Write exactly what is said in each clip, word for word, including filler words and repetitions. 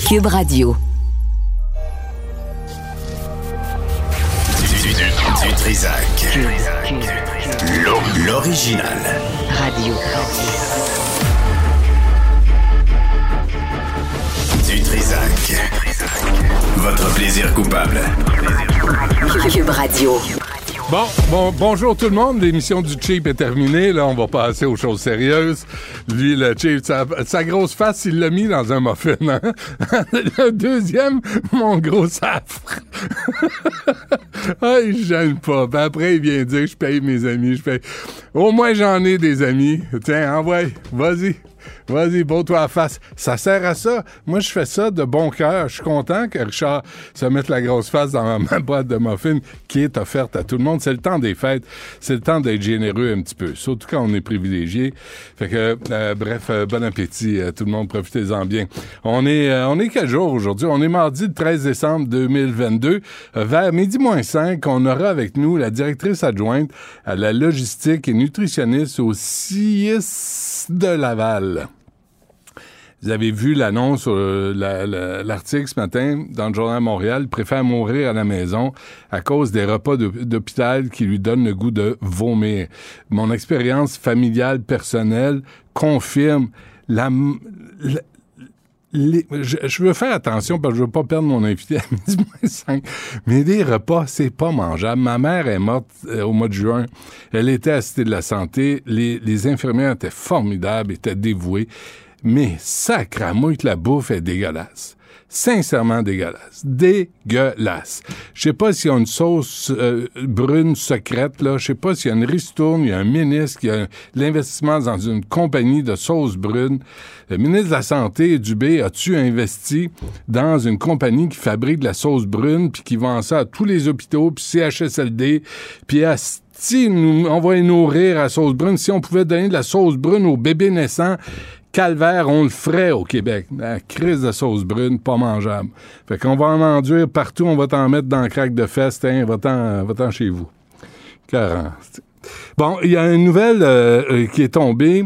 Cube Radio. Du, du, du Trizac. L'original. Radio. Du Trizac. Votre plaisir coupable. Cube Radio. Bon, bon, bonjour tout le monde. L'émission du Cheap est terminée. Là, on va passer aux choses sérieuses. Lui, le Cheap, sa, sa grosse face, il l'a mis dans un muffin. Hein? Le deuxième, mon gros safre. Ah, il gêne pas. Puis après, il vient dire, je paye mes amis. Je paye. Au moins, j'en ai des amis. Tiens, envoie. Vas-y. Vas-y, bon-toi à face. Ça sert à ça. Moi, je fais ça de bon cœur. Je suis content que Richard se mette la grosse face dans ma boîte de muffins qui est offerte à tout le monde. C'est le temps des fêtes. C'est le temps d'être généreux un petit peu. Surtout quand on est privilégié. Fait que, euh, bref, euh, bon appétit à tout le monde. Profitez-en bien. On est, euh, on est quel jour aujourd'hui? On est mardi le treize décembre deux mille vingt-deux. Euh, vers midi moins cinq, on aura avec nous la directrice adjointe à la logistique et nutritionniste au C I S de Laval. Vous avez vu l'annonce, euh, la, la, l'article ce matin dans le Journal de Montréal. Il préfère mourir à la maison à cause des repas de, d'hôpital qui lui donnent le goût de vomir. Mon expérience familiale, personnelle, confirme la... la Les, je, je veux faire attention parce que je veux pas perdre mon invité à midi moins cinq. Mais les repas, c'est pas mangeable. Ma mère est morte euh, au mois de juin. Elle était à la Cité de la Santé. Les, les infirmières étaient formidables, étaient dévouées. Mais sacramouille que la bouffe est dégueulasse. Sincèrement dégueulasse. Dégueulasse. Je sais pas s'il y a une sauce euh, brune secrète, là. Je sais pas s'il y a une ristourne, il y a un ministre, il y a un, l'investissement dans une compagnie de sauce brune. Le ministre de la Santé, Dubé, as-tu investi dans une compagnie qui fabrique de la sauce brune puis qui vend ça à tous les hôpitaux, puis C H S L D, puis à si nous, on va les nourrir à la sauce brune. Si on pouvait donner de la sauce brune aux bébés naissants, calvaire, on le ferait au Québec. La crise de sauce brune, pas mangeable. Fait qu'on va en enduire partout, on va t'en mettre dans le crack de feste, hein, va-t'en, va-t'en chez vous. quarante. Bon, il y a une nouvelle euh, qui est tombée.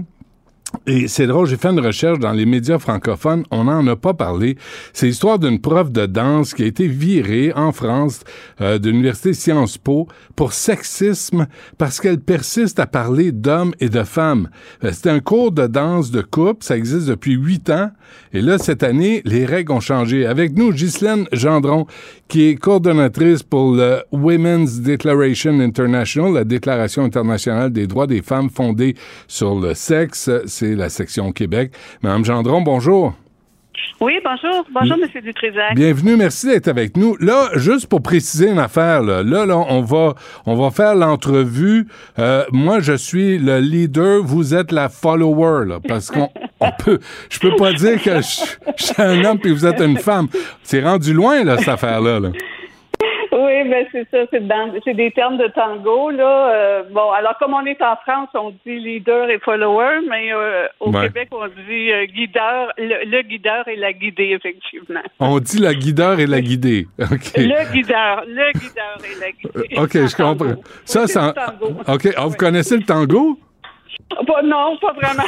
Et c'est drôle, j'ai fait une recherche dans les médias francophones, on n'en a pas parlé. C'est l'histoire d'une prof de danse qui a été virée en France euh, de l'université Sciences Po pour sexisme parce qu'elle persiste à parler d'hommes et de femmes. Euh, c'était un cours de danse de couple, ça existe depuis huit ans. Et là, cette année, les règles ont changé. Avec nous, Ghislaine Gendron, qui est coordonnatrice pour le Women's Declaration International, la Déclaration internationale des droits des femmes fondée sur le sexe. C'est la section Québec. Madame Gendron, bonjour. Oui, bonjour. Bonjour, M. Dutrizac. Bienvenue, merci d'être avec nous. Là, juste pour préciser une affaire, là, là, là on va on va faire l'entrevue. Euh, moi, je suis le leader, vous êtes la follower, là, parce qu'on on peut, je peux pas dire que je, je suis un homme puis vous êtes une femme. C'est rendu loin, là, cette affaire-là, là. Oui, ben c'est ça, c'est, dans, c'est des termes de tango, là. Euh, bon, alors comme on est en France, on dit leader et follower, mais euh, au ouais. Québec, on dit euh, guideur, le, le guideur et la guidée, effectivement. On dit la guideur et la guidée. Okay. Le guideur, le guideur et la guidée. OK, je comprends. Tango. Ça, c'est en... OK, ah, vous ouais. connaissez le tango? Pas, non, pas vraiment.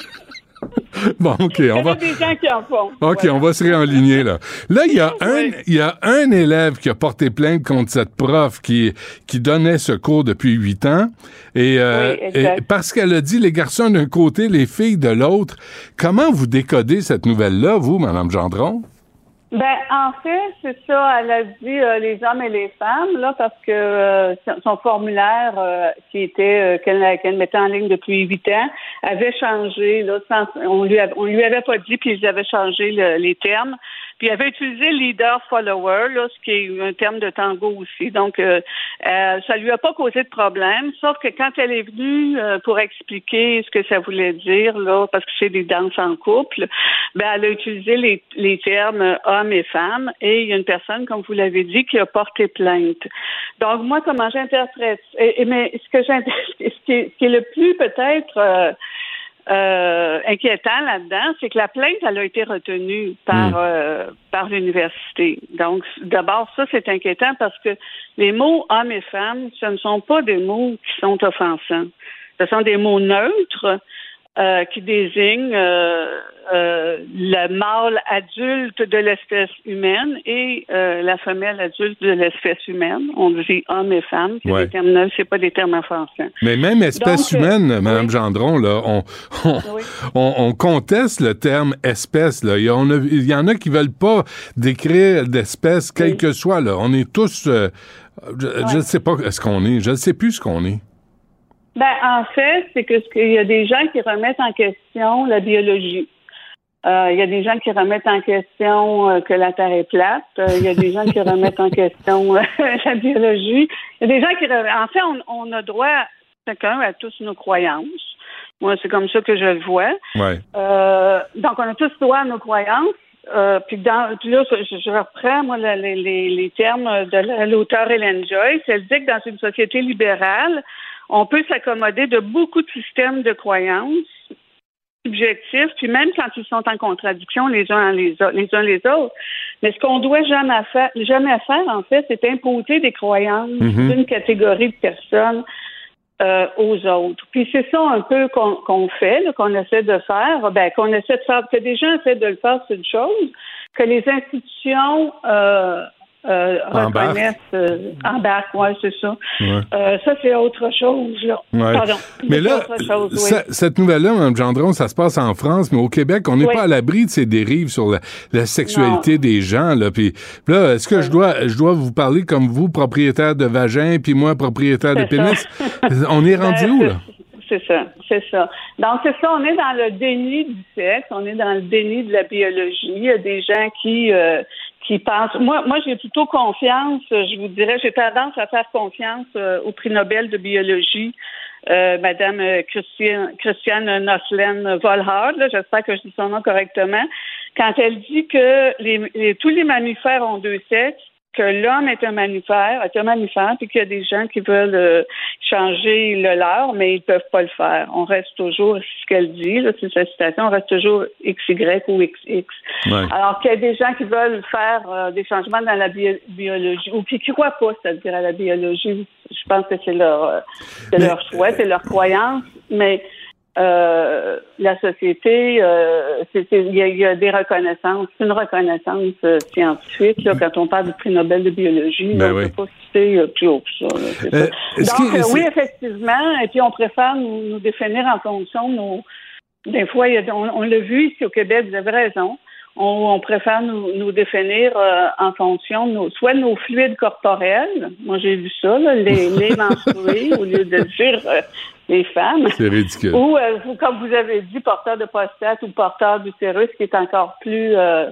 Bon, OK, on va... Il y a des gens qui en font. OK, voilà. on va se réaligner, là. Là, il y a un, oui. il y a un élève qui a porté plainte contre cette prof qui, qui donnait ce cours depuis huit ans. Et, euh, oui, et parce qu'elle a dit les garçons d'un côté, les filles de l'autre. Comment vous décodez cette nouvelle-là, vous, Mme Gendron? Ben, en fait, c'est ça. Elle a dit euh, les hommes et les femmes, là, parce que euh, son formulaire euh, qui était euh, qu'elle, qu'elle mettait en ligne depuis huit ans avait changé. Là, sans, on lui avait, on lui avait pas dit, puis ils avaient changé le, les termes. Puis il avait utilisé leader-follower, là, ce qui est un terme de tango aussi. Donc, euh, euh, ça lui a pas causé de problème, sauf que quand elle est venue euh, pour expliquer ce que ça voulait dire, là, parce que c'est des danses en couple, ben elle a utilisé les, les termes hommes et femmes, et il y a une personne, comme vous l'avez dit, qui a porté plainte. Donc, moi, comment j'interprète? Et, et, mais ce que j'interprète, ce qui est, ce qui est le plus peut-être... Euh, Euh, inquiétant là-dedans, c'est que la plainte, elle a été retenue par, mmh. euh, par l'université. Donc, d'abord, ça, c'est inquiétant parce que les mots hommes et femmes, ce ne sont pas des mots qui sont offensants. Ce sont des mots neutres. euh, qui désigne euh, euh, le mâle adulte de l'espèce humaine et euh, la femelle adulte de l'espèce humaine. On dit homme et femme. C'est ouais. des termes neufs, c'est pas des termes en français. Mais même espèce Donc, humaine, euh, Mme oui. Gendron, là, on, on, oui. on, on conteste le terme espèce. Là. Il, y en a, il y en a qui veulent pas décrire d'espèce, quel oui. que soit. Là. On est tous... Euh, je ne sais pas ce qu'on est. Je ne sais plus ce qu'on est. Ben, en fait, c'est que ce qu'il y a des gens qui remettent en question la biologie. Euh, il y a des gens qui remettent en question euh, que la Terre est plate. Euh, il y a des gens qui remettent en question euh, la biologie. Il y a des gens qui... Re... En fait, on, on a droit, chacun, à tous nos croyances. Moi, c'est comme ça que je le vois. Ouais. Euh, donc, on a tous droit à nos croyances. Euh, puis, dans, puis là, je, je reprends, moi, les, les, les termes de l'auteure Hélène Joyce. Elle dit que dans une société libérale, on peut s'accommoder de beaucoup de systèmes de croyances subjectifs, puis même quand ils sont en contradiction les uns les, les uns les autres. Mais ce qu'on doit jamais faire, jamais faire, en fait, c'est imposer des croyances mm-hmm. d'une catégorie de personnes euh, aux autres. Puis c'est ça un peu qu'on, qu'on fait, là, qu'on essaie de faire, ben qu'on essaie de faire, que des gens essaient de le faire, c'est une chose, que les institutions euh, Euh, reconnaissent, euh, embarquent, ouais, c'est ça. Ouais. Euh, ça, c'est autre chose, là. Ouais. Pardon. Mais là, chose, oui. ça, cette nouvelle-là, Mme Gendron, ça se passe en France, mais au Québec, on n'est oui. pas à l'abri de ces dérives sur la, la sexualité non. des gens, là. Puis là, est-ce que oui. je dois, je dois vous parler comme vous, propriétaire de vagin, puis moi, propriétaire c'est de pénis? Ça. On est rendu ben, où, là? C'est ça, c'est ça. Donc, c'est ça, on est dans le déni du sexe, on est dans le déni de la biologie. Il y a des gens qui... Euh, qui pensent... Moi, moi, j'ai plutôt confiance, je vous dirais, j'ai tendance à faire confiance euh, au prix Nobel de biologie, euh, Madame Christiane, Christiane Noslin-Volhard, là, j'espère que je dis son nom correctement, quand elle dit que les, les, tous les mammifères ont deux sexes, que l'homme est un mammifère, est un mammifère, puis qu'il y a des gens qui veulent euh, changer le leur, mais ils peuvent pas le faire. On reste toujours, c'est ce qu'elle dit, là, c'est sa citation, on reste toujours X Y ou X X. Ouais. Alors qu'il y a des gens qui veulent faire euh, des changements dans la bio- biologie, ou qui ne croient pas, c'est-à-dire à la biologie. Je pense que c'est leur, euh, c'est mais... leur choix, c'est leur croyance, mais Euh, la société, euh, il y, y a des reconnaissances, c'est une reconnaissance euh, scientifique. Là, quand on parle du prix Nobel de biologie, ben on ne oui. peut pas citer euh, plus haut que ça. Là, c'est euh, ça. Donc, euh, oui, effectivement, et puis on préfère nous, nous définir en fonction de nos... Des fois, y a, on, on l'a vu ici au Québec, vous avez raison, on, on préfère nous, nous définir euh, en fonction de nos, soit de nos fluides corporels, moi j'ai vu ça, là, les, les menstrués, au lieu de dire... Euh, les femmes. C'est ridicule. Ou, euh, comme vous avez dit, porteur de prostate ou porteur d'utérus, qui est encore plus euh,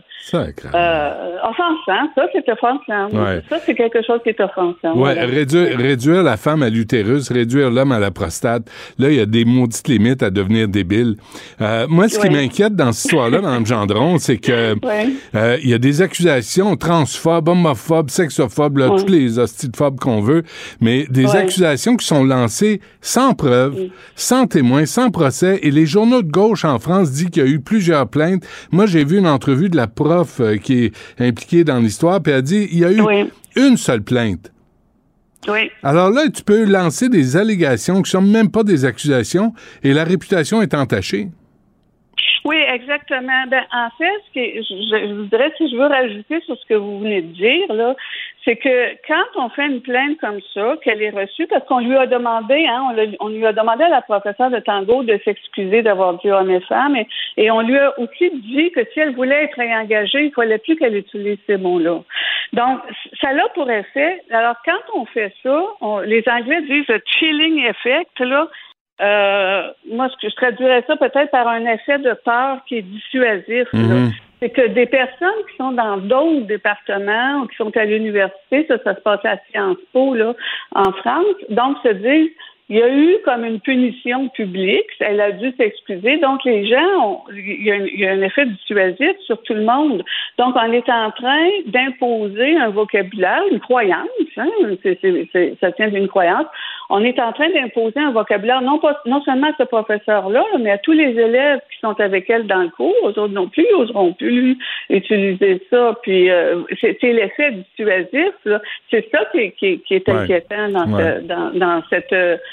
euh, offensant. Ça, c'est offensant. Ouais. Ça, c'est quelque chose qui est offensant. Oui, voilà. réduire, réduire la femme à l'utérus, réduire l'homme à la prostate. Là, il y a des maudites limites à devenir débile. Euh, moi, ce qui ouais. m'inquiète dans cette histoire-là, Mme Gendron, c'est que ouais. euh, il y a des accusations transphobes, homophobes, sexophobes, là, ouais. toutes les hostiphobes qu'on veut, mais des ouais. accusations qui sont lancées sans preuve, sans témoins, sans procès, et les journaux de gauche en France disent qu'il y a eu plusieurs plaintes. Moi, j'ai vu une entrevue de la prof euh, qui est impliquée dans l'histoire, puis elle a dit il y a eu oui. une seule plainte. Oui. Alors là, tu peux lancer des allégations qui sont même pas des accusations, et la réputation est entachée. Oui, exactement. Ben, en fait, ce que je, je vous dirais, si je veux rajouter sur ce que vous venez de dire, là, c'est que quand on fait une plainte comme ça, qu'elle est reçue, parce qu'on lui a demandé, hein, on, on lui a demandé à la professeure de tango de s'excuser d'avoir dit homme et femme, et, et on lui a aussi dit que si elle voulait être réengagée, il fallait plus qu'elle utilise ces mots-là. Donc, ça l'a pour effet. Alors, quand on fait ça, on, les Anglais disent le chilling effect, là. Euh, moi, je traduirais ça peut-être par un effet de peur qui est dissuasif. Mm-hmm. Là. C'est que des personnes qui sont dans d'autres départements ou qui sont à l'université, ça, ça se passe à Sciences Po, là, en France, donc se disent, il y a eu comme une punition publique, elle a dû s'excuser, donc les gens, ont, il, y a un, il y a un effet dissuasif sur tout le monde. Donc, on est en train d'imposer un vocabulaire, une croyance, hein, c'est, c'est, c'est, ça tient d'une croyance, on est en train d'imposer un vocabulaire, non pas non seulement à ce professeur-là, mais à tous les élèves qui sont avec elle dans le cours, eux autres non plus, ils n'oseront plus utiliser ça, puis euh, c'est, c'est l'effet dissuasif, là. C'est ça qui, qui, qui est inquiétant ouais. dans, ouais. ce, dans, dans cette...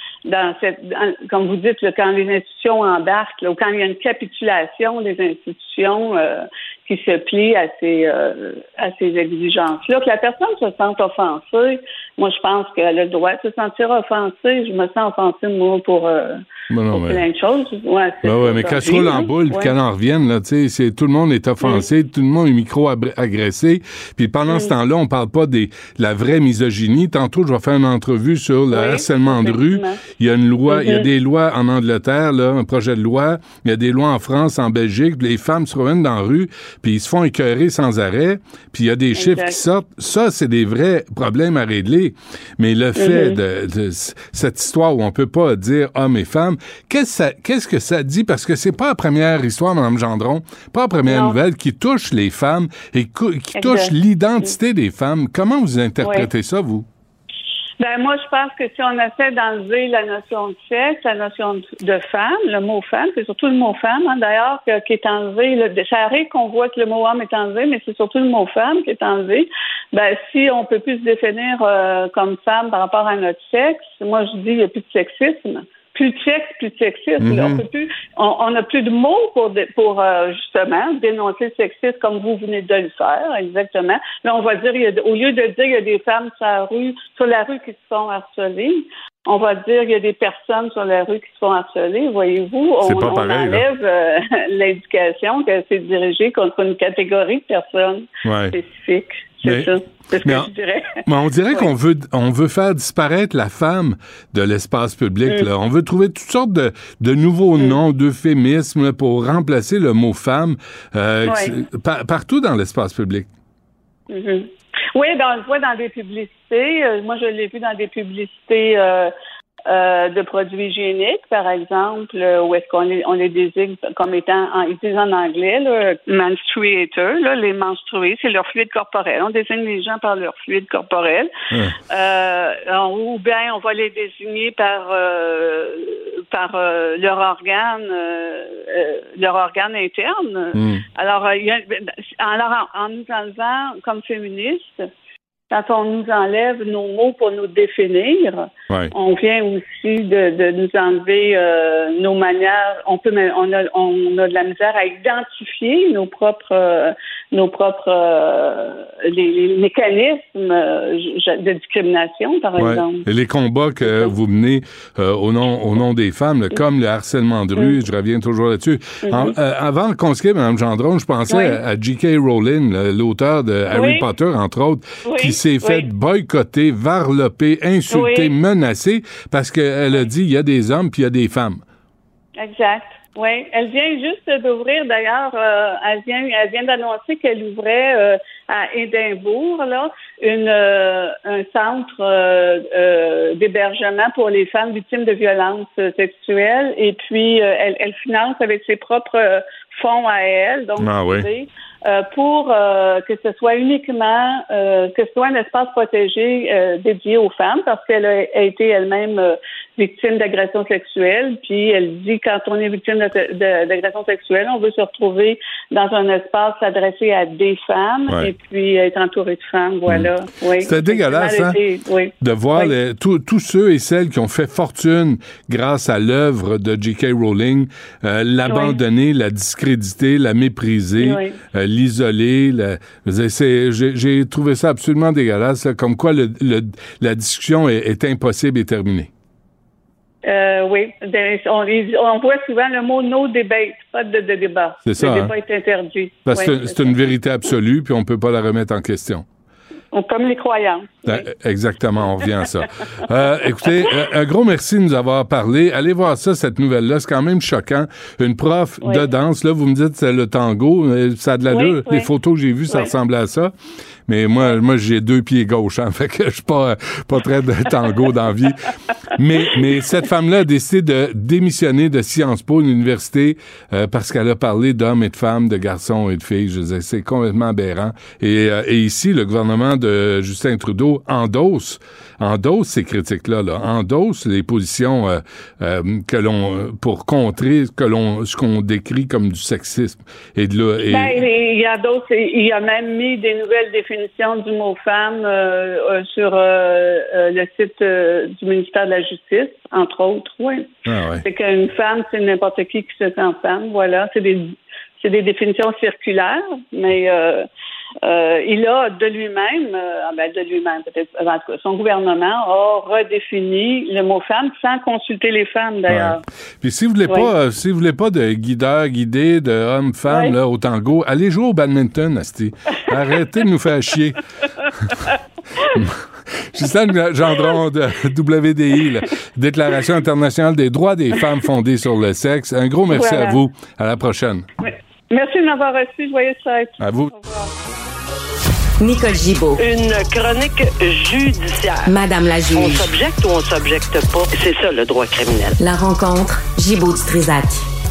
dans cette, dans, comme vous dites, là, quand les institutions embarquent, là, ou quand il y a une capitulation des institutions euh, qui se plient à ces, euh, à ces exigences-là, que la personne se sente offensée, moi, je pense qu'elle a le droit de se sentir offensée. Je me sens offensée, moi, pour, euh, ben non, pour mais... plein de choses. Ouais, c'est ben ouais, mais qu'elle se roule en boule, puis ouais. qu'elle en revienne, là, tu sais, c'est, tout le monde est offensé, mm. tout le monde est micro-agressé, puis pendant mm. ce temps-là, on parle pas des la vraie misogynie. Tantôt, je vais faire une entrevue sur le oui, harcèlement de rue. Il y a une loi, mm-hmm. il y a des lois en Angleterre, là, un projet de loi, il y a des lois en France, en Belgique, les femmes se reviennent dans la rue, puis ils se font écœurer sans arrêt, puis il y a des exact. Chiffres qui sortent. Ça, c'est des vrais problèmes à régler. Mais le fait mm-hmm. de, de cette histoire où on peut pas dire hommes et femmes, qu'est-ce, ça, qu'est-ce que ça dit? Parce que c'est pas la première histoire, Mme Gendron, pas la première non. nouvelle qui touche les femmes et qui exact. Touche l'identité des femmes. Comment vous interprétez oui. ça, vous? Ben moi, je pense que si on essaie d'enlever la notion de sexe, la notion de femme, le mot femme, c'est surtout le mot femme, hein, d'ailleurs, que, qui est enlevé. Là, ça arrive qu'on voit que le mot homme est enlevé, mais c'est surtout le mot femme qui est enlevé. Ben si on peut plus se définir euh, comme femme par rapport à notre sexe, moi je dis il n'y a plus de sexisme. Plus de sexe, plus de sexisme. Mm-hmm. Là, on peut plus, on n'a plus de mots pour de, pour euh, justement dénoncer le sexisme comme vous venez de le faire, exactement. Là, on va dire, il y a, au lieu de dire il y a des femmes sur la rue, sur la rue qui se font harceler, on va dire il y a des personnes sur la rue qui se font harceler. Voyez-vous, on, pas pareil, on enlève euh, l'indication que c'est dirigé contre une catégorie de personnes ouais. spécifiques. C'est mais, ça. C'est ce mais que on, je dirais. Mais on dirait oui. qu'on veut, on veut faire disparaître la femme de l'espace public. Mm. Là. On veut trouver toutes sortes de, de nouveaux mm. noms, d'euphémismes pour remplacer le mot femme euh, oui. par, partout dans l'espace public. Mm-hmm. Oui, ben, on le voit dans des publicités. Euh, moi, je l'ai vu dans des publicités euh, euh, de produits hygiéniques, par exemple, euh, où est-ce qu'on les, on les désigne comme étant, en, ils disent en anglais, là, menstruator, là, les menstrués, c'est leur fluide corporel. On désigne les gens par leur fluide corporel. Mmh. Euh, on, ou bien on va les désigner par euh, par euh, leur organe, euh, euh, leur organe interne. Mmh. Alors, euh, y a, alors en, en nous enlevant comme féministes, quand on nous enlève nos mots pour nous définir, ouais. on vient aussi de, de nous enlever euh, nos manières. On peut, on a, on a de la misère à identifier nos propres, euh, nos propres, euh, les, les mécanismes de discrimination, par ouais. exemple. Et les combats que vous menez euh, au nom, au nom des femmes, là, comme le harcèlement de rue, mm. je reviens toujours là-dessus. Mm-hmm. En, euh, avant qu'on se quitte, Mme Gendron, je pensais oui. à J K. Rowling, l'auteur de Harry oui. Potter, entre autres, oui. qui s'est fait oui. boycotter, varloper, insulter, oui. menacer, parce qu'elle a dit il y a des hommes puis il y a des femmes. Exact. Oui. Elle vient juste d'ouvrir, d'ailleurs, euh, elle vient, elle vient d'annoncer qu'elle ouvrait euh, à Édimbourg, là, une, euh, un centre euh, euh, d'hébergement pour les femmes victimes de violences sexuelles. Et puis, euh, elle, elle finance avec ses propres fonds à elle, donc ah, oui. Euh, pour euh, que ce soit uniquement, euh, que ce soit un espace protégé euh, dédié aux femmes, parce qu'elle a, a été elle-même euh, victime d'agression sexuelle, puis elle dit quand on est victime de, de, d'agression sexuelle, on veut se retrouver dans un espace adressé à des femmes, ouais. et puis être entouré de femmes, voilà. Mmh. Oui. C'était dégueulasse, hein, été, oui. de voir oui. tous ceux et celles qui ont fait fortune grâce à l'œuvre de J K. Rowling, euh, l'abandonner, oui. la discréditer, la mépriser, oui. euh, l'isoler. La, c'est, j'ai, j'ai trouvé ça absolument dégueulasse, là, comme quoi le, le, la discussion est, est impossible et terminée. Euh, oui, on, on voit souvent le mot « no debate », pas de, de débat. C'est ça, le débat hein? est interdit. Parce que oui, c'est, c'est une vérité absolue, puis on ne peut pas la remettre en question. Comme les croyances. Oui. Exactement, on revient à ça. euh, écoutez, un gros merci de nous avoir parlé. Allez voir ça, cette nouvelle-là. C'est quand même choquant. Une prof oui. de danse, là, vous me dites c'est le tango. Ça a de l'allure. Oui, oui. Les photos que j'ai vues, ça oui. ressemblait à ça. Mais moi, moi, j'ai deux pieds gauches, hein, fait que je suis pas, pas très de tango dans la vie. Mais, mais cette femme-là a décidé de démissionner de Sciences Po, une université, euh, parce qu'elle a parlé d'hommes et de femmes, de garçons et de filles. Je disais, c'est complètement aberrant. Et, euh, et ici, le gouvernement de Justin Trudeau endosse, endosse ces critiques-là, là, endosse les positions euh, euh, que l'on, pour contrer que l'on, ce qu'on décrit comme du sexisme. Et de là, et... Ben, il y a d'autres, il a même mis des nouvelles définitions du mot femme euh, euh, sur euh, euh, le site euh, du ministère de la Justice, entre autres, oui. Ah ouais. C'est qu'une femme, c'est n'importe qui qui se sent femme, voilà. C'est des, c'est des définitions circulaires, mais euh, euh, il a de lui-même, euh, ben de lui-même peut-être, en tout cas, son gouvernement a redéfini le mot femme sans consulter les femmes d'ailleurs. Ouais. Puis si vous voulez oui. pas, euh, si vous voulez pas de guideur, guidé, de homme-femme oui. là au tango, allez jouer au badminton, Asti. Arrêtez de nous faire chier. Justin Gendron de W D I, là, Déclaration internationale des droits des femmes fondée sur le sexe. Un gros merci voilà. à vous. À la prochaine. Oui. Merci de m'avoir reçu. Joyeuse fête. À vous. Nicole Gibaud. Une chronique judiciaire. Madame la juge. On s'objecte ou on s'objecte pas. C'est ça, le droit criminel. La rencontre, Gibaud-Strisac.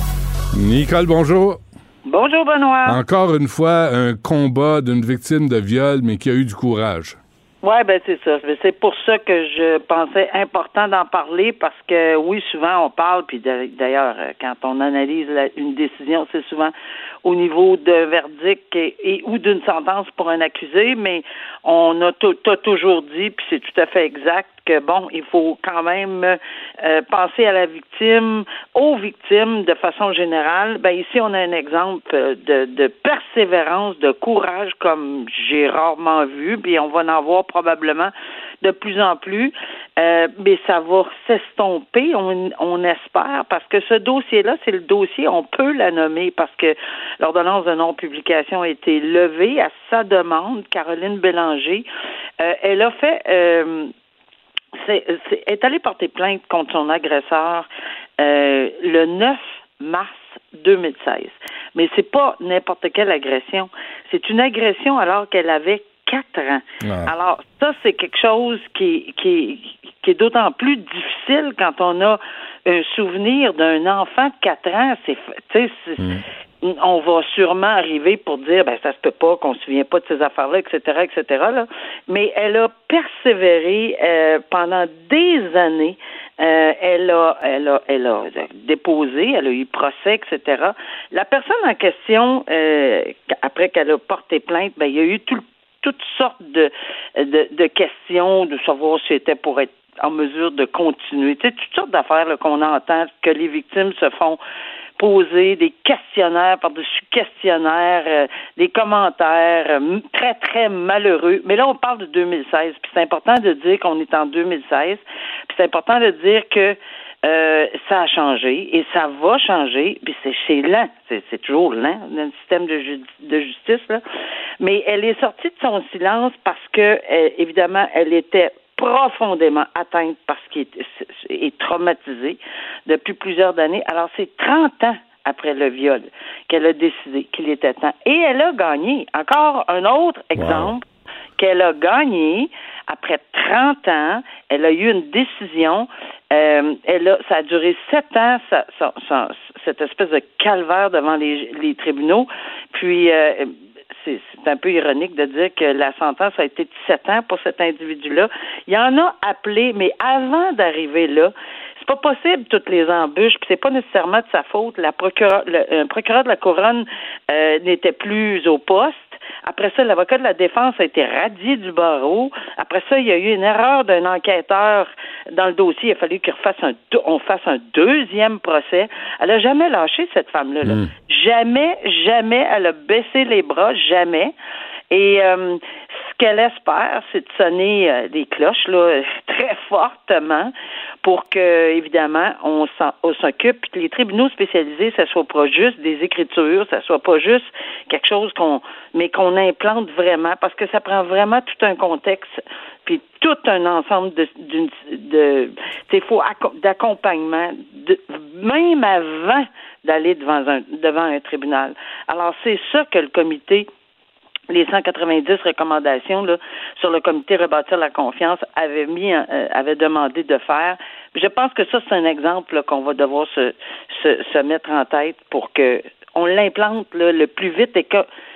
Nicole, bonjour. Bonjour, Benoît. Encore une fois, un combat d'une victime de viol, mais qui a eu du courage. Oui, ben c'est ça. C'est pour ça que je pensais important d'en parler parce que oui, souvent on parle, puis d'ailleurs, quand on analyse la, une décision, c'est souvent au niveau d'un verdict et, et ou d'une sentence pour un accusé, mais on a t- t'as toujours dit, puis c'est tout à fait exact, que bon, il faut quand même euh, penser à la victime, aux victimes de façon générale. Ben ici, on a un exemple de, de persévérance, de courage comme j'ai rarement vu, puis on va en voir probablement de plus en plus, euh, mais ça va s'estomper, on, on espère, parce que ce dossier-là, c'est le dossier, on peut la nommer, parce que l'ordonnance de non-publication a été levée à sa demande. Caroline Bélanger, euh, elle a fait... Euh, C'est, c'est, est allée porter plainte contre son agresseur euh, le neuf mars deux mille seize. Mais c'est pas n'importe quelle agression. C'est une agression alors qu'elle avait quatre ans. Ah. Alors, ça, c'est quelque chose qui, qui, qui est d'autant plus difficile quand on a un souvenir d'un enfant de quatre ans. C'est, tu sais, c'est, mm. on va sûrement arriver pour dire, ben ça se peut pas, qu'on se souvient pas de ces affaires-là, et cetera, et cetera. Là. Mais elle a persévéré euh, pendant des années. Euh, elle a, elle a, elle a déposé, elle a eu procès, et cetera. La personne en question, euh, après qu'elle a porté plainte, ben il y a eu tout, toutes sortes de, de, de questions, de savoir si c'était pour être en mesure de continuer. Tu sais, toutes sortes d'affaires là, qu'on entend, que les victimes se font poser, des questionnaires par-dessus questionnaires, euh, des commentaires euh, très, très malheureux. Mais là, on parle de deux mille seize, puis c'est important de dire qu'on est en deux mille seize, puis c'est important de dire que euh, ça a changé, et ça va changer, puis c'est, c'est lent, c'est, c'est toujours lent, dans le système de, ju- de justice, là. Mais elle est sortie de son silence parce que, elle, évidemment, elle était profondément atteinte par ce qui est, est traumatisée depuis plusieurs années. Alors, c'est trente ans après le viol qu'elle a décidé qu'il était temps. Et elle a gagné. Encore un autre exemple wow. qu'elle a gagné après trente ans. Elle a eu une décision. Euh, elle a, ça a duré sept ans, ça, ça, ça, cette espèce de calvaire devant les, les tribunaux. Puis, euh, C'est, c'est un peu ironique de dire que la sentence a été de sept ans pour cet individu-là. Il en a appelé, mais avant d'arriver là, c'est pas possible toutes les embûches, puis c'est pas nécessairement de sa faute. La procureur, le, un procureur de la Couronne euh, n'était plus au poste. Après ça, l'avocat de la défense a été radié du barreau. Après ça, il y a eu une erreur d'un enquêteur dans le dossier. Il a fallu qu'il refasse un, on fasse un deuxième procès. Elle a jamais lâché, cette femme-là. Là. Mm. Jamais, jamais elle a baissé les bras, jamais. Et euh, ce qu'elle espère, c'est de sonner euh, des cloches là, très fortement pour que, évidemment, on, s'en, on s'occupe, puis que les tribunaux spécialisés, ça soit pas juste des écritures, ça soit pas juste quelque chose qu'on, mais qu'on implante vraiment, parce que ça prend vraiment tout un contexte, puis tout un ensemble de, d'une, de, il faut d'accompagnement, de, même avant d'aller devant un, devant un tribunal. Alors c'est ça que le comité, les cent quatre-vingt-dix recommandations là, sur le comité Rebâtir la confiance avait mis, euh, avait demandé de faire. Je pense que ça, c'est un exemple là, qu'on va devoir se, se, se mettre en tête pour que on l'implante là, le plus vite et que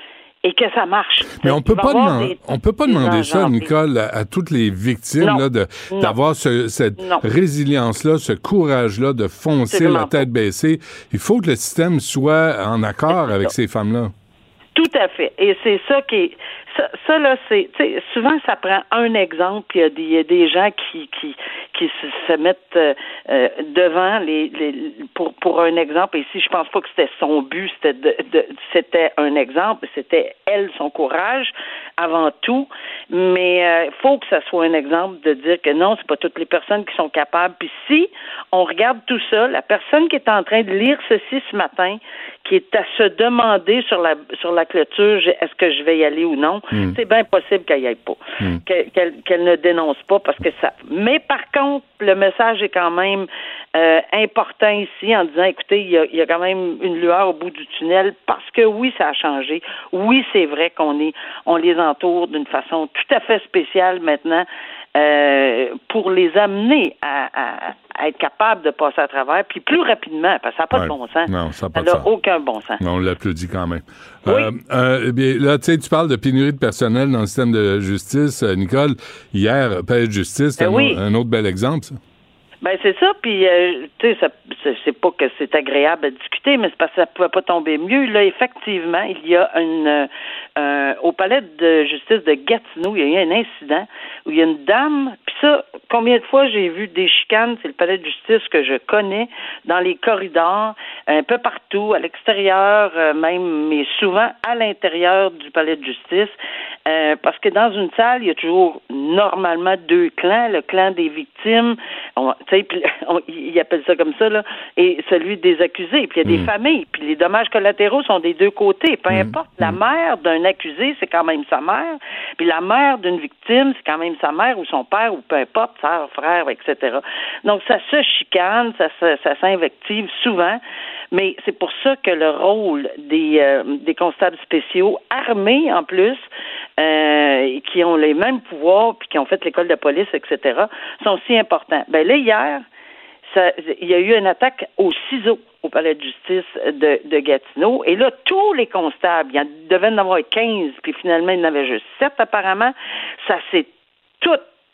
et que ça marche. Mais on peut pas demander, des, on peut pas demander ça, Nicole, à, à toutes les victimes là, de non. d'avoir ce, cette non. résilience-là, ce courage-là de foncer Absolument la tête pas. baissée. Il faut que le système soit en accord avec ces femmes-là. Tout à fait. Et c'est ça qui est... Ça, ça là, c'est... Tu sais, souvent, ça prend un exemple, puis il y, y a des gens qui qui, qui se, se mettent euh, devant les, les pour pour un exemple. Ici, je pense pas que c'était son but, c'était de, de c'était un exemple, c'était elle, son courage, avant tout. Mais il euh, faut que ça soit un exemple de dire que non, c'est pas toutes les personnes qui sont capables. Puis si on regarde tout ça, la personne qui est en train de lire ceci ce matin, qui est à se demander sur la sur la clôture, est-ce que je vais y aller ou non, mm. c'est bien possible qu'elle y aille pas, mm. qu'elle, qu'elle, qu'elle ne dénonce pas parce que ça. Mais par contre, le message est quand même euh, important ici en disant, écoutez, il y a, il y a quand même une lueur au bout du tunnel parce que oui, ça a changé. Oui, c'est vrai qu'on est, on les entoure d'une façon tout à fait spéciale maintenant. Euh, pour les amener à, à, à être capables de passer à travers, puis plus rapidement, parce que ça n'a pas ouais. de bon sens. Non, ça n'a pas ça de sens. aucun bon sens. Non, on l'applaudit quand même. Oui. Euh, euh, eh bien, là, tu sais, tu parles de pénurie de personnel dans le système de justice. Euh, Nicole, hier, Palais de justice, c'est euh, un, oui. un autre bel exemple, ça. Ben c'est ça, puis euh, tu sais, ça, c'est, c'est pas que c'est agréable à discuter, mais c'est parce que ça pouvait pas tomber mieux. Là, effectivement, il y a une euh, au palais de justice de Gatineau, il y a eu un incident où il y a une dame, puis ça, combien de fois j'ai vu des chicanes, c'est le palais de justice que je connais, dans les corridors, un peu partout, à l'extérieur euh, même, mais souvent à l'intérieur du palais de justice, euh, parce que dans une salle, il y a toujours normalement deux clans, le clan des victimes, on, Puis, on, ils appellent ça comme ça, là, et celui des accusés. Puis il y a des mmh. familles, puis les dommages collatéraux sont des deux côtés. Peu mmh. importe, la mère d'un accusé, c'est quand même sa mère, puis la mère d'une victime, c'est quand même sa mère ou son père, ou peu importe, sœur, frère, et cetera. Donc ça se chicane, ça, ça, ça s'invective souvent, mais c'est pour ça que le rôle des, euh, des constables spéciaux, armés en plus, euh, qui ont les mêmes pouvoirs, puis qui ont fait l'école de police, et cetera, sont si importants. Ben là, hier, ça, il y a eu une attaque au ciseau au palais de justice de, de Gatineau. Et là, tous les constables, il y en devait en avoir quinze, puis finalement, il y en avait juste sept apparemment. Ça s'est tout...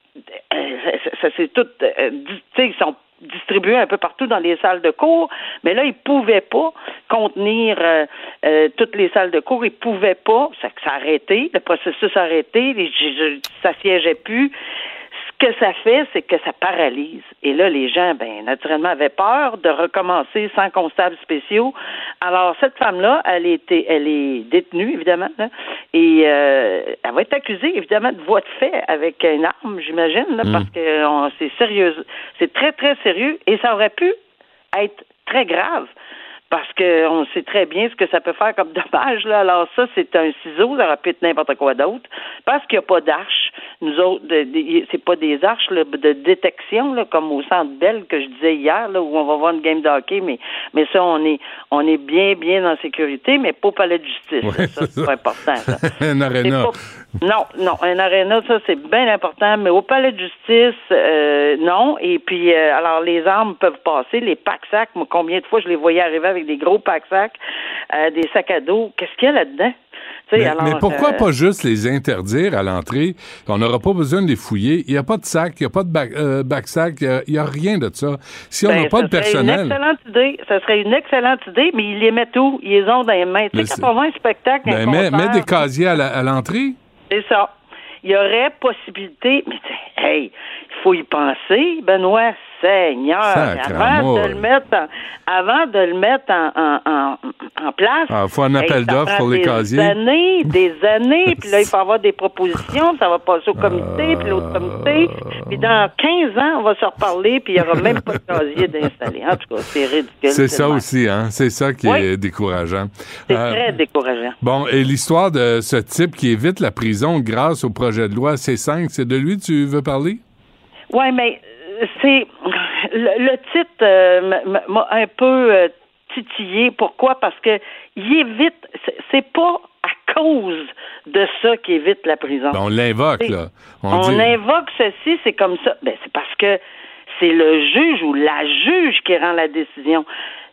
Euh, ça, ça s'est tout... Euh, tu sais, ils sont distribués un peu partout dans les salles de cours, mais là, ils pouvaient pas contenir euh, euh, toutes les salles de cours. Ils pouvaient pas. Ça, ça a arrêté. Le processus a arrêté. Les, je, ça siégeait plus. Ce que ça fait, c'est que ça paralyse. Et là, les gens, ben, naturellement, avaient peur de recommencer sans constables spéciaux. Alors, cette femme-là, elle était, elle est détenue, évidemment, là, et euh, elle va être accusée, évidemment, de voie de fait avec une arme, j'imagine, là, mmh. parce que on, c'est sérieux, c'est très, très sérieux, et ça aurait pu être très grave. Parce qu'on sait très bien ce que ça peut faire comme dommage, là. Alors ça, c'est un ciseau, ça aurait pu être n'importe quoi d'autre. Parce qu'il n'y a pas d'arche. Nous autres, de, de, c'est pas des arches là, de détection, là, comme au Centre Bell que je disais hier, là, où on va voir une game de hockey, mais, mais ça, on est on est bien, bien en sécurité, mais pas au palais de justice. Ouais, ça, c'est, c'est pas important, ça. Un aréna. Pas, non, non, un aréna, ça, c'est bien important, mais au palais de justice, euh, non. Et puis, euh, alors, les armes peuvent passer, les packs-sacs, moi, combien de fois je les voyais arriver avec des gros packs-sacs, euh, des sacs à dos. Qu'est-ce qu'il y a là-dedans? Mais, alors, mais pourquoi euh, pas juste les interdire à l'entrée? On n'aura pas besoin de les fouiller. Il n'y a pas de sac, il n'y a pas de bac, euh, back-sac, il n'y a, a rien de ça. Si on n'a ben, pas de personnel... Une excellente idée. Ça serait une excellente idée, mais ils les mettent où? Ils les ont dans les mains. Tu sais, quand on va un spectacle, ben, un mets, mets des casiers à, la, à l'entrée. C'est ça. Il y aurait possibilité... Mais hey, il faut y penser, Benoît. Seigneur, avant de le mettre en, avant de le mettre en, en, en, en place. Il ah, faut un appel hey, d'offres pour les casiers. Des années, des années, puis là, il faut avoir des propositions, ça va passer au comité, puis l'autre comité, puis dans quinze ans, on va se reparler, puis il n'y aura même pas de casier d'installer. En tout cas, c'est ridicule. C'est, c'est ça mal. aussi, hein? C'est ça qui oui. est décourageant. C'est euh, très décourageant. Bon, et l'histoire de ce type qui évite la prison grâce au projet de loi C cinq, c'est de lui que tu veux parler? Oui, mais c'est le, le titre euh, m'a un peu euh, titillé. Pourquoi? Parce que il évite. C'est, c'est pas à cause de ça qu'il évite la prison. Ben on l'invoque, c'est, là. On, on dit... invoque ceci, c'est comme ça. Ben c'est parce que c'est le juge ou la juge qui rend la décision.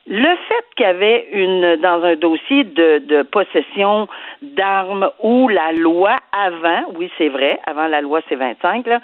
le fait qu'il y avait une dans un dossier de, de possession d'armes où la loi avant, oui c'est vrai, avant la loi C vingt-cinq, là,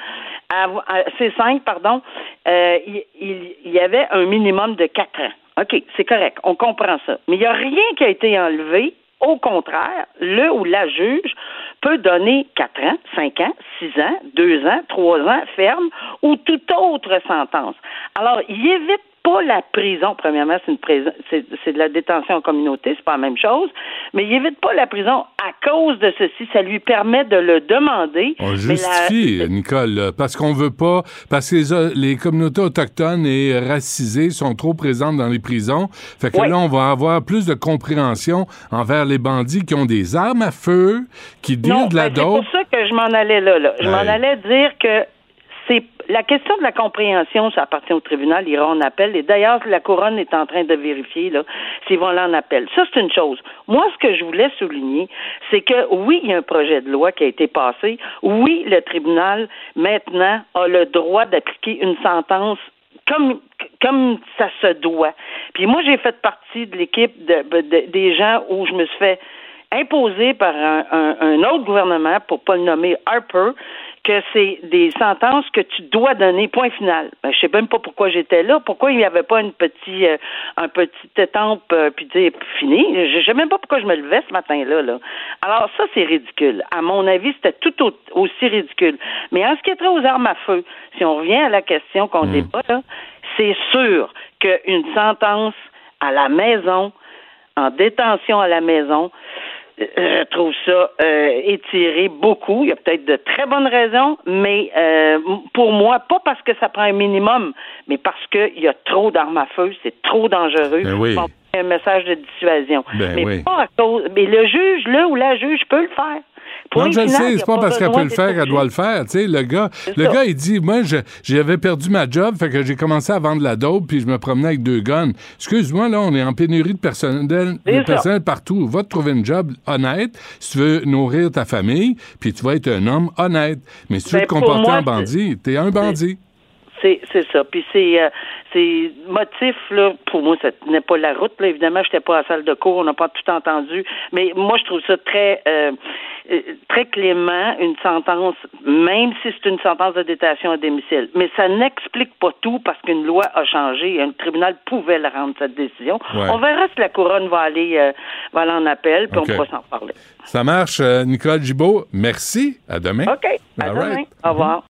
C cinq, pardon, euh, il, il, il y avait un minimum de quatre ans. OK, c'est correct, on comprend ça. Mais il n'y a rien qui a été enlevé. Au contraire, le ou la juge peut donner quatre ans, cinq ans, six ans, deux ans, trois ans ferme ou toute autre sentence. Alors, il évite pas la prison. Premièrement, c'est une prison, c'est, c'est de la détention en communauté, c'est pas la même chose, mais il évite pas la prison à cause de ceci. Ça lui permet de le demander. On justifie, la... Nicole, parce qu'on veut pas, parce que les, les communautés autochtones et racisées sont trop présentes dans les prisons. Fait que oui. Là, on va avoir plus de compréhension envers les bandits qui ont des armes à feu, qui dealent de la dope. C'est pour ça que je m'en allais là. là. Je ouais. m'en allais dire que c'est la question de la compréhension, ça appartient au tribunal, il ira en appel. Et d'ailleurs, la couronne est en train de vérifier là, s'ils vont aller en appel. Ça, c'est une chose. Moi, ce que je voulais souligner, c'est que oui, il y a un projet de loi qui a été passé. Oui, le tribunal, maintenant, a le droit d'appliquer une sentence comme comme ça se doit. Puis moi, j'ai fait partie de l'équipe de, de, des gens où je me suis fait imposer par un, un, un autre gouvernement, pour pas le nommer Harper, que c'est des sentences que tu dois donner, point final. Ben, je sais même pas pourquoi j'étais là, pourquoi il n'y avait pas une petite, euh, un petit étampe, euh, puis dire, fini. Je sais même pas pourquoi je me levais ce matin-là, là. Alors ça, c'est ridicule. À mon avis, c'était tout au, aussi ridicule. Mais en ce qui est trait aux armes à feu, si on revient à la question qu'on mmh. débat, là, c'est sûr qu'une sentence à la maison, en détention à la maison, je trouve ça euh, étiré beaucoup. Il y a peut-être de très bonnes raisons, mais euh, pour moi, pas parce que ça prend un minimum, mais parce qu'il y a trop d'armes à feu, c'est trop dangereux. Ben oui. Pour un message de dissuasion. Ben mais oui. pas à cause. Mais le juge, là où la juge peut le faire. Non, je le sais, c'est pas parce qu'elle peut le faire qu'elle doit le faire. Tu sais, le gars, le gars, il dit, moi, je, j'avais perdu ma job, fait que j'ai commencé à vendre la dope, puis je me promenais avec deux guns. Excuse-moi, là, on est en pénurie de personnel, de personnel partout. Va te trouver une job honnête si tu veux nourrir ta famille, puis tu vas être un homme honnête. Mais si tu veux ben, te comporter moi, en bandit, t'es un bandit. C'est, c'est ça. Puis c'est, euh, c'est motif, là, pour moi, ça n'est pas la route. Là. Évidemment, je n'étais pas à la salle de cours, on n'a pas tout entendu. Mais moi, je trouve ça très euh, très clément, une sentence, même si c'est une sentence de détention à domicile. Mais ça n'explique pas tout parce qu'une loi a changé et un tribunal pouvait la rendre, cette décision. Ouais. On verra si la couronne va aller, euh, va aller en appel, puis okay. on pourra s'en parler. Ça marche. Euh, Nicole Gibault, merci. À demain. OK. À All demain. Right. Au revoir.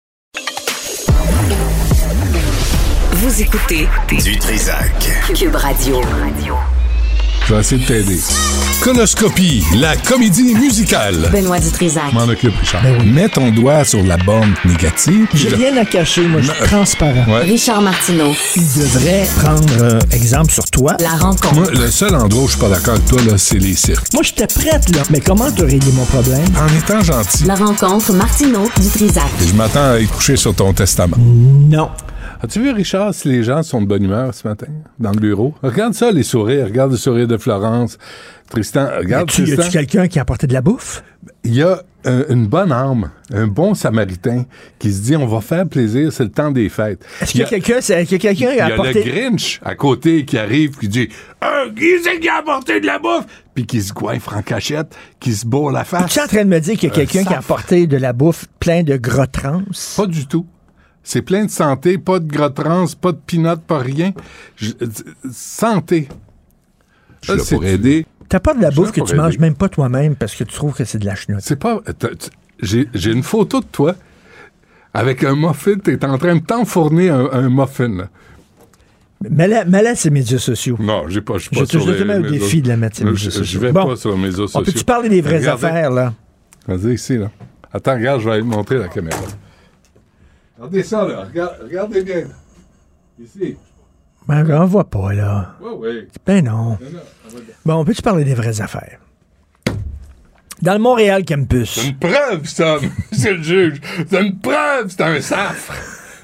Vous écoutez Du Trizac. Cube Radio. Je vais essayer de t'aider. Conoscopie, la comédie musicale. Benoît Dutrizac. M'en occupe, Richard. Ben oui. Mets ton doigt sur la borne négative. J'ai je... rien à cacher, moi, je suis transparent. Ouais. Richard Martineau. Il devrait prendre euh, exemple sur toi. La rencontre. Moi, le seul endroit où je suis pas d'accord avec toi, là, c'est les cirques. Moi, j'étais prête, là. Mais comment t'as réglé mon problème? En étant gentil. La rencontre Martineau Dutrizac. Et je m'attends à y coucher sur ton testament. Non. As-tu vu, Richard, si les gens sont de bonne humeur ce matin, dans le bureau? Regarde ça, les sourires. Regarde le sourire de Florence. Tristan, regarde tu, Tristan. Y a-tu quelqu'un qui a apporté de la bouffe? Il y a un, une bonne âme, un bon samaritain qui se dit, on va faire plaisir, c'est le temps des fêtes. Est-ce qu'il y a, y a quelqu'un, c'est, qu'il y a quelqu'un qui a apporté... Il y a le Grinch à côté qui arrive, qui dit, ah, qui c'est qui a apporté de la bouffe? Puis qui se goinfre en cachette, qui se bourre la face. Tu es en train de me dire qu'il y a quelqu'un euh, qui a apporté de la bouffe plein de gras trans? Pas du tout. C'est plein de santé, pas de gras trans, pas de peanuts, pas rien. Je, santé. Je suis là pour aider. T'as pas de la bouffe que tu aider. manges même pas toi-même parce que tu trouves que c'est de la chenoute. C'est pas... J'ai, j'ai une photo de toi avec un muffin. T'es en train de t'enfourner un, un muffin, là. Mets-la, mets-la sur les médias sociaux. Non, j'ai pas, je suis pas je sur les Je te mets au défi autres. de la mettre sur les médias je, sociaux. Je vais bon. pas sur les médias sociaux. On peut-tu parler des vraies Regardez. affaires, là? Vas-y, ici, là. Attends, regarde, je vais aller te montrer la caméra. Regardez ça, là. Regarde, regardez bien. Ici. Ben, on voit pas, là. Oui, oui. Ben non. non, non bon, on peut-tu parler des vraies affaires? Dans le Montréal Campus. C'est une preuve, ça, c'est le juge. C'est une preuve, c'est un safre.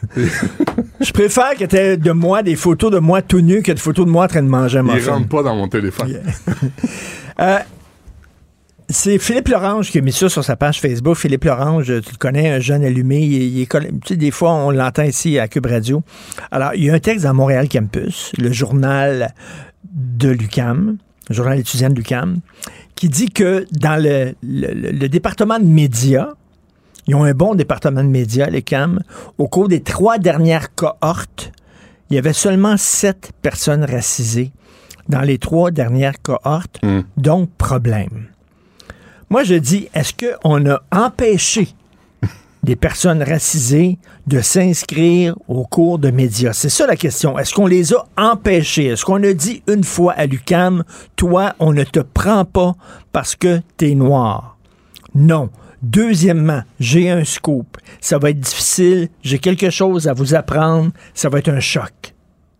Je préfère que tu aies de moi des photos de moi tout nu que des photos de moi en train de manger un muffin. Il rentre pas dans mon téléphone. Yeah. euh, c'est Philippe Lorange qui a mis ça sur sa page Facebook. Philippe Lorange, tu le connais, un jeune allumé. Il, il est, tu sais, des fois, on l'entend ici à Cube Radio. Alors, il y a un texte dans Montréal Campus, le journal de l'U Q A M, le journal étudiant de l'U Q A M, qui dit que dans le, le, le département de médias, ils ont un bon département de médias, l'U Q A M, au cours des trois dernières cohortes, il y avait seulement sept personnes racisées dans les trois dernières cohortes, mmh. donc problème. Moi, je dis, est-ce qu'on a empêché des personnes racisées de s'inscrire au cours de médias? C'est ça la question. Est-ce qu'on les a empêchées? Est-ce qu'on a dit une fois à l'U Q A M, toi, on ne te prend pas parce que t'es noir? Non. Deuxièmement, j'ai un scoop. Ça va être difficile. J'ai quelque chose à vous apprendre. Ça va être un choc.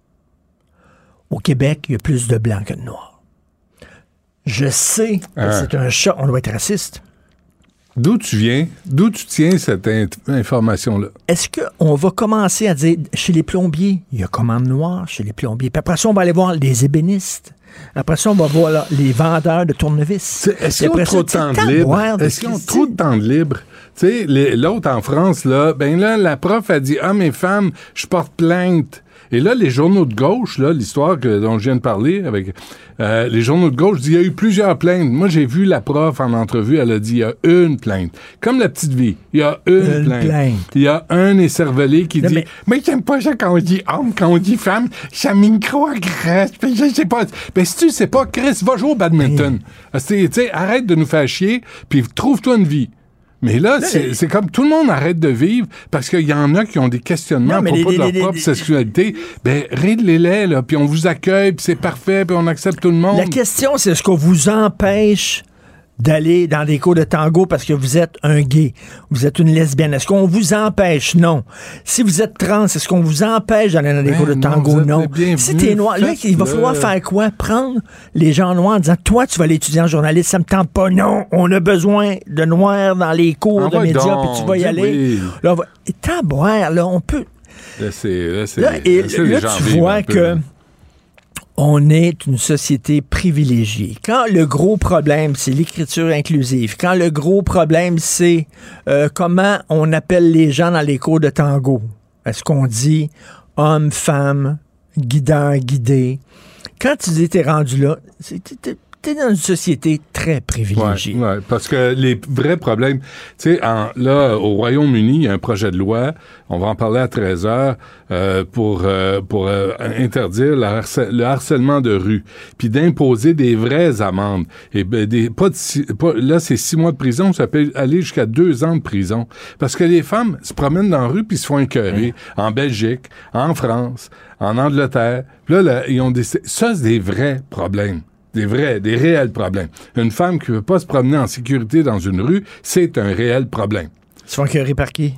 Au Québec, il y a plus de blancs que de noirs. Je sais que ah. c'est un choc. On doit être raciste. D'où tu viens? D'où tu tiens cette in- information-là? Est-ce qu'on va commencer à dire, chez les plombiers, il y a commande noire chez les plombiers. Puis après ça, on va aller voir les ébénistes. Après ça, on va voir là, les vendeurs de tournevis. C'est, est-ce qu'ils ont trop de temps de libre? Est-ce qu'ils ont trop de temps de libre? Tu sais, les, l'autre en France, là, ben là, la prof a dit, ah, mes femmes, je porte plainte. Et là, les journaux de gauche, là, l'histoire que, dont je viens de parler, avec euh, les journaux de gauche, disent il y a eu plusieurs plaintes. Moi, j'ai vu la prof en entrevue, elle a dit il y a une plainte. Comme la petite vie, il y a une, une plainte. plainte. Il y a un écervelé qui non, dit mais, mais j'aime pas ça quand on dit homme, quand on dit femme, ça micro-agresse. Je sais pas. Ben, si tu sais pas, Chris, va jouer au badminton. Tu sais, arrête de nous faire chier, puis trouve-toi une vie. Mais là, c'est, c'est comme tout le monde arrête de vivre parce qu'il y en a qui ont des questionnements non, à propos les, de leur les, propre les, sexualité. Ben, ride-les-les, là, puis on vous accueille, puis c'est parfait, puis on accepte tout le monde. La question, c'est est-ce qu'on vous empêche d'aller dans des cours de tango parce que vous êtes un gay, vous êtes une lesbienne? Est-ce qu'on vous empêche? Non. Si vous êtes trans, est-ce qu'on vous empêche d'aller dans des ben cours de tango? Non. non. Si t'es noir, là, il va falloir faire quoi? Prendre les gens noirs en disant, toi, tu vas aller étudier en journaliste, ça me tente pas. Non, on a besoin de noirs dans les cours ah, de médias, puis tu vas y aller. Oui. Là, on va... Et t'as à boire, là, on peut... Là, c'est... Là, c'est, là, et, là, c'est là tu vois que... On est une société privilégiée. Quand le gros problème, c'est l'écriture inclusive, quand le gros problème, c'est euh, comment on appelle les gens dans les cours de tango, est-ce qu'on dit homme, femme, guidant, guidé? Quand tu dis t'es rendu là, c'est, t'es, t'es dans une société très privilégiée. Oui, ouais, parce que les vrais problèmes, tu sais, là, au Royaume-Uni, il y a un projet de loi, on va en parler à treize heures, euh, pour euh, pour euh, interdire le, harcè- le harcèlement de rue, puis d'imposer des vraies amendes. Et ben, des pas, de six, pas là, c'est six mois de prison, ça peut aller jusqu'à deux ans de prison. Parce que les femmes se promènent dans la rue puis se font écœurer. Mmh. En Belgique, en France, en Angleterre. Là, là, ils ont des... Ça, c'est des vrais problèmes. Des vrais, des réels problèmes. Une femme qui ne veut pas se promener en sécurité dans une rue, c'est un réel problème. Ils se font écœurer par qui?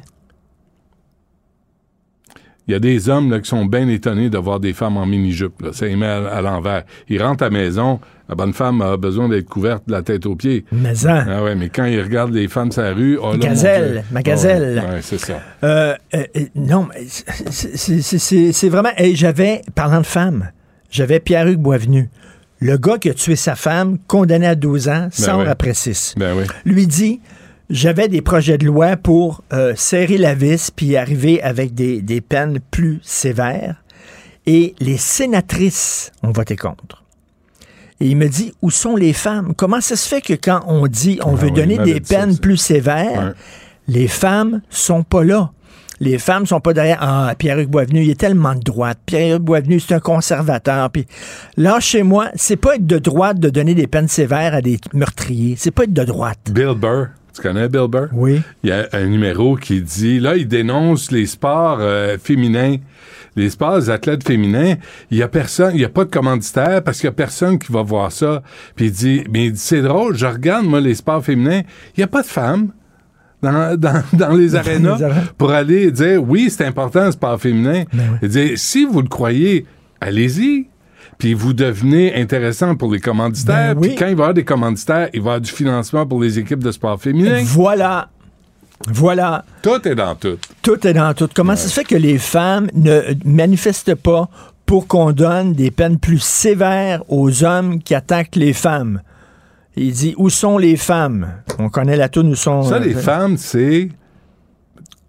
Il y a des hommes là, qui sont bien étonnés de voir des femmes en mini-jupe. Là. Ça les met à, à l'envers. Ils rentrent à la maison, la bonne femme a besoin d'être couverte de la tête aux pieds. Mais ça. Ah ouais, mais quand ils regardent les femmes sur la rue... Oh, là, gazelle, ma gazelle. Oh, ouais, c'est ça. Euh, euh, non, mais c'est, c'est, c'est, c'est vraiment... Hey, j'avais, parlant de femmes, j'avais Pierre-Hugues Boisvenu. Le gars qui a tué sa femme, condamné à douze ans, sort ben oui. après six. Ben oui. Lui dit... J'avais des projets de loi pour euh, serrer la vis puis arriver avec des, des peines plus sévères. Et les sénatrices ont voté contre. Et il me dit, où sont les femmes? Comment ça se fait que quand on dit on ah veut oui, donner des peines ça, plus sévères, ouais. les femmes sont pas là? Les femmes sont pas derrière. Ah, Pierre-Hugues Boisvenu, il est tellement de droite. Pierre-Hugues Boisvenu, c'est un conservateur. Puis là, chez moi, c'est pas être de droite de donner des peines sévères à des meurtriers. C'est pas être de droite. Bill Burr. Tu connais Bill Burr? Oui. Il y a un numéro qui dit, là, il dénonce les sports euh, féminins. Les sports, les athlètes féminins, il y a personne, il n'y a pas de commanditaire parce qu'il n'y a personne qui va voir ça. Puis il dit, mais il dit, c'est drôle, je regarde, moi, les sports féminins, il n'y a pas de femmes dans, dans, dans les arénas pour aller dire, oui, c'est important, le sport féminin. Ben oui. Il dit, si vous le croyez, allez-y. Puis vous devenez intéressant pour les commanditaires. Ben oui. Puis quand il va y avoir des commanditaires, il va y avoir du financement pour les équipes de sport féminin. Voilà. Voilà. Tout est dans tout. Tout est dans tout. Comment ouais. ça se fait que les femmes ne manifestent pas pour qu'on donne des peines plus sévères aux hommes qui attaquent les femmes? Il dit, où sont les femmes? On connaît la toune, où sont... Ça, les euh, femmes, c'est...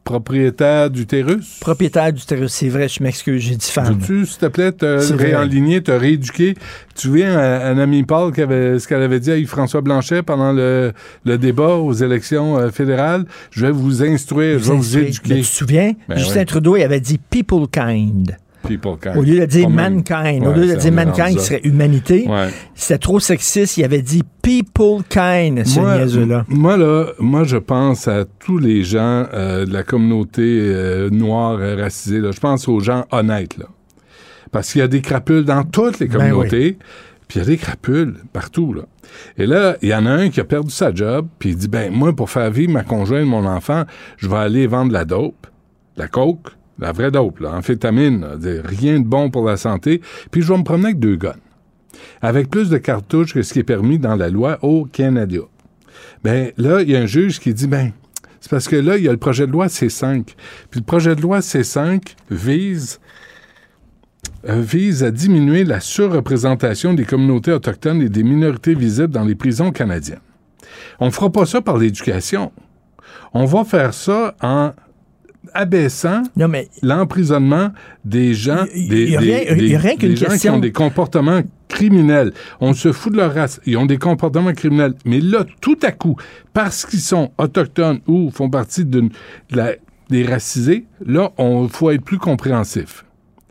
propriétaire d'utérus. Propriétaire d'utérus, c'est vrai, je m'excuse, j'ai dit femme. Veux-tu, s'il te plaît, te C'est réaligner, te rééduquer? Tu te souviens, un, un ami Paul, qui avait, ce qu'elle avait dit à Yves-François Blanchet pendant le, le débat aux élections euh, fédérales? Je vais vous instruire, je vais vous éduquer. Mais tu te souviens? Ben Justin oui. Trudeau, il avait dit « people kind ». People kind. Au lieu de dire Pas même. mankind, Ouais, au lieu de ça, dire on est mankind rendu qui là. serait humanité, Ouais. c'était trop sexiste, il avait dit people kind, ce Moi, niaiseux-là. moi, là, moi, je pense à tous les gens euh, de la communauté euh, noire euh, racisée. Là. Je pense aux gens honnêtes, là. Parce qu'il y a des crapules dans toutes les Ben communautés, puis il y a des crapules partout, là. Et là, il y en a un qui a perdu sa job, puis il dit, ben moi, pour faire vivre ma conjointe, mon enfant, je vais aller vendre la dope, la coke, la vraie dope, là, amphétamine, là, de- rien de bon pour la santé, puis je vais me promener avec deux guns, avec plus de cartouches que ce qui est permis dans la loi au Canada. Ben là, il y a un juge qui dit, ben, c'est parce que là, il y a le projet de loi C cinq. Puis le projet de loi C cinq vise, euh, vise à diminuer la surreprésentation des communautés autochtones et des minorités visibles dans les prisons canadiennes. On ne fera pas ça par l'éducation. On va faire ça en abaissant Non, mais l'emprisonnement des gens, Il y a- des, il y a des- rien- il y a des- rien qu'une des gens qui question. ont des comportements criminels. On se fout de leur race. Ils ont des comportements criminels. Mais là, tout à coup, parce qu'ils sont autochtones ou font partie d'une, de la- des racisés, là, on faut être plus compréhensif.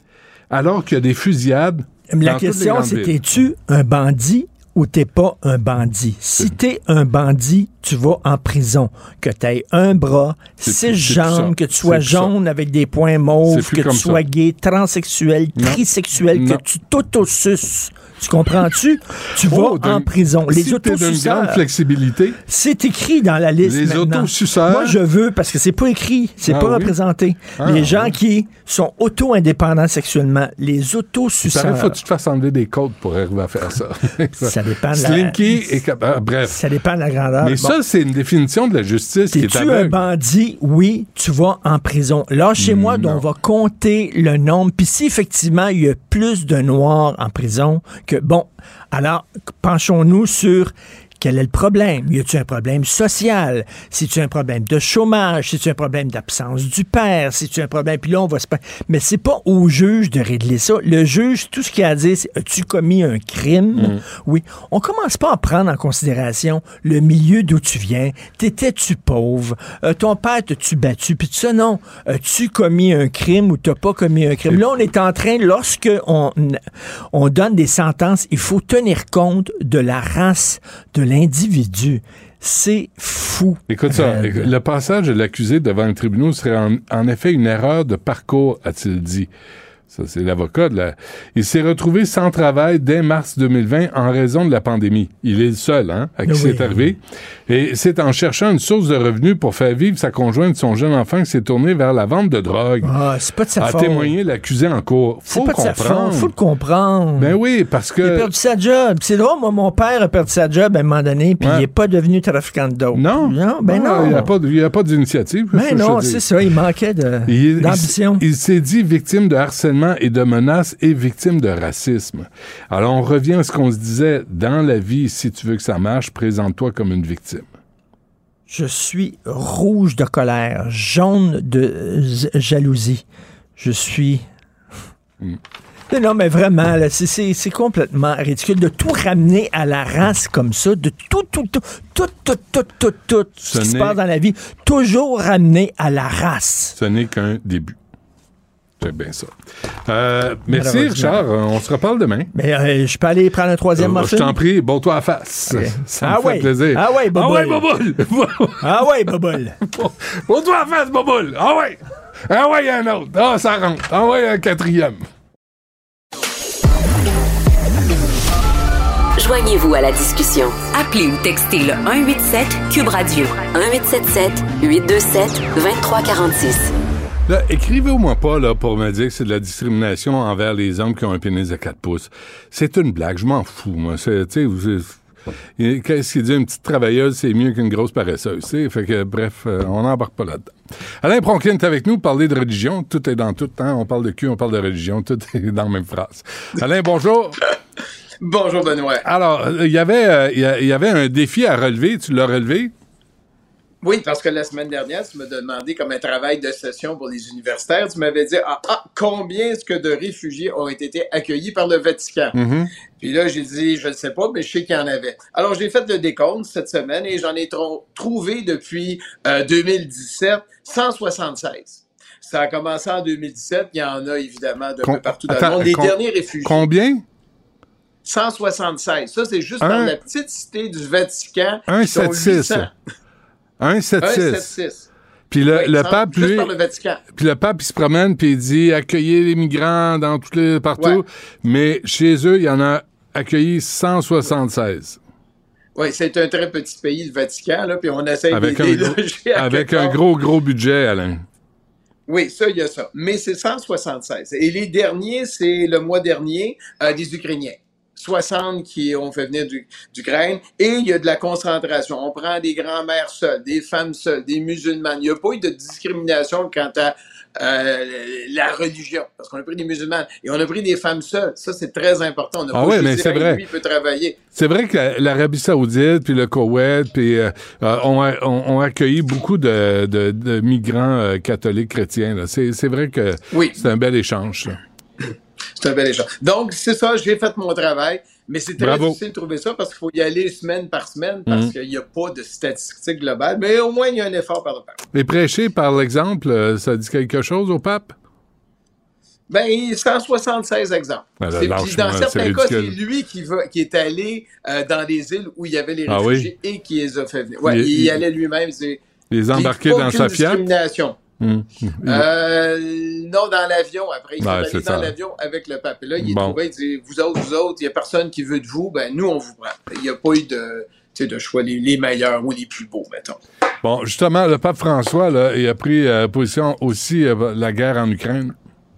Alors qu'il y a des fusillades. la dans toutes les question, grandes c'est villes. t'es-tu un bandit ou t'es pas un bandit? Si t'es un bandit, tu vas en prison. Que t'aies un bras, C'est six plus- c'est plus ça. jambes, que tu sois C'est plus ça. jaune avec des points mauves, C'est plus que tu comme sois ça. gay, transsexuel, Non. trisexuel, Non. que tu t'autosuces. Tu comprends-tu? Tu Oh, vas en d'un- prison. Les si t'es d'une autosuceurs, grande flexibilité, c'est écrit dans la liste les maintenant. autosuceurs. Moi, je veux, parce que c'est pas écrit, c'est Ah pas oui? représenté. Ah, les gens oui. qui sont auto-indépendants sexuellement, les ça autosuceurs. faut que tu te fasses enlever des côtes pour arriver à faire ça. Ça dépend de la- Slinky est capable. ah, bref. Ça dépend de la grandeur. Mais Bon. ça, c'est une définition de la justice qui est T'es-tu un aveugle. bandit? Oui, tu vas en prison. Là, chez moi, Non. on va compter le nombre. Puis si effectivement, il y a plus de Noirs en prison que... Bon, alors, penchons-nous sur... Quel est le problème? Y a-t-il un problème social? Si tu as un problème de chômage? Si tu as un problème d'absence du père? Si tu as un problème... Puis là, on va se... Mais c'est pas au juge de régler ça. Le juge, tout ce qu'il a à dire, c'est as-tu commis un crime? Oui. On commence pas à prendre en considération le milieu d'où tu viens. T'étais-tu pauvre? Euh, ton père t'as-tu battu? Puis tout ça, non. As-tu commis un crime ou t'as pas commis un crime? Là, on est en train, lorsque on, on donne des sentences, il faut tenir compte de la race de l'individu. C'est fou. Écoute ça, Euh, écoute, le passage de l'accusé devant le tribunal serait en, en effet une erreur de parcours, a-t-il dit. Ça, c'est l'avocat de la... Il s'est retrouvé sans travail dès mars deux mille vingt en raison de la pandémie. Il est le seul, hein, à qui Oui. c'est arrivé. Et c'est en cherchant une source de revenus pour faire vivre sa conjointe, son jeune enfant, qu'il s'est tourné vers la vente de drogue. Ah, c'est pas de sa a faute. témoigné l'accusé en cours. C'est Faut pas de sa comprendre. faute. Faut le comprendre. Ben oui, parce Il a que... perdu sa job. C'est drôle, moi, mon père a perdu sa job à un moment donné, puis Ouais. il n'est pas devenu trafiquant de dope. Non. Non, ben Ah, non. Il n'y a pas, de- il y a pas d'initiative. Ben qu'est-ce que je non, te dis? c'est ça. Il manquait de- Il- il- d'ambition. Il, s'est dit victime de harcèlement et de menaces et victime de racisme. Alors, on revient à ce qu'on se disait dans la vie. Si tu veux que ça marche, présente-toi comme une victime. Je suis rouge de colère, jaune de euh, j- jalousie. Je suis... Mm. Non, non, mais vraiment, là, c'est, c'est, c'est complètement ridicule de tout ramener à la race comme ça, de tout, tout, tout, tout, tout, tout, tout, tout ce Ce qui se n'est- passe dans la vie, toujours ramener à la race. Ce n'est qu'un début. C'est bien ça. Euh, merci, Malheureusement. Richard. Euh, On se reparle demain. Mais euh, je peux aller prendre un troisième Euh, muffin? je t'en prie, bon-toi à la face. Ok. Ça me Ah fait ouais. plaisir. Ah ouais, Ah ouais, Boboule. Boboule. Ah ouais, Bobole. Bon-toi à la face, Boboule. Ah ouais. Ah ouais, il y a un autre. Ah, ça rentre. Ah ouais, un quatrième. Joignez-vous à la discussion. Appelez ou textez le un huit sept Cube Radio. un huit sept sept huit deux sept deux trois quatre six. Là, écrivez-moi pas là, pour me dire que c'est de la discrimination envers les hommes qui ont un pénis de quatre pouces. C'est une blague, je m'en fous, moi. C'est, tu sais, vous- et qu'est-ce qu'il dit? Une petite travailleuse, c'est mieux qu'une grosse paresseuse. Tu sais? Fait que, bref, euh, on n'embarque pas là-dedans. Alain Pronkin est avec nous, parler de religion. Tout est dans tout. Hein? On parle de cul, on parle de religion. Tout est dans la même phrase. Alain, bonjour. Bonjour, Benoît. Alors, il y avait, euh, il y a- il y avait un défi à relever. Tu l'as relevé? Oui, parce que la semaine dernière, tu m'as demandé comme un travail de session pour les universitaires. Tu m'avais dit, ah, ah combien est-ce que de réfugiés ont été accueillis par le Vatican? Mm-hmm. Puis là, j'ai dit, je ne sais pas, mais je sais qu'il y en avait. Alors, j'ai fait le décompte cette semaine et j'en ai tr- trouvé depuis euh, deux mille dix-sept cent soixante-seize. Ça a commencé en deux mille dix-sept. Il y en a évidemment de Com- partout dans Attends, le monde. Les com- derniers réfugiés. Combien? cent soixante-seize. Ça, c'est juste un, dans la petite cité du Vatican. un sept six. un sept six. Puis le, oui, le pape, lui, le puis le pape, il se promène, puis il dit accueillez les migrants dans toutes les partout, ouais. Mais chez eux, il y en a accueilli cent soixante-seize. Oui, c'est un très petit pays, le Vatican, là, puis on essaie avec de un déloger. Avec un gros, gros budget, Alain. Oui, ça, il y a ça. Mais c'est cent soixante-seize. Et les derniers, c'est le mois dernier, euh, des Ukrainiens. soixante qui ont fait venir du, d'Ukraine, et il y a de la concentration. On prend des grands-mères seules, des femmes seules, des musulmanes. Il n'y a pas eu de discrimination quant à euh, la religion, parce qu'on a pris des musulmanes, et on a pris des femmes seules. Ça, c'est très important. On n'a ah pas oui, juste mais dit, c'est vrai. Lui, il peut travailler. C'est vrai que l'Arabie Saoudite, puis le Koweït, puis euh, ont, ont, ont accueilli beaucoup de, de, de migrants euh, catholiques chrétiens. Là. C'est, c'est vrai que oui. C'est un bel échange, ça. C'est un bel échange. Donc, c'est ça, j'ai fait mon travail, mais c'est très Bravo. difficile de trouver ça parce qu'il faut y aller semaine par semaine parce mmh. qu'il n'y a pas de statistiques globales, mais au moins, il y a un effort par le pape. Et prêcher, par l'exemple, ça dit quelque chose au pape? Ben, cent soixante-seize exemples. Ben, là, puis dans certains cas, c'est lui qui, va, qui est allé euh, dans les îles où il y avait les réfugiés ah oui? et qui les a fait venir. Ouais, il, il, il allait lui-même. C'est, les embarquer dans sa Fiat? Discrimination. Mmh. Euh, non, dans l'avion, après. Il ouais, est allé dans ça. l'avion avec le pape. Et là, il est bon. trouvé, il dit, vous autres, vous autres, il n'y a personne qui veut de vous, ben nous, on vous prend. Il n'y a pas eu de, de choix les, les meilleurs ou les plus beaux, mettons. Bon, justement, le pape François, là, il a pris euh, position aussi euh, la guerre en Ukraine.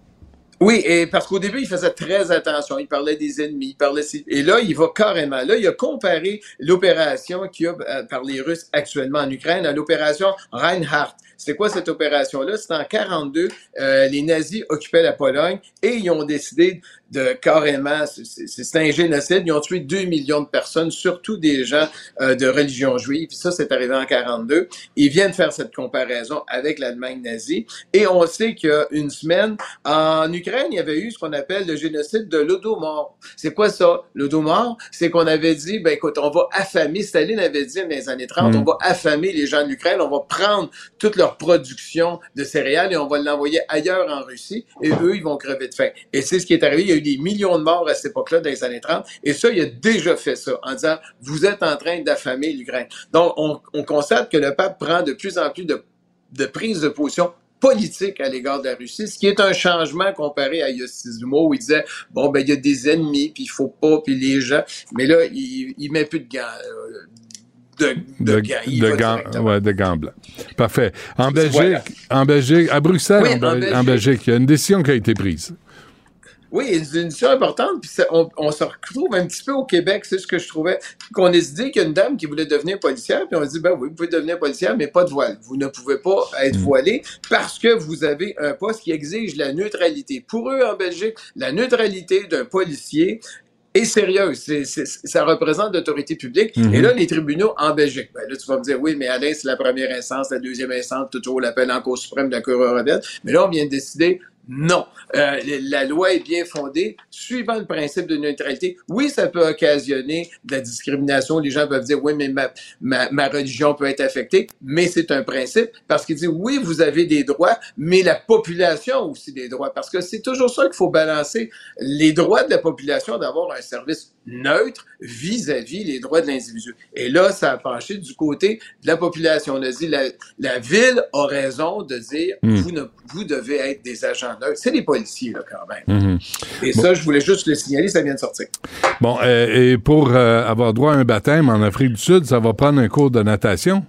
Oui, et parce qu'au début, il faisait très attention. Il parlait des ennemis, il parlait... Et là, il va carrément... Là, il a comparé l'opération qu'il y a euh, par les Russes actuellement en Ukraine à l'opération Reinhardt. C'est quoi cette opération-là? C'est en quarante-deux, euh, les nazis occupaient la Pologne et ils ont décidé de carrément... C'est, c'est, c'est un génocide. Ils ont tué deux millions de personnes, surtout des gens euh, de religion juive. Puis ça, c'est arrivé en quarante-deux. Ils viennent faire cette comparaison avec l'Allemagne nazie. Et on sait qu'il y a une semaine, en Ukraine, il y avait eu ce qu'on appelle le génocide de l'Holodomor. C'est quoi ça? L'Holodomor, c'est qu'on avait dit, ben écoute, on va affamer, Staline avait dit dans les années trente, mmh. on va affamer les gens de l'Ukraine, on va prendre toute leur production de céréales et on va l'envoyer ailleurs en Russie et eux, ils vont crever de faim. Et c'est ce qui est arrivé. Il y a eu des millions de morts à cette époque-là, dans les années trente. Et ça, il a déjà fait ça en disant, vous êtes en train d'affamer l'Ukraine. Donc, on, on constate que le pape prend de plus en plus de, de prise de position politique à l'égard de la Russie, ce qui est un changement comparé à il y a six mois où il disait, bon, ben, il y a des ennemis, puis il faut pas, puis les gens... Mais là, il, il met plus de gants... Euh, De, de, de gants, de gants, ouais, de gants blancs. Parfait. En Belgique, voilà. en Belgique, à Bruxelles, oui, en, en, Belgique. en Belgique, il y a une décision qui a été prise. Oui, c'est une décision importante, puis ça, on, on se retrouve un petit peu au Québec, c'est ce que je trouvais, qu'on a dit qu'il y a une dame qui voulait devenir policière, puis on a dit, ben oui, vous pouvez devenir policière, mais pas de voile. Vous ne pouvez pas être mmh. voilé parce que vous avez un poste qui exige la neutralité. Pour eux, en Belgique, la neutralité d'un policier est sérieuse. C'est, c'est, ça représente l'autorité publique. Mm-hmm. Et là, les tribunaux en Belgique, ben là, tu vas me dire, oui, mais Alain, c'est la première instance, la deuxième instance, toujours l'appel en Cour suprême de la Cour européenne. Mais là, on vient de décider, non. Euh, la loi est bien fondée, suivant le principe de neutralité. Oui, ça peut occasionner de la discrimination. Les gens peuvent dire, oui, mais ma, ma, ma religion peut être affectée. Mais c'est un principe parce qu'il dit, oui, vous avez des droits, mais la population a aussi des droits. Parce que c'est toujours ça qu'il faut balancer. Les droits de la population d'avoir un service neutre vis-à-vis les droits de l'individu. Et là, ça a penché du côté de la population. On a dit, la, la ville a raison de dire, mmh. vous, ne, vous devez être des agents neutres. C'est des policiers, là, quand même. Mmh. Et bon. Ça, je voulais juste le signaler, ça vient de sortir. Bon, euh, et pour euh, avoir droit à un baptême en Afrique du Sud, ça va prendre un cours de natation?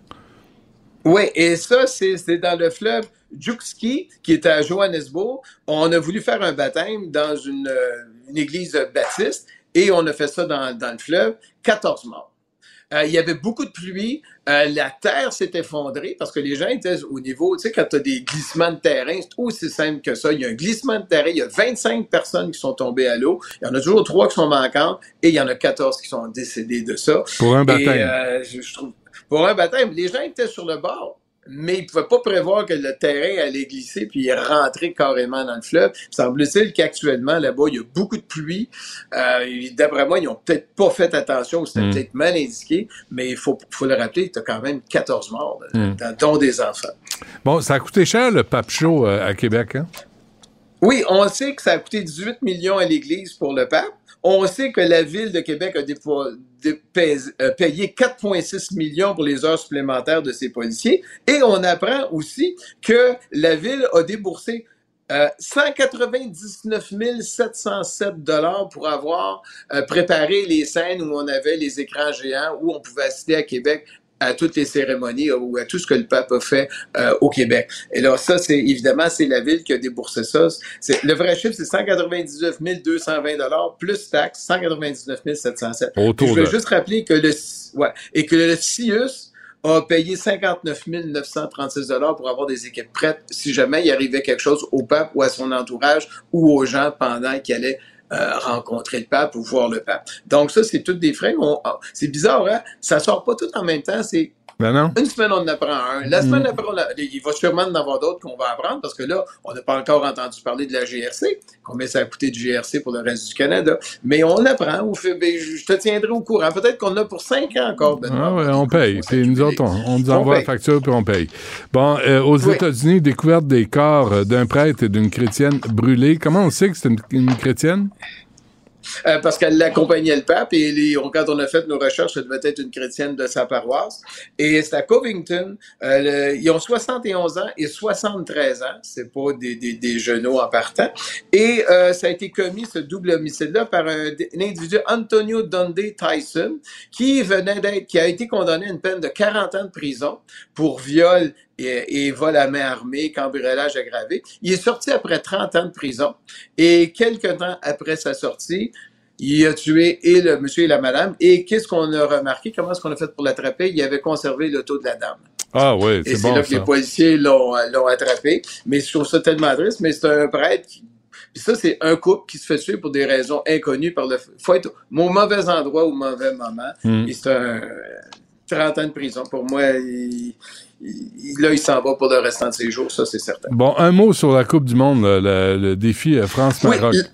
Oui, et ça, c'est, c'est dans le fleuve Juxki, qui est à Johannesburg. On a voulu faire un baptême dans une, une église baptiste, et on a fait ça dans, dans le fleuve, quatorze morts. Euh, il y avait beaucoup de pluie, euh, la terre s'est effondrée parce que les gens étaient au niveau, tu sais, quand tu as des glissements de terrain, c'est aussi simple que ça. Il y a un glissement de terrain, il y a vingt-cinq personnes qui sont tombées à l'eau, il y en a toujours trois qui sont manquantes et il y en a quatorze qui sont décédées de ça. Pour un baptême. Et, euh, je, je trouve... pour un baptême. Les gens étaient sur le bord, mais ils ne pouvaient pas prévoir que le terrain allait glisser puis rentrer carrément dans le fleuve. Il semble-t-il qu'actuellement, là-bas, il y a beaucoup de pluie. Euh, d'après moi, ils n'ont peut-être pas fait attention ou c'était mm. peut-être mal indiqué, mais il faut, faut le rappeler, tu as quand même quatorze morts, mm. dont des enfants. Bon, ça a coûté cher, le pape show euh, à Québec, hein? Oui, on sait que ça a coûté dix-huit millions à l'Église pour le pape. On sait que la Ville de Québec a dépo- dé- payé, euh, payé quatre virgule six millions pour les heures supplémentaires de ses policiers. Et on apprend aussi que la Ville a déboursé euh, cent quatre-vingt-dix-neuf mille sept cent sept dollars pour avoir euh, préparé les scènes où on avait les écrans géants, où on pouvait assister à Québec à toutes les cérémonies ou à tout ce que le pape a fait euh, au Québec. Et là, ça, c'est évidemment, c'est la Ville qui a déboursé ça. C'est, le vrai chiffre, c'est cent quatre-vingt-dix-neuf mille deux cent vingt dollars plus taxes, cent quatre-vingt-dix-neuf mille sept cent sept. Autour je veux de... juste rappeler que le, ouais, et que le C I U S a payé cinquante-neuf mille neuf cent trente-six dollars pour avoir des équipes prêtes si jamais il arrivait quelque chose au pape ou à son entourage ou aux gens pendant qu'il allait Euh, rencontrer le pape ou voir le pape. Donc ça, c'est toutes des frais. On, oh, c'est bizarre, hein? Ça sort pas tout en même temps. C'est ben non. Une semaine, on en apprend un. La semaine après, on a, il va sûrement en avoir d'autres qu'on va apprendre parce que là, on n'a pas encore entendu parler de la G R C. Combien ça a coûté de G R C pour le reste du Canada. Mais on apprend. On fait, ben, je te tiendrai au courant. Peut-être qu'on a pour cinq ans encore. Benoît, ah ouais, on paye. Puis nous autres, on, on nous envoie on la facture puis on paye. Bon, euh, aux oui. États-Unis, découverte des corps d'un prêtre et d'une chrétienne brûlés. Comment on sait que c'est une, une chrétienne? Euh, parce qu'elle l'accompagnait le pape et les, on, quand on a fait nos recherches, ça devait être une chrétienne de sa paroisse. Et c'est à Covington. Euh, le, ils ont soixante et onze ans et soixante-treize ans. C'est pas des, des, des genoux en partant. Et euh, ça a été commis, ce double homicide-là, par un, un individu, Antonio Dundee Tyson, qui venait d'être, qui a été condamné à une peine de quarante ans de prison pour viol et, et vol à main armée, cambriolage aggravé. Il est sorti après trente ans de prison et quelques temps après sa sortie, il a tué et le monsieur et la madame. Et qu'est-ce qu'on a remarqué? Comment est-ce qu'on a fait pour l'attraper? Il avait conservé l'auto de la dame. Ah oui, c'est, et c'est bon, là que ça. Les policiers l'ont, l'ont attrapé. Mais je trouve ça tellement triste, mais c'est un prêtre qui... Puis ça, c'est un couple qui se fait tuer pour des raisons inconnues par le... Faut être au mauvais endroit au mauvais moment. Mm. Et c'est un... trente ans de prison. Pour moi, il... Il, là, il s'en va pour le restant de ses jours, ça, c'est certain. Bon, un mot sur la Coupe du Monde, le, le défi France-Maroc. Oui,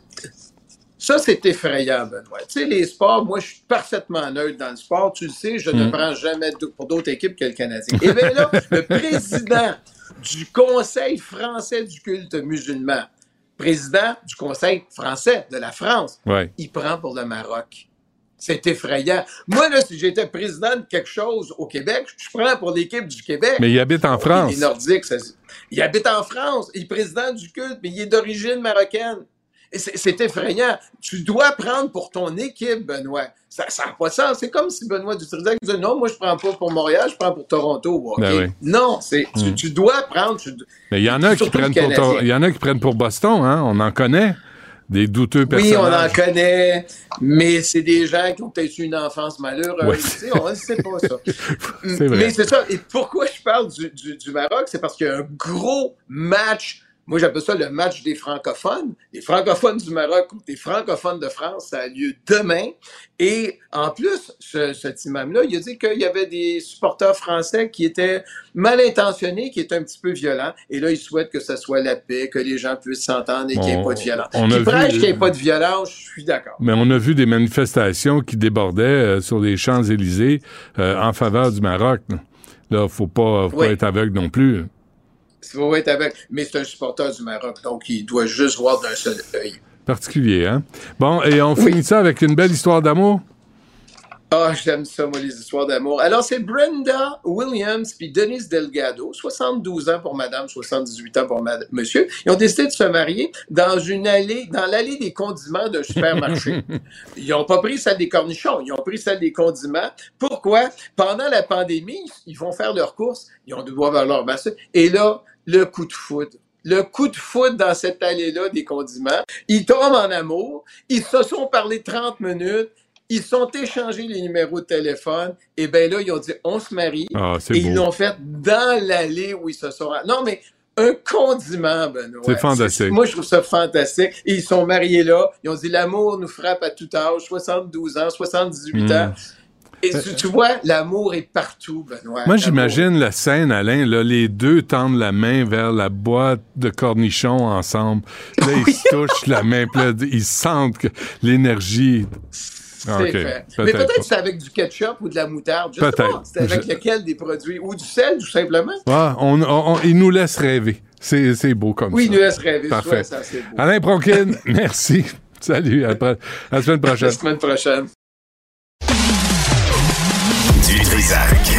ça, c'est effrayant, Benoît. Tu sais, les sports, moi, je suis parfaitement neutre dans le sport. Tu le sais, je mmh. ne prends jamais pour d'autres équipes que le Canadien. Et bien là, le président du Conseil français du culte musulman, président du Conseil français de la France, ouais. il prend pour le Maroc. C'est effrayant. Moi, là, si j'étais président de quelque chose au Québec, je prends pour l'équipe du Québec. Mais il habite en France. Il est nordique, ça. Il habite en France. Il est président du culte, mais il est d'origine marocaine. Et c'est, c'est effrayant. Tu dois prendre pour ton équipe, Benoît. Ça n'a pas de sens. C'est comme si Benoît Dutrisac disait non, moi, je prends pas pour Montréal, je prends pour Toronto. Okay? Ben oui. Non, c'est, mm. tu, tu dois prendre. Tu, mais il y en a qui prennent pour Tor- il y en a qui prennent pour Boston, hein. On en connaît. Des douteux personnages. Oui, on en connaît, mais c'est des gens qui ont peut-être eu une enfance malheureuse. Ouais. Tu sais, on ne sait pas ça. C'est vrai. Mais c'est ça. Et pourquoi je parle du, du, du Maroc? C'est parce qu'il y a un gros match. Moi, j'appelle ça le match des francophones. Les francophones du Maroc contre les francophones de France, ça a lieu demain. Et en plus, ce, cet imam-là, il a dit qu'il y avait des supporters français qui étaient mal intentionnés, qui étaient un petit peu violents. Et là, il souhaite que ça soit la paix, que les gens puissent s'entendre et qu'il n'y ait pas de violence. Qui prêche qu'il n'y ait pas de violence, je suis d'accord. Mais on a vu des manifestations qui débordaient euh, sur les Champs-Élysées euh, en faveur du Maroc. Là, il faut pas, faut oui. pas être aveugle non plus. Il faut être avec. Mais c'est un supporter du Maroc, donc il doit juste voir d'un seul œil. Particulier, hein? Bon, et on oui. finit ça avec une belle histoire d'amour? Ah, oh, j'aime ça, moi, les histoires d'amour. Alors, c'est Brenda Williams puis Denise Delgado, soixante-douze ans pour madame, soixante-dix-huit ans pour madame, monsieur. Ils ont décidé de se marier dans une allée, dans l'allée des condiments d'un supermarché. Ils n'ont pas pris celle des cornichons, ils ont pris celle des condiments. Pourquoi? Pendant la pandémie, ils vont faire leurs courses, ils ont doivent avoir leur masse. Et là, le coup de foudre. Le coup de foudre dans cette allée-là des condiments. Ils tombent en amour. Ils se sont parlé trente minutes. Ils sont échangés les numéros de téléphone. Et bien là, ils ont dit, on se marie. Ah, c'est et beau. Ils l'ont fait dans l'allée où ils se sont... Non, mais un condiment, Benoît. C'est fantastique. C'est, moi, je trouve ça fantastique. Et ils sont mariés là. Ils ont dit, l'amour nous frappe à tout âge. soixante-douze ans, soixante-dix-huit mmh. ans. Et tu, tu vois, l'amour est partout, Benoît. Moi, l'amour. j'imagine la scène, Alain, là, les deux tendent la main vers la boîte de cornichons ensemble. Là, ils Oui. se touchent la main, puis là, ils sentent que l'énergie... C'est Okay. fait. Peut-être Mais peut-être pas. que c'est avec du ketchup ou de la moutarde. Je sais Peut-être. pas. C'est avec Je... lequel des produits. Ou du sel, tout simplement. Ouais, on, on, on, ils nous laissent rêver. C'est, c'est beau comme oui, ça. Oui, ils nous laissent rêver. Parfait. Ouais, ça, c'est beau. Alain Pronkin, merci. Salut, à la, à la semaine prochaine. À la semaine prochaine. Du Trisac.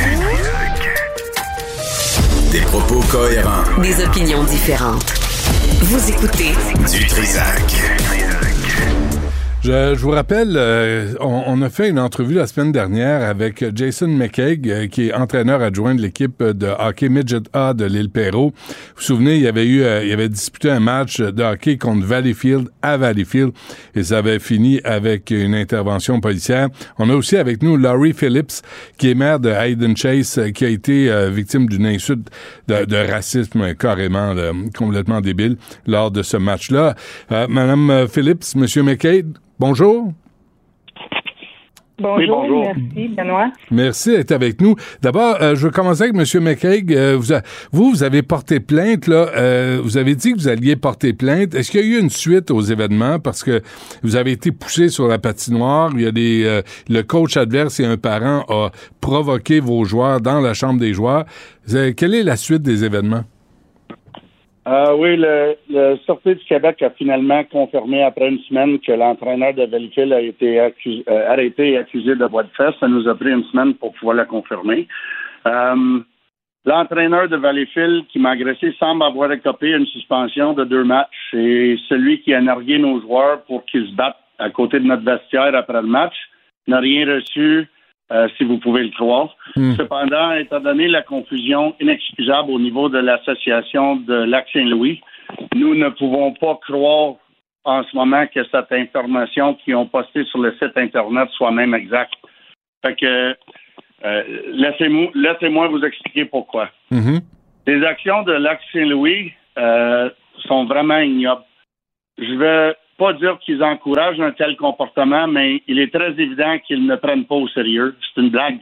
Des propos cohérents. Des opinions différentes. Vous écoutez Du Trisac. Je, je vous rappelle, euh, on, on a fait une entrevue la semaine dernière avec Jason McCaig, euh, qui est entraîneur adjoint de l'équipe de hockey Midget A de l'Île-Perrot. Vous vous souvenez, il y avait eu, euh, il avait disputé un match de hockey contre Valleyfield à Valleyfield et ça avait fini avec une intervention policière. On a aussi avec nous Laurie Phillips, qui est maire de Hayden Chase, euh, qui a été euh, victime d'une insulte de, de racisme carrément là, complètement débile lors de ce match-là. Euh, Madame Phillips, Monsieur McCaig, bonjour. Bonjour, oui, bonjour. Merci, Benoît. Merci d'être avec nous. D'abord, euh, je veux commencer avec M. McCaig. Euh, vous, a, vous, vous avez porté plainte, là. Euh, vous avez dit que vous alliez porter plainte. Est-ce qu'il y a eu une suite aux événements? Parce que vous avez été poussé sur la patinoire. Il y a des, euh, le coach adverse et un parent a provoqué vos joueurs dans la chambre des joueurs. Euh, quelle est la suite des événements? Euh, oui, le, le Sûreté du Québec a finalement confirmé après une semaine que l'entraîneur de Valleyfield a été accusé, euh, arrêté et accusé de voie de fait. Ça nous a pris une semaine pour pouvoir le confirmer. Euh, l'entraîneur de Valleyfield qui m'a agressé semble avoir écopé une suspension de deux matchs. Et celui qui a nargué nos joueurs pour qu'ils se battent à côté de notre vestiaire après le match n'a rien reçu. Euh, si vous pouvez le croire. Mm. Cependant, étant donné la confusion inexcusable au niveau de l'association de Lac-Saint-Louis, nous ne pouvons pas croire en ce moment que cette information qu'ils ont postée sur le site Internet soit même exacte. Fait que, euh, laissez-moi, laissez-moi vous expliquer pourquoi. Mm-hmm. Les actions de Lac-Saint-Louis euh, sont vraiment ignobles. Je vais pas dire qu'ils encouragent un tel comportement, mais il est très évident qu'ils ne prennent pas au sérieux. C'est une blague.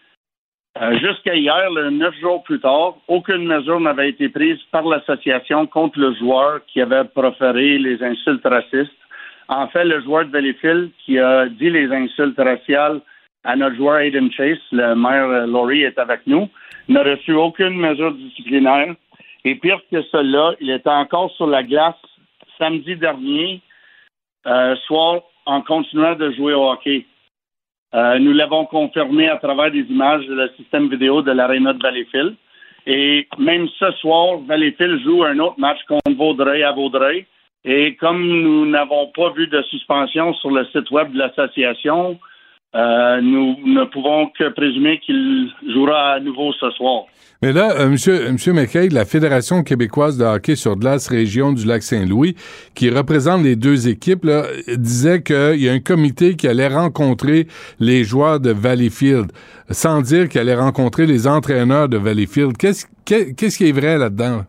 Euh, jusqu'à hier, le neuf jours plus tard, aucune mesure n'avait été prise par l'association contre le joueur qui avait proféré les insultes racistes. En fait, le joueur de Valleyfield qui a dit les insultes raciales à notre joueur Hayden Chase, le maire euh, Laurie est avec nous, n'a reçu aucune mesure disciplinaire. Et pire que cela, il était encore sur la glace samedi dernier, Euh, soir, en continuant de jouer au hockey. Euh, nous l'avons confirmé à travers des images de le système vidéo de l'aréna de Valleyfield. Et même ce soir, Valleyfield joue un autre match contre Vaudreuil à Vaudreuil. Et comme nous n'avons pas vu de suspension sur le site web de l'association, euh, nous ne pouvons que présumer qu'il jouera à nouveau ce soir. Mais là, euh, monsieur, monsieur McCaig, la Fédération québécoise de hockey sur glace région du Lac-Saint-Louis, qui représente les deux équipes, là, disait qu'il y a un comité qui allait rencontrer les joueurs de Valleyfield, sans dire qu'il allait rencontrer les entraîneurs de Valleyfield. Qu'est-ce, qu'est-ce qui est vrai là-dedans?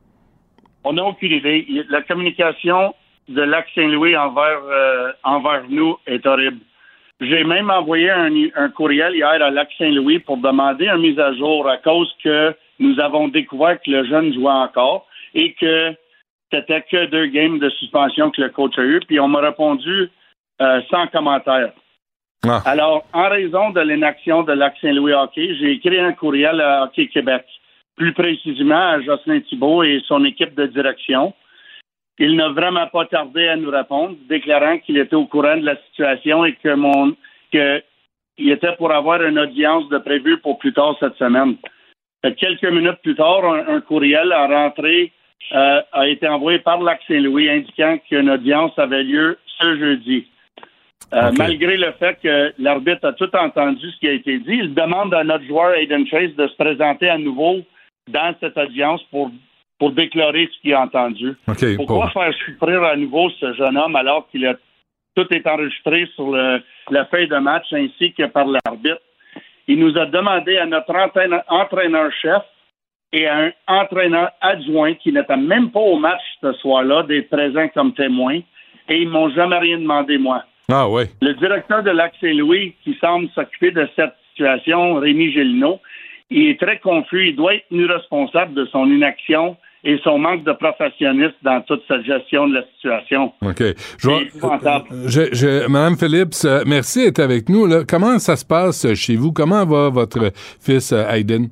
On n'a aucune idée. La communication de Lac-Saint-Louis envers, euh, envers nous est horrible. J'ai même envoyé un, un courriel hier à Lac-Saint-Louis pour demander une mise à jour à cause que nous avons découvert que le jeune jouait encore et que c'était que deux games de suspension que le coach a eu. Puis on m'a répondu euh, sans commentaire. Ah. Alors, en raison de l'inaction de Lac-Saint-Louis Hockey, j'ai écrit un courriel à Hockey Québec, plus précisément à Jocelyn Thibault et son équipe de direction. Il n'a vraiment pas tardé à nous répondre, déclarant qu'il était au courant de la situation et que mon que il était pour avoir une audience de prévue pour plus tard cette semaine. Quelques minutes plus tard, un, un courriel a rentré euh, a été envoyé par Lac-Saint-Louis indiquant qu'une audience avait lieu ce jeudi. Euh, okay. Malgré le fait que l'arbitre a tout entendu ce qui a été dit, il demande à notre joueur Hayden Chase de se présenter à nouveau dans cette audience pour pour déclarer ce qu'il a entendu. Okay, Pourquoi bon. faire souffrir à nouveau ce jeune homme alors qu'il a tout est enregistré sur le, la feuille de match ainsi que par l'arbitre? Il nous a demandé à notre entraîneur, entraîneur-chef et à un entraîneur adjoint qui n'était même pas au match ce soir-là d'être présents comme témoins et ils m'ont jamais rien demandé, moi. Ah oui. Le directeur de Lac-Saint-Louis qui semble s'occuper de cette situation, Rémi Gélineau. Il est très confus. Il doit être tenu responsable de son inaction et son manque de professionnalisme dans toute sa gestion de la situation. OK. Je vois, je, je, Madame Phillips, euh, merci d'être avec nous. Là. Comment ça se passe chez vous? Comment va votre fils euh, Aiden?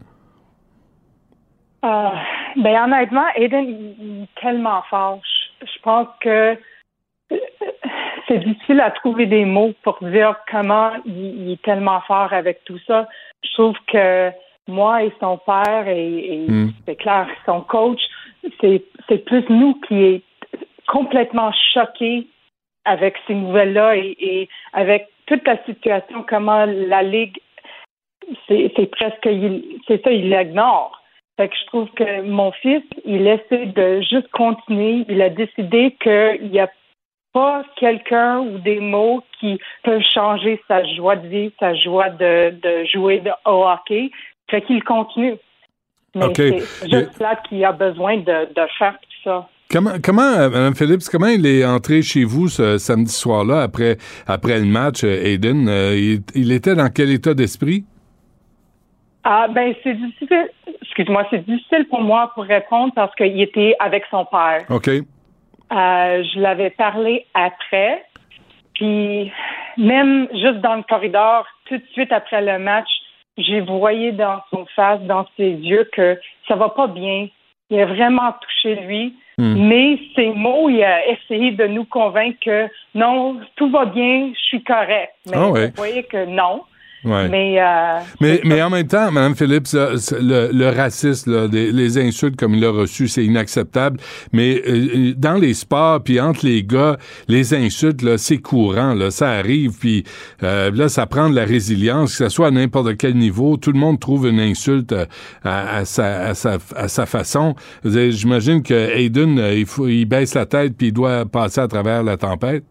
Euh, ben honnêtement, Aiden il est tellement fort. Je, je pense que c'est difficile à trouver des mots pour dire comment il, il est tellement fort avec tout ça. Je trouve que moi et son père et, et mm. c'est clair, son coach, c'est, c'est plus nous qui est complètement choqués avec ces nouvelles-là et, et avec toute la situation, comment la Ligue, c'est, c'est presque, il, c'est ça, il l'ignore. Fait que je trouve que mon fils, il essaie de juste continuer. Il a décidé qu'il n'y a pas quelqu'un ou des mots qui peuvent changer sa joie de vivre, sa joie de, de jouer de, au hockey. Fait qu'il continue. Mais okay. c'est juste là qu'il a besoin de, de faire tout ça. Comment, comment Mme Phillips, comment il est entré chez vous ce samedi soir-là après, après le match, Aiden? Euh, il, il était dans quel état d'esprit? Ah, ben, c'est difficile. Excuse-moi, c'est difficile pour moi pour répondre parce qu'il était avec son père. OK. Euh, je l'avais parlé après. Puis, même juste dans le corridor, tout de suite après le match, j'ai voyé dans son face, dans ses yeux, que ça va pas bien. Il a vraiment touché lui. Mm. Mais ses mots, il a essayé de nous convaincre que non, tout va bien, je suis correct. Mais oh, ouais. vous voyez que non. Ouais. Mais, euh, mais, mais en même temps, Mme Phillips, le, le racisme, là, les, les insultes comme il l'a reçu, c'est inacceptable. Mais euh, dans les sports, puis entre les gars, les insultes, là, c'est courant, là, ça arrive. Puis euh, là, ça prend de la résilience, que ce soit à n'importe quel niveau. Tout le monde trouve une insulte à, à, à, sa, à, sa, à sa façon. J'imagine que Aiden, il, faut, il baisse la tête puis il doit passer à travers la tempête.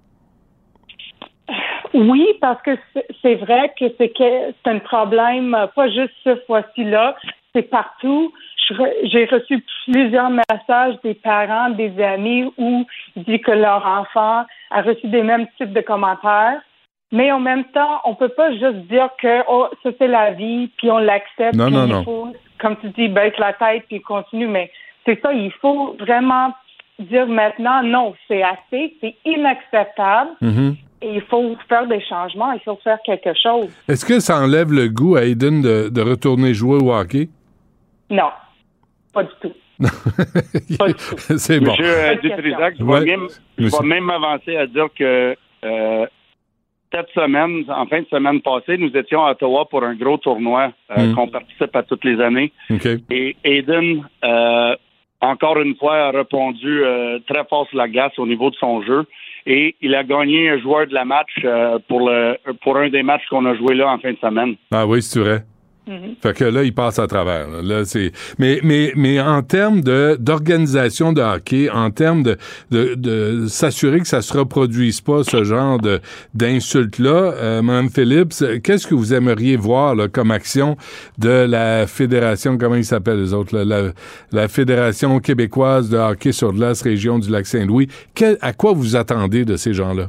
Oui, parce que c'est vrai que c'est, que c'est un problème, pas juste ce fois-ci-là, c'est partout. J'ai reçu plusieurs messages des parents, des amis où ils disent que leur enfant a reçu des mêmes types de commentaires. Mais en même temps, on peut pas juste dire que oh, ça c'est la vie, puis on l'accepte. Non, puis non, il non. faut, comme tu dis, baisse la tête puis continue. Mais c'est ça, il faut vraiment dire maintenant, non, c'est assez, c'est inacceptable. Mm-hmm. Et il faut faire des changements, il faut faire quelque chose. Est-ce que ça enlève le goût à Aiden de, de retourner jouer au hockey? Non, pas du tout. Pas du tout. C'est bon. Monsieur euh, Dutrisac, je vais ouais. même, je vais même m'avancer à dire que euh, cette semaine, en fin de semaine passée, nous étions à Ottawa pour un gros tournoi euh, mm. qu'on participe à toutes les années. Okay. Et Aiden, euh, encore une fois, a répondu euh, très fort sur la glace au niveau de son jeu. Et il a gagné un joueur de la match euh, pour le pour un des matchs qu'on a joué là en fin de semaine. Ah oui, c'est vrai. Mm-hmm. Fait que là, il passe à travers. Là, là c'est. Mais mais mais en termes de d'organisation de hockey, en termes de de, de s'assurer que ça se reproduise pas ce genre de d'insultes là, euh, Mme Phillips, qu'est-ce que vous aimeriez voir là, comme action de la fédération, comment ils s'appellent les autres, là, la la fédération québécoise de hockey sur glace région du Lac-Saint-Louis. Quel, à quoi vous attendez de ces gens-là?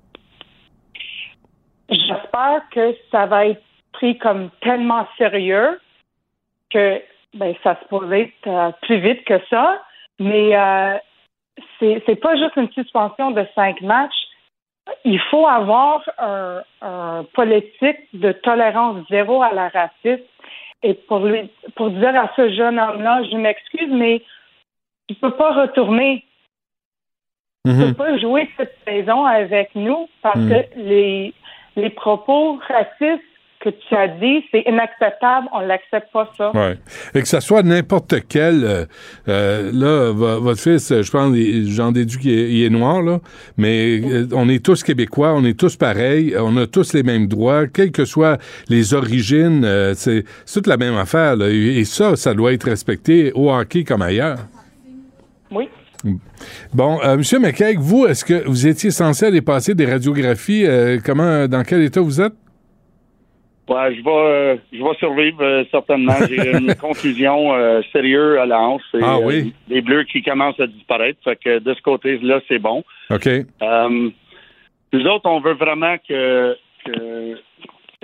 J'espère que ça va être pris comme tellement sérieux que ben ça se pourrait être euh, plus vite que ça, mais euh, c'est c'est pas juste une suspension de cinq matchs. Il faut avoir un, un politique de tolérance zéro à la racisme et pour lui pour dire à ce jeune homme-là, je m'excuse, mais tu peux pas retourner. Mm-hmm. Tu peux pas jouer cette saison avec nous parce mm. que les les propos racistes que tu as dit, c'est inacceptable, on l'accepte pas ça. Oui. Et que ça soit n'importe quel, euh, euh, là, v- votre fils, je pense, j'en déduis qu'il est, il est noir, là, mais euh, on est tous Québécois, on est tous pareils, on a tous les mêmes droits, quelles que soient les origines, euh, c'est, c'est toute la même affaire, là, et, et ça, ça doit être respecté au hockey comme ailleurs. Oui. Bon, euh, M. McKeag, vous, est-ce que vous étiez censé aller passer des radiographies, euh, comment, dans quel état vous êtes? Ouais, je vais, euh, je vais survivre euh, certainement. J'ai une contusion euh, sérieuse à la hanche. C'est, ah oui? Euh, des bleus qui commencent à disparaître. Fait que de ce côté-là, c'est bon. OK. Euh, nous autres, on veut vraiment que, que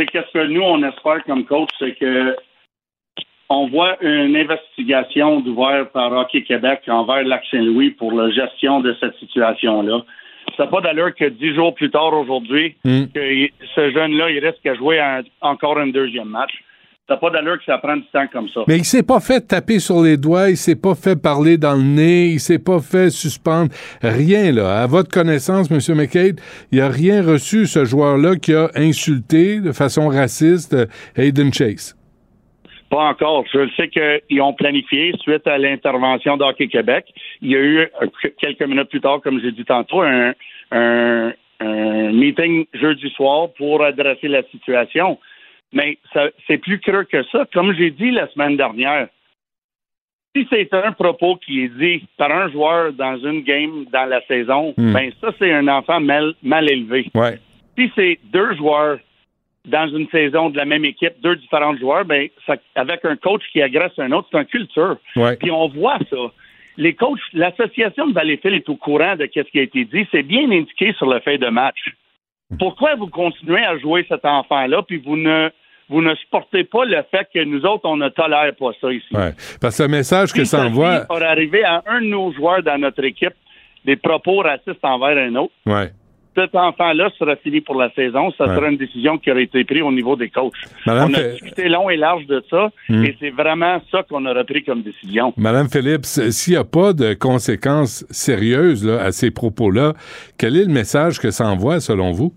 c'est qu'est-ce que nous, on espère comme coach, c'est que on voit une investigation d'ouvert par Hockey Québec envers Lac-Saint-Louis pour la gestion de cette situation-là. Ça n'a pas d'allure que dix jours plus tard aujourd'hui, mm. que ce jeune-là, il risque à jouer un, encore un deuxième match. Ça n'a pas d'allure que ça prenne du temps comme ça. Mais il s'est pas fait taper sur les doigts, il s'est pas fait parler dans le nez, il s'est pas fait suspendre. Rien, là. À votre connaissance, M. McCabe, il n'y a rien reçu, ce joueur-là, qui a insulté de façon raciste Hayden Chase. Pas encore. Je sais qu'ils ont planifié, suite à l'intervention d'Hockey Québec, il y a eu, quelques minutes plus tard, comme j'ai dit tantôt, un, un, un meeting jeudi soir pour adresser la situation. Mais ça, c'est plus creux que ça. Comme j'ai dit la semaine dernière, si c'est un propos qui est dit par un joueur dans une game dans la saison, mm. ben ça, c'est un enfant mal, mal élevé. Ouais. Si c'est deux joueurs dans une saison de la même équipe, deux différents joueurs, ben ça, avec un coach qui agresse un autre, c'est une culture. Ouais. Puis on voit ça. Les coachs, l'association de Valleyfield est au courant de ce qui a été dit. C'est bien indiqué sur le fait de match. Pourquoi vous continuez à jouer cet enfant-là, puis vous ne vous ne supportez pas le fait que nous autres, on ne tolère pas ça ici? Ouais. Parce que le message que si ça envoie... pour arriver à un de nos joueurs dans notre équipe, des propos racistes envers un autre, ouais. cet enfant-là sera fini pour la saison. Ça ouais. sera une décision qui aurait été prise au niveau des coachs. Madame on a fait... discuté long et large de ça, hum. et c'est vraiment ça qu'on aurait pris comme décision. Madame Phillips, s'il n'y a pas de conséquences sérieuses là, à ces propos-là, quel est le message que ça envoie, selon vous?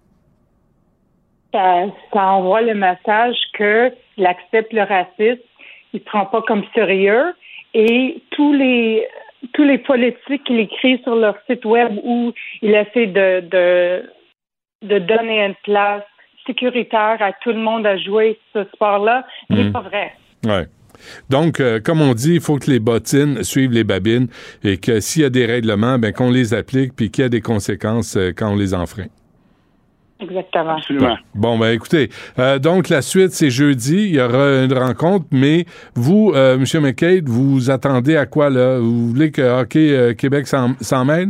Ça, ça envoie le message que il accepte le racisme, il ne prend pas comme sérieux, et tous les tous les politiques qu'il écrit sur leur site web où il essaie de, de, de donner une place sécuritaire à tout le monde à jouer ce sport-là, mmh. c'est pas vrai. Ouais. Donc, euh, comme on dit, il faut que les bottines suivent les babines et que s'il y a des règlements, ben qu'on les applique puis qu'il y a des conséquences euh, quand on les enfreint. Exactement. Absolument. Bon, ben écoutez, euh, donc la suite, c'est jeudi, il y aura une rencontre, mais vous, euh, M. McCabe, vous attendez à quoi, là? Vous voulez que Hockey euh, Québec s'en, s'en mêle?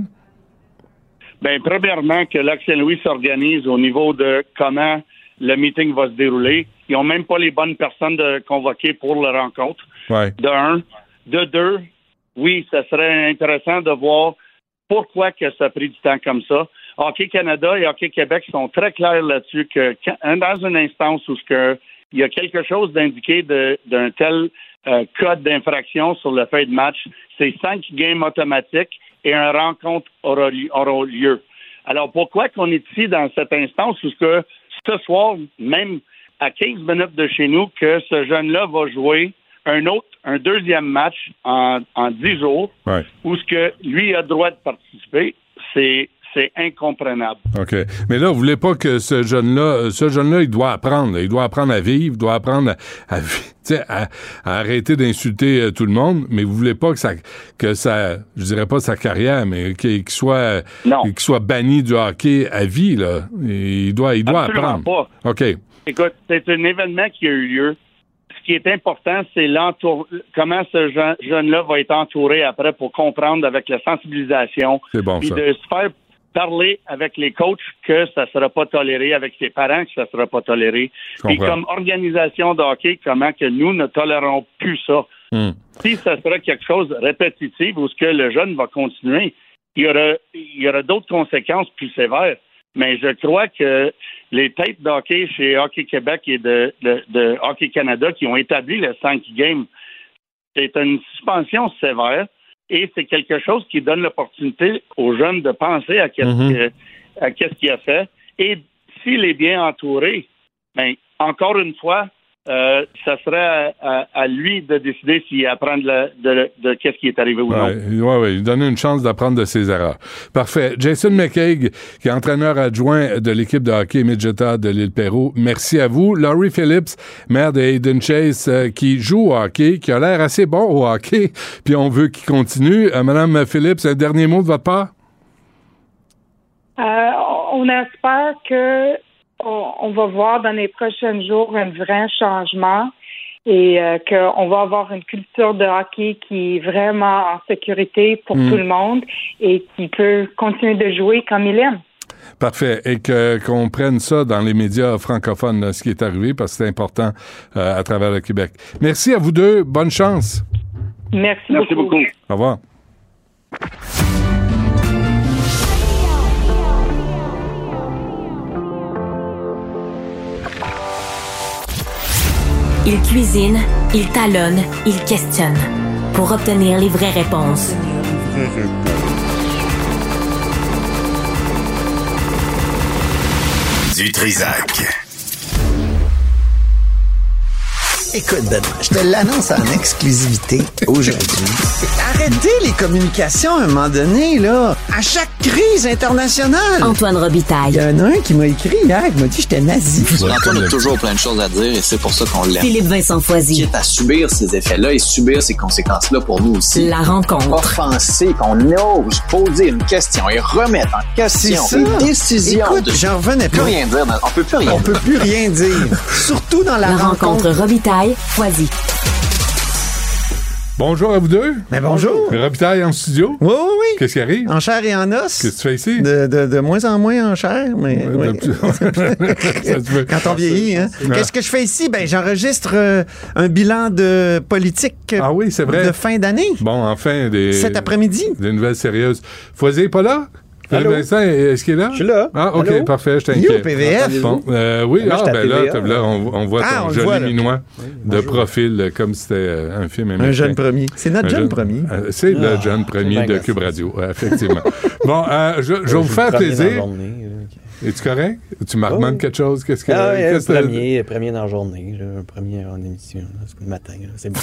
Bien, premièrement, que Lac-Saint-Louis s'organise au niveau de comment le meeting va se dérouler. Ils n'ont même pas les bonnes personnes de convoquer pour la rencontre. Ouais. De un. De deux, oui, ça serait intéressant de voir pourquoi que ça a pris du temps comme ça. Hockey Canada et Hockey Québec sont très clairs là-dessus que quand, dans une instance où ce il y a quelque chose d'indiqué de, d'un tel euh, code d'infraction sur le fait de match, c'est cinq games automatiques et une rencontre aura, aura lieu. Alors pourquoi qu'on est ici dans cette instance où ce que ce soir, même à quinze minutes de chez nous, que ce jeune-là va jouer un autre, un deuxième match en, en dix jours, ouais. où ce que lui a le droit de participer, c'est C'est incompréhensible. OK. Mais là, vous voulez pas que ce jeune-là, ce jeune-là, il doit apprendre. Là. Il doit apprendre à vivre, il doit apprendre à, à, à, à arrêter d'insulter euh, tout le monde, mais vous voulez pas que ça, que ça, je dirais pas sa carrière, mais qu'il, qu'il soit, non. qu'il soit banni du hockey à vie, là. Il doit, il doit Absolument apprendre. Pas. OK. Écoute, c'est un événement qui a eu lieu. Ce qui est important, c'est l'entour... comment ce jeune, jeune-là va être entouré après pour comprendre avec la sensibilisation. C'est bon, puis ça. de se faire parler avec les coachs que ça ne sera pas toléré, avec ses parents que ça ne sera pas toléré. Puis comme organisation de hockey, comment que nous ne tolérons plus ça. Mm. Si ça sera quelque chose de répétitif ou ce que le jeune va continuer, il y aura, il y aura d'autres conséquences plus sévères. Mais je crois que les têtes d'hockey chez Hockey Québec et de, de, de Hockey Canada qui ont établi les cinq games, c'est une suspension sévère. Et c'est quelque chose qui donne l'opportunité aux jeunes de penser à qu'est-ce, mm-hmm. que, à qu'est-ce qu'il a fait. Et s'il est bien entouré, ben, encore une fois, euh, ça serait à, à, à lui de décider s'il apprend de, la, de, de qu'est-ce qui est arrivé ou non. Oui, oui, ouais, donner une chance d'apprendre de ses erreurs. Parfait. Jason McCabe, qui est entraîneur adjoint de l'équipe de hockey Midgeta de l'Île-Perrot, merci à vous. Laurie Phillips, mère de Hayden Chase, euh, qui joue au hockey, qui a l'air assez bon au hockey, puis on veut qu'il continue. Euh, Madame Phillips, un dernier mot de votre part? Euh, on espère que On, on va voir dans les prochains jours un vrai changement et euh, qu'on va avoir une culture de hockey qui est vraiment en sécurité pour mmh. tout le monde et qui peut continuer de jouer comme il aime. Parfait. Et que qu'on prenne ça dans les médias francophones, là, ce qui est arrivé, parce que c'est important euh, à travers le Québec. Merci à vous deux. Bonne chance. Merci, Merci beaucoup. beaucoup. Au revoir. Il cuisine, il talonne, il questionne pour obtenir les vraies réponses. Du Trisac. Écoute, Benoît, je te l'annonce en exclusivité aujourd'hui. Arrêtez les communications à un moment donné, là. À chaque crise internationale. Antoine Robitaille. Il y en a un qui m'a écrit hier, qui m'a dit que j'étais nazi. Antoine a toujours plein de choses à dire et c'est pour ça qu'on l'aime. Philippe Vincent Foisy. Quitte à subir ces effets-là et subir ces conséquences-là pour nous aussi. La rencontre. Offenser, qu'on ose poser une question et remettre en question les décisions. Écoute, de... j'en revenais pas. Plus rien dire. On peut plus rien On dire. peut plus rien dire. Surtout dans la, La rencontre. rencontre Robitaille. Foisy. Bonjour à vous deux. Mais bonjour. Robitaille en studio. Oui, oui, oui. Qu'est-ce qui arrive? En chair et en os. Qu'est-ce que tu fais ici? De, de, de moins en moins en chair, mais Ouais, oui. de plus- Ça se peut. Quand on vieillit, hein. Ouais. Qu'est-ce que je fais ici? Ben, j'enregistre euh, un bilan de politique euh, Ah oui, c'est vrai. de fin d'année. Bon, enfin, des... Cet après-midi. Des nouvelles sérieuses. Foisy est pas là? Philippe Allô? Vincent, est-ce qu'il est là? Je suis là. Ah, OK, Allô? parfait, je You, t'inquiète. P V F. Bon, euh, oui, Moi, ah, j'étais à ben là, T V A, t'as- là, on, on voit Ah, ton on le joli voit, là. minois de bonjour. profil, euh, comme si c'était euh, un film américain. Un jeune premier. C'est notre Un jeune jeune- premier. Euh, c'est le Ah, jeune c'est premier bien de merci. Cube Radio, ouais, effectivement. Bon, euh, je, je vais vous faire plaisir. Es-tu correct? Tu me Oh. demandes quelque chose? Qu'est-ce que... Ah, oui, qu'est-ce le que- premier, premier dans la journée, là, un premier en émission, là, c'est le matin, là, c'est bon.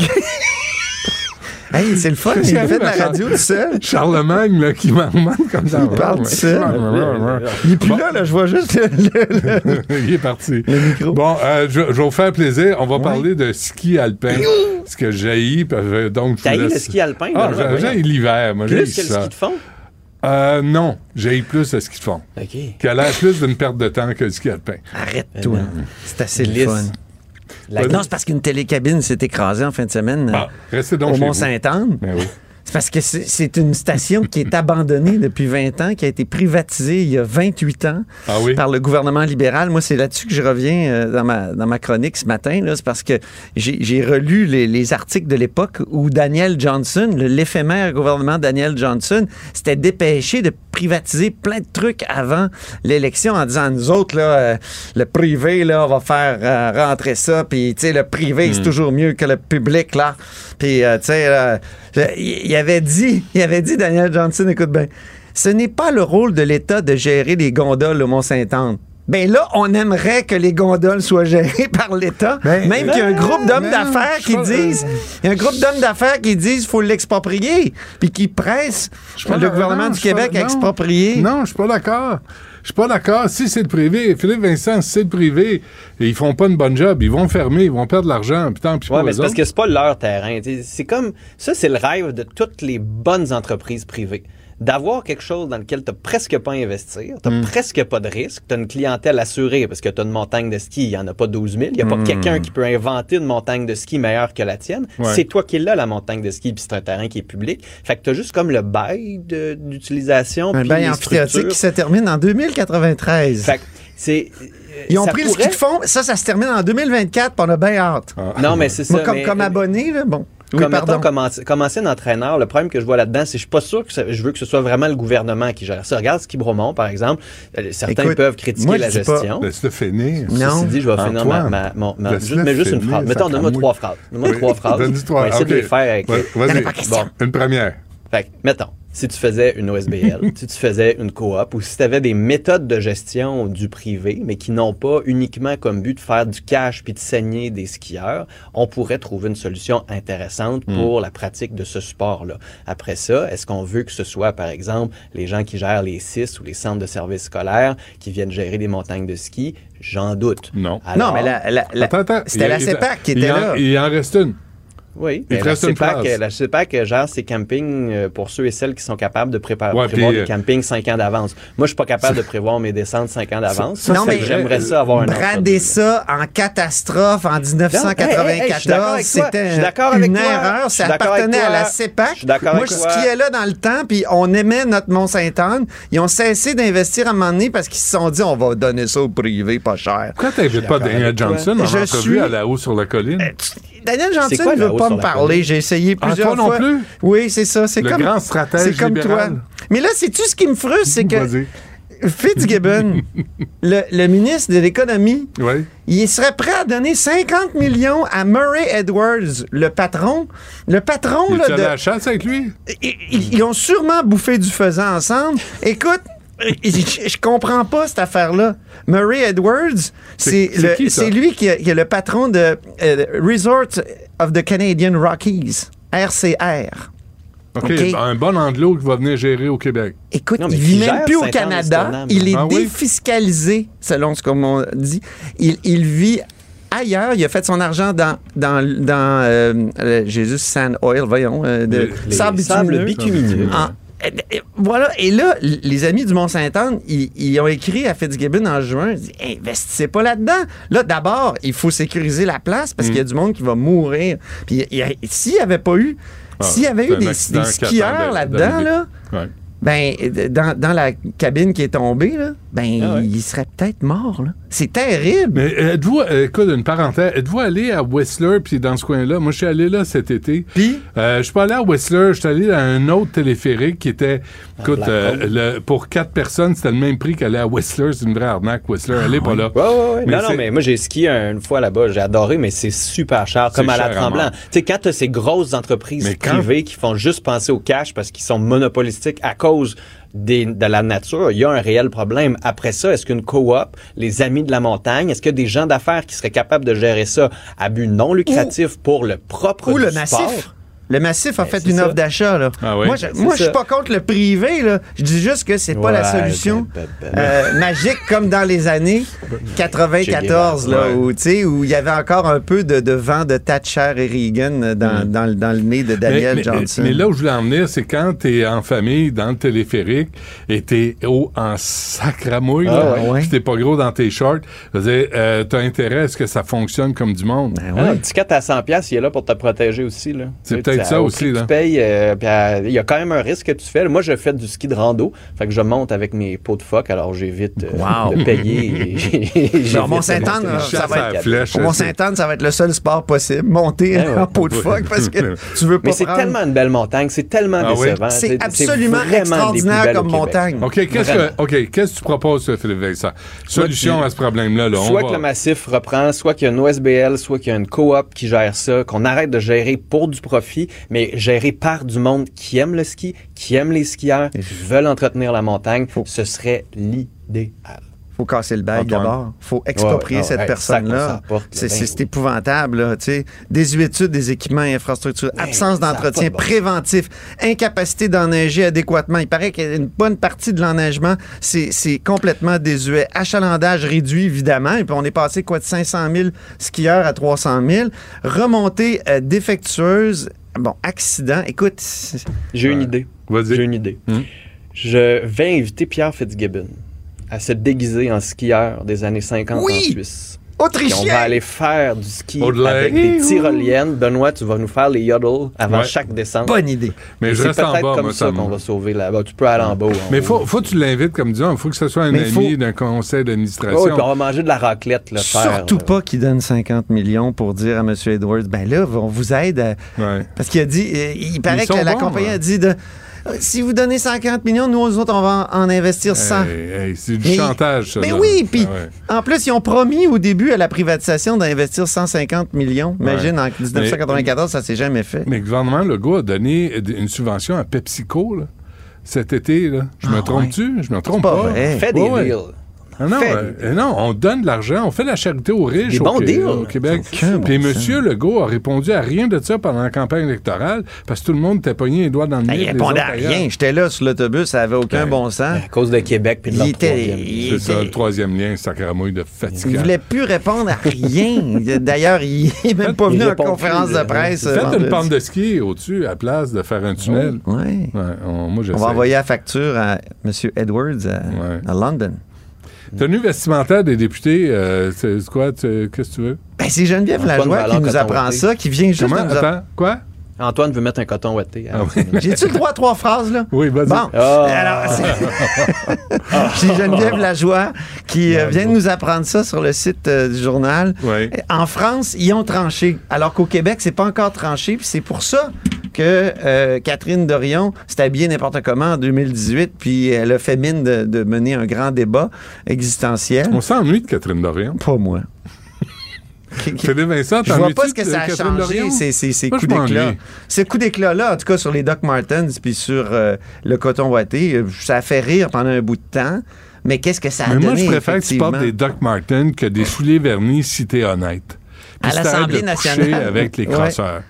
Hey, c'est le fun. Qu'est-ce Il qui fait de la arrive à radio tout seul. Charlemagne, là, qui m'en demande comme ça. Il parle tout seul. Il est plus là, là. Je vois juste le, le- le- Il est parti. le micro. Bon, euh, je, je vais vous faire plaisir. On va Ouais. parler de ski alpin. Ce que j'haïs. parce que, Donc, je T'as vous eu le laisse- ski alpin? Ah, là, j'ai- voyons. j'ai l'hiver. Moi, j'ai Plus que le ça. ski de fond? Euh, non, j'ai plus le ski de fond. OK. Qui a l'air plus d'une perte de temps que le ski alpin. Arrête-toi. Ben C'est assez le Lisse. fun. La- Non, c'est parce qu'une télécabine s'est écrasée en fin de semaine Ah, restez euh, donc au chez vous. Mont-Saint-Anne. Ben oui. C'est parce que c'est- c'est une station qui est abandonnée depuis vingt ans, qui a été privatisée il y a vingt-huit ans Ah oui? par le gouvernement libéral. Moi, c'est là-dessus que je reviens euh, dans, ma, dans ma chronique ce matin. là. C'est parce que j'ai j'ai relu les, les articles de l'époque où Daniel Johnson, le- l'éphémère gouvernement Daniel Johnson, s'était dépêché de privatiser plein de trucs avant l'élection en disant, nous autres, là, euh, le privé, là, on va faire euh, rentrer ça, puis, tu sais, le privé, c'est toujours mieux que le public, là. Puis, euh, tu sais, là, je- il avait dit, il avait dit, Daniel Johnson, écoute bien, ce n'est pas le rôle de l'État de gérer les gondoles au Mont-Saint-Anne. Ben là, on aimerait que les gondoles soient gérées par l'État. Ben, Même qu'il y a un groupe d'hommes ben, d'affaires je qui pense- disent, il y a un groupe d'hommes d'affaires qui disent qu'il faut l'exproprier, puis qui pressent pas le d'ac- gouvernement non, du je suis pas- Québec à non. exproprier. Non, je suis pas d'accord. Je suis pas d'accord. Si c'est le privé, Philippe Vincent, si c'est le privé, et ils font pas une bonne job, ils vont fermer, ils vont perdre de l'argent, puis tant pis Ouais, pour mais eux c'est parce autres. que c'est pas leur terrain. T'sais, c'est comme ça, c'est le rêve de toutes les bonnes entreprises privées. D'avoir quelque chose dans lequel tu n'as presque pas à investir, tu n'as Mm. presque pas de risque, tu as une clientèle assurée parce que tu as une montagne de ski, il n'y en a pas douze mille, il n'y a pas Mm. quelqu'un qui peut inventer une montagne de ski meilleure que la tienne. Ouais. C'est toi qui l'as, la montagne de ski, puis c'est un terrain qui est public. Fait que tu as juste comme le bail de- d'utilisation. Un puis bail les amphithéotique structures. qui se termine en deux mille quatre-vingt-treize. Fait que c'est... Ils ont ça pris pourrait- le ski de fond. Ça, ça se termine en deux mille vingt-quatre, puis on a bien hâte. Non, mais c'est ça. Moi, comme, mais- comme abonné, là, bon. Oui, Comme pardon. mettons, commencer, commencer un entraîneur, le problème que je vois là-dedans, c'est que je suis pas sûr que ça- je veux que ce soit vraiment le gouvernement qui gère ça. Regarde Ski Bromont, par exemple. Euh, Certains Écoute, peuvent critiquer moi, la je dis pas- gestion. Laisse-le finir. Ceci dit, je vais finir ma, Antoine, ma, mon- ma- laisse-le juste, mais juste une finir, phrase. Mettons, ça donne-moi cramouille. trois phrases. Donne-moi Oui. trois phrases. Donne-lui trois. On va essayer de OK. les faire avec... Ouais, vas-y. Il y en a pas question. Bon. Une première. Fait que, mettons, si tu faisais une O S B L, si tu faisais une coop, ou si tu avais des méthodes de gestion du privé, mais qui n'ont pas uniquement comme but de faire du cash puis de saigner des skieurs, on pourrait trouver une solution intéressante pour la pratique de ce sport-là. Après ça, est-ce qu'on veut que ce soit, par exemple, les gens qui gèrent les C I S ou les centres de services scolaires qui viennent gérer des montagnes de ski? J'en doute. Non. Alors, Non, mais la, la, la- Attends, attends. c'était Il- la il- CEPAC qui il était en- là. Il en reste une. Oui, Il mais la CEPAC, la CEPAC gère ses campings euh, pour ceux et celles qui sont capables de préparer, ouais, prévoir puis, des campings cinq ans d'avance. Moi, je suis pas capable de prévoir mes descentes cinq ans d'avance. Ça, ça, non, mais j'aimerais ça avoir un brader ça en catastrophe en dix-neuf cent quatre-vingt-quatorze, hey, hey, c'était une erreur. Ça appartenait à la CEPAC. Moi, je skiais là dans le temps, puis on aimait notre Mont-Sainte-Anne. Ils ont cessé d'investir à un moment donné parce qu'ils se sont dit, on va donner ça au privé pas cher. Pourquoi t'invites pas Daniel Johnson en entrevue à la haut sur la colline? Daniel Johnson ne veut pas me parler. J'ai essayé plusieurs ah, toi fois. non plus? Oui, c'est ça. C'est le comme, grand stratège c'est comme libéral. Toi. Mais là, sais-tu ce qui me frustre? C'est que Fitzgibbon, le, le ministre de l'Économie, oui. il serait prêt à donner cinquante millions à Murray Edwards, le patron. Le patron... Il là, de... de la chasse avec lui? Ils, ils, ils ont sûrement bouffé du faisan ensemble. Écoute, je, je comprends pas cette affaire-là. Murray Edwards, c'est, c'est, le, qui, c'est lui qui, a, qui est le patron de uh, Resort of the Canadian Rockies, R C R. OK, okay. Un bon anglo qui va venir gérer au Québec. Écoute, non, il vit même plus au Canada. Il est ah, défiscalisé, oui? Selon ce qu'on dit. Il, il vit ailleurs. Il a fait son argent dans, dans, dans euh, Jésus Sand Oil, voyons, euh, de les, sable les bitumineux. bitumineux. En, Et voilà. Et là, les amis du Mont-Sainte-Anne, ils, ils ont écrit à Fitzgibbon en juin, ils disent, investissez pas là-dedans. Là, d'abord, il faut sécuriser la place parce mmh. qu'il y a du monde qui va mourir. Puis s'il n'y avait pas eu, ah, s'il y avait eu des, des skieurs là-dedans, là, ouais. ben, dans, dans la cabine qui est tombée, là, ben, ah ouais. il serait peut-être mort, là. C'est terrible. Mais êtes-vous, écoute, une parenthèse, êtes-vous allé à Whistler, puis dans ce coin-là? Moi, je suis allé là cet été. Puis? Euh, je suis pas allé à Whistler, je suis allé à un autre téléphérique qui était, écoute, euh, le, pour quatre personnes, c'était le même prix qu'aller à Whistler. C'est une vraie arnaque, Whistler. Ah, allez oui. pas là. Ouais, ouais, ouais. Non, non, mais moi, j'ai skié une fois là-bas. J'ai adoré, mais c'est super cher, c'est comme à la Tremblant. Tu sais, quand t'as ces grosses entreprises mais privées quand... qui font juste penser au cash parce qu'ils sont monopolistiques à cause Des, de la nature, il y a un réel problème. Après ça, est-ce qu'une coop, les Amis de la montagne, est-ce qu'il y a des gens d'affaires qui seraient capables de gérer ça à but non lucratif ou, pour le propre ou du le sport? Massif. Le Massif a ben, fait une ça. offre d'achat. Là. Ah oui? Moi, je, moi, je suis pas contre le privé. Là. Je dis juste que c'est pas ouais, la solution ben, ben, ben. Euh, magique comme dans les années quatre-vingt-quatorze, là, ouais. où il où y avait encore un peu de, de vent de Thatcher et Reagan dans, mm. dans, dans le nez de Daniel mais, Johnson. Mais, mais là où je voulais en venir, c'est quand t'es en famille, dans le téléphérique, et t'es haut en sacramouille, ah, là, ouais. puis t'es pas gros dans tes shorts, euh, t'as intérêt à ce que ça fonctionne comme du monde. Ben ouais. ah, un petit ticket à cent dollars, il est là pour te protéger aussi. Là. C'est tu peut-être ça aussi. Là. Tu payes, euh, il y a quand même un risque que tu fais. Moi, je fais du ski de rando, fait que je monte avec mes pots de phoque, alors j'évite euh, wow. de payer. Pour Mont-Sainte-Anne, ça va être, flèche, pour Mont-Sainte-Anne, ça va être le seul sport possible, monter ouais, ouais. en pot de phoque parce que tu veux pas Mais c'est prendre... tellement une belle montagne, c'est tellement ah, décevant. Oui? C'est, c'est absolument c'est extraordinaire comme montagne. OK, qu'est-ce que, OK, qu'est-ce que tu proposes, Philippe Vincent? Solution à ce problème-là. Là, soit on que va... le massif reprend, soit qu'il y a une O S B L, soit qu'il y a une coop qui gère ça, qu'on arrête de gérer pour du profit, mais gérer par du monde qui aime le ski, qui aime les skieurs, qui veulent entretenir la montagne. Faut... Ce serait l'idéal. Faut casser le bail d'abord. Faut exproprier ouais, cette ouais, personne-là. Porte, c'est, c'est, c'est épouvantable. Là, désuétude des équipements et infrastructures, ouais, absence d'entretien préventif, incapacité d'enneiger adéquatement. Il paraît qu'une bonne partie de l'enneigement, c'est, c'est complètement désuet. Achalandage réduit, évidemment. Et puis on est passé quoi, de cinq cent mille skieurs à trois cent mille. Remontée euh, défectueuse. Bon, accident. Écoute... J'ai une idée. Vas-y. J'ai une idée. Hum. Je vais inviter Pierre Fitzgibbon à se déguiser en skieur des années cinquante oui! en Suisse. Autrichien! Et on va aller faire du ski avec des tyroliennes. Benoît, tu vas nous faire les yodels avant ouais. chaque descente. Bonne idée. Mais et je c'est reste peut-être en bas, comme moi, ça, ça qu'on va sauver là-bas. Tu peux aller en bas. En mais faut, faut que tu l'invites, comme disons. Il faut que ce soit un Mais ami faut... d'un conseil d'administration. Oui, puis on va manger de la raclette. Là, Surtout faire, pas euh... qu'il donne cinquante millions pour dire à M. Edwards, ben là, on vous aide. À... Ouais. Parce qu'il a dit, il paraît que la bons, compagnie hein. a dit de... Si vous donnez cinquante millions, nous autres, on va en investir cent. Hey, hey, c'est du mais, chantage, ça. Mais là. oui, puis ah ouais. en plus, ils ont promis au début à la privatisation d'investir cent cinquante millions. Imagine, ouais. en dix-neuf cent quatre-vingt-quatorze, mais, ça s'est jamais fait. Mais le gouvernement Legault a donné une subvention à PepsiCo là, cet été. Là. Je ah me trompe-tu? Ouais. Je me trompe pas. pas. Fait des ouais, deals. Ah non, euh, non, on donne de l'argent, on fait de la charité aux riches Des au, bons deals. au Québec. Aucun Puis bon M. sens. Legault a répondu à rien de ça pendant la campagne électorale parce que tout le monde était pogné les doigts dans le Ben, nez. il les répondait autres à ailleurs. rien. J'étais là sur l'autobus, ça avait aucun Ben, bon sens. À cause de Québec puis de Il leur était- troisième. il C'est ça, était- le troisième lien, sacramouille de Il fatigant. voulait plus répondre à rien. D'ailleurs, il n'est même pas Il venu en répond conférence plus, de là. presse. Faites vendredi. une pente de ski au-dessus à la place de faire un tunnel. Ouais. Ouais, on, moi, On j'essaie. va envoyer la facture à M. Edwards à, Ouais. à London. Tenue vestimentaire des députés, euh, c'est c'est quoi? tu- Qu'est-ce que tu veux? Ben, c'est Geneviève Antoine Lajoie qui Vallant, nous coton apprend ouaté. ça, qui vient juste Comment? de nous apprendre. Attends, quoi? Antoine veut mettre un coton ouaté. Ah oui. J'ai-tu le droit à trois phrases, là? Oui, vas-y. Bon. Ah. Alors, c'est c'est Geneviève Lajoie qui euh, vient de nous apprendre ça sur le site euh, du journal. Oui. En France, ils ont tranché, alors qu'au Québec, c'est pas encore tranché. Puis c'est pour ça que euh, Catherine Dorion s'est habillée n'importe comment en deux mille dix-huit, puis elle a fait mine de, de mener un grand débat existentiel. On s'ennuie de Catherine Dorion. Pas moi. Philippe Vincent, Je vois t'ennuies-tu pas ce que de ça a Catherine changé, Dorion? ces, ces, ces Moi, coups je d'éclat. m'ennuie. Ces coups d'éclat-là, en tout cas sur les Doc Martens puis sur euh, le coton ouaté, euh, ça a fait rire pendant un bout de temps. Mais qu'est-ce que ça a Mais moi, donné, je préfère que tu effectivement? portes des Doc Martens que des souliers vernis si t'es honnête. Puis À si t'arrêtes l'Assemblée de nationale. coucher avec les Ouais. crosseurs.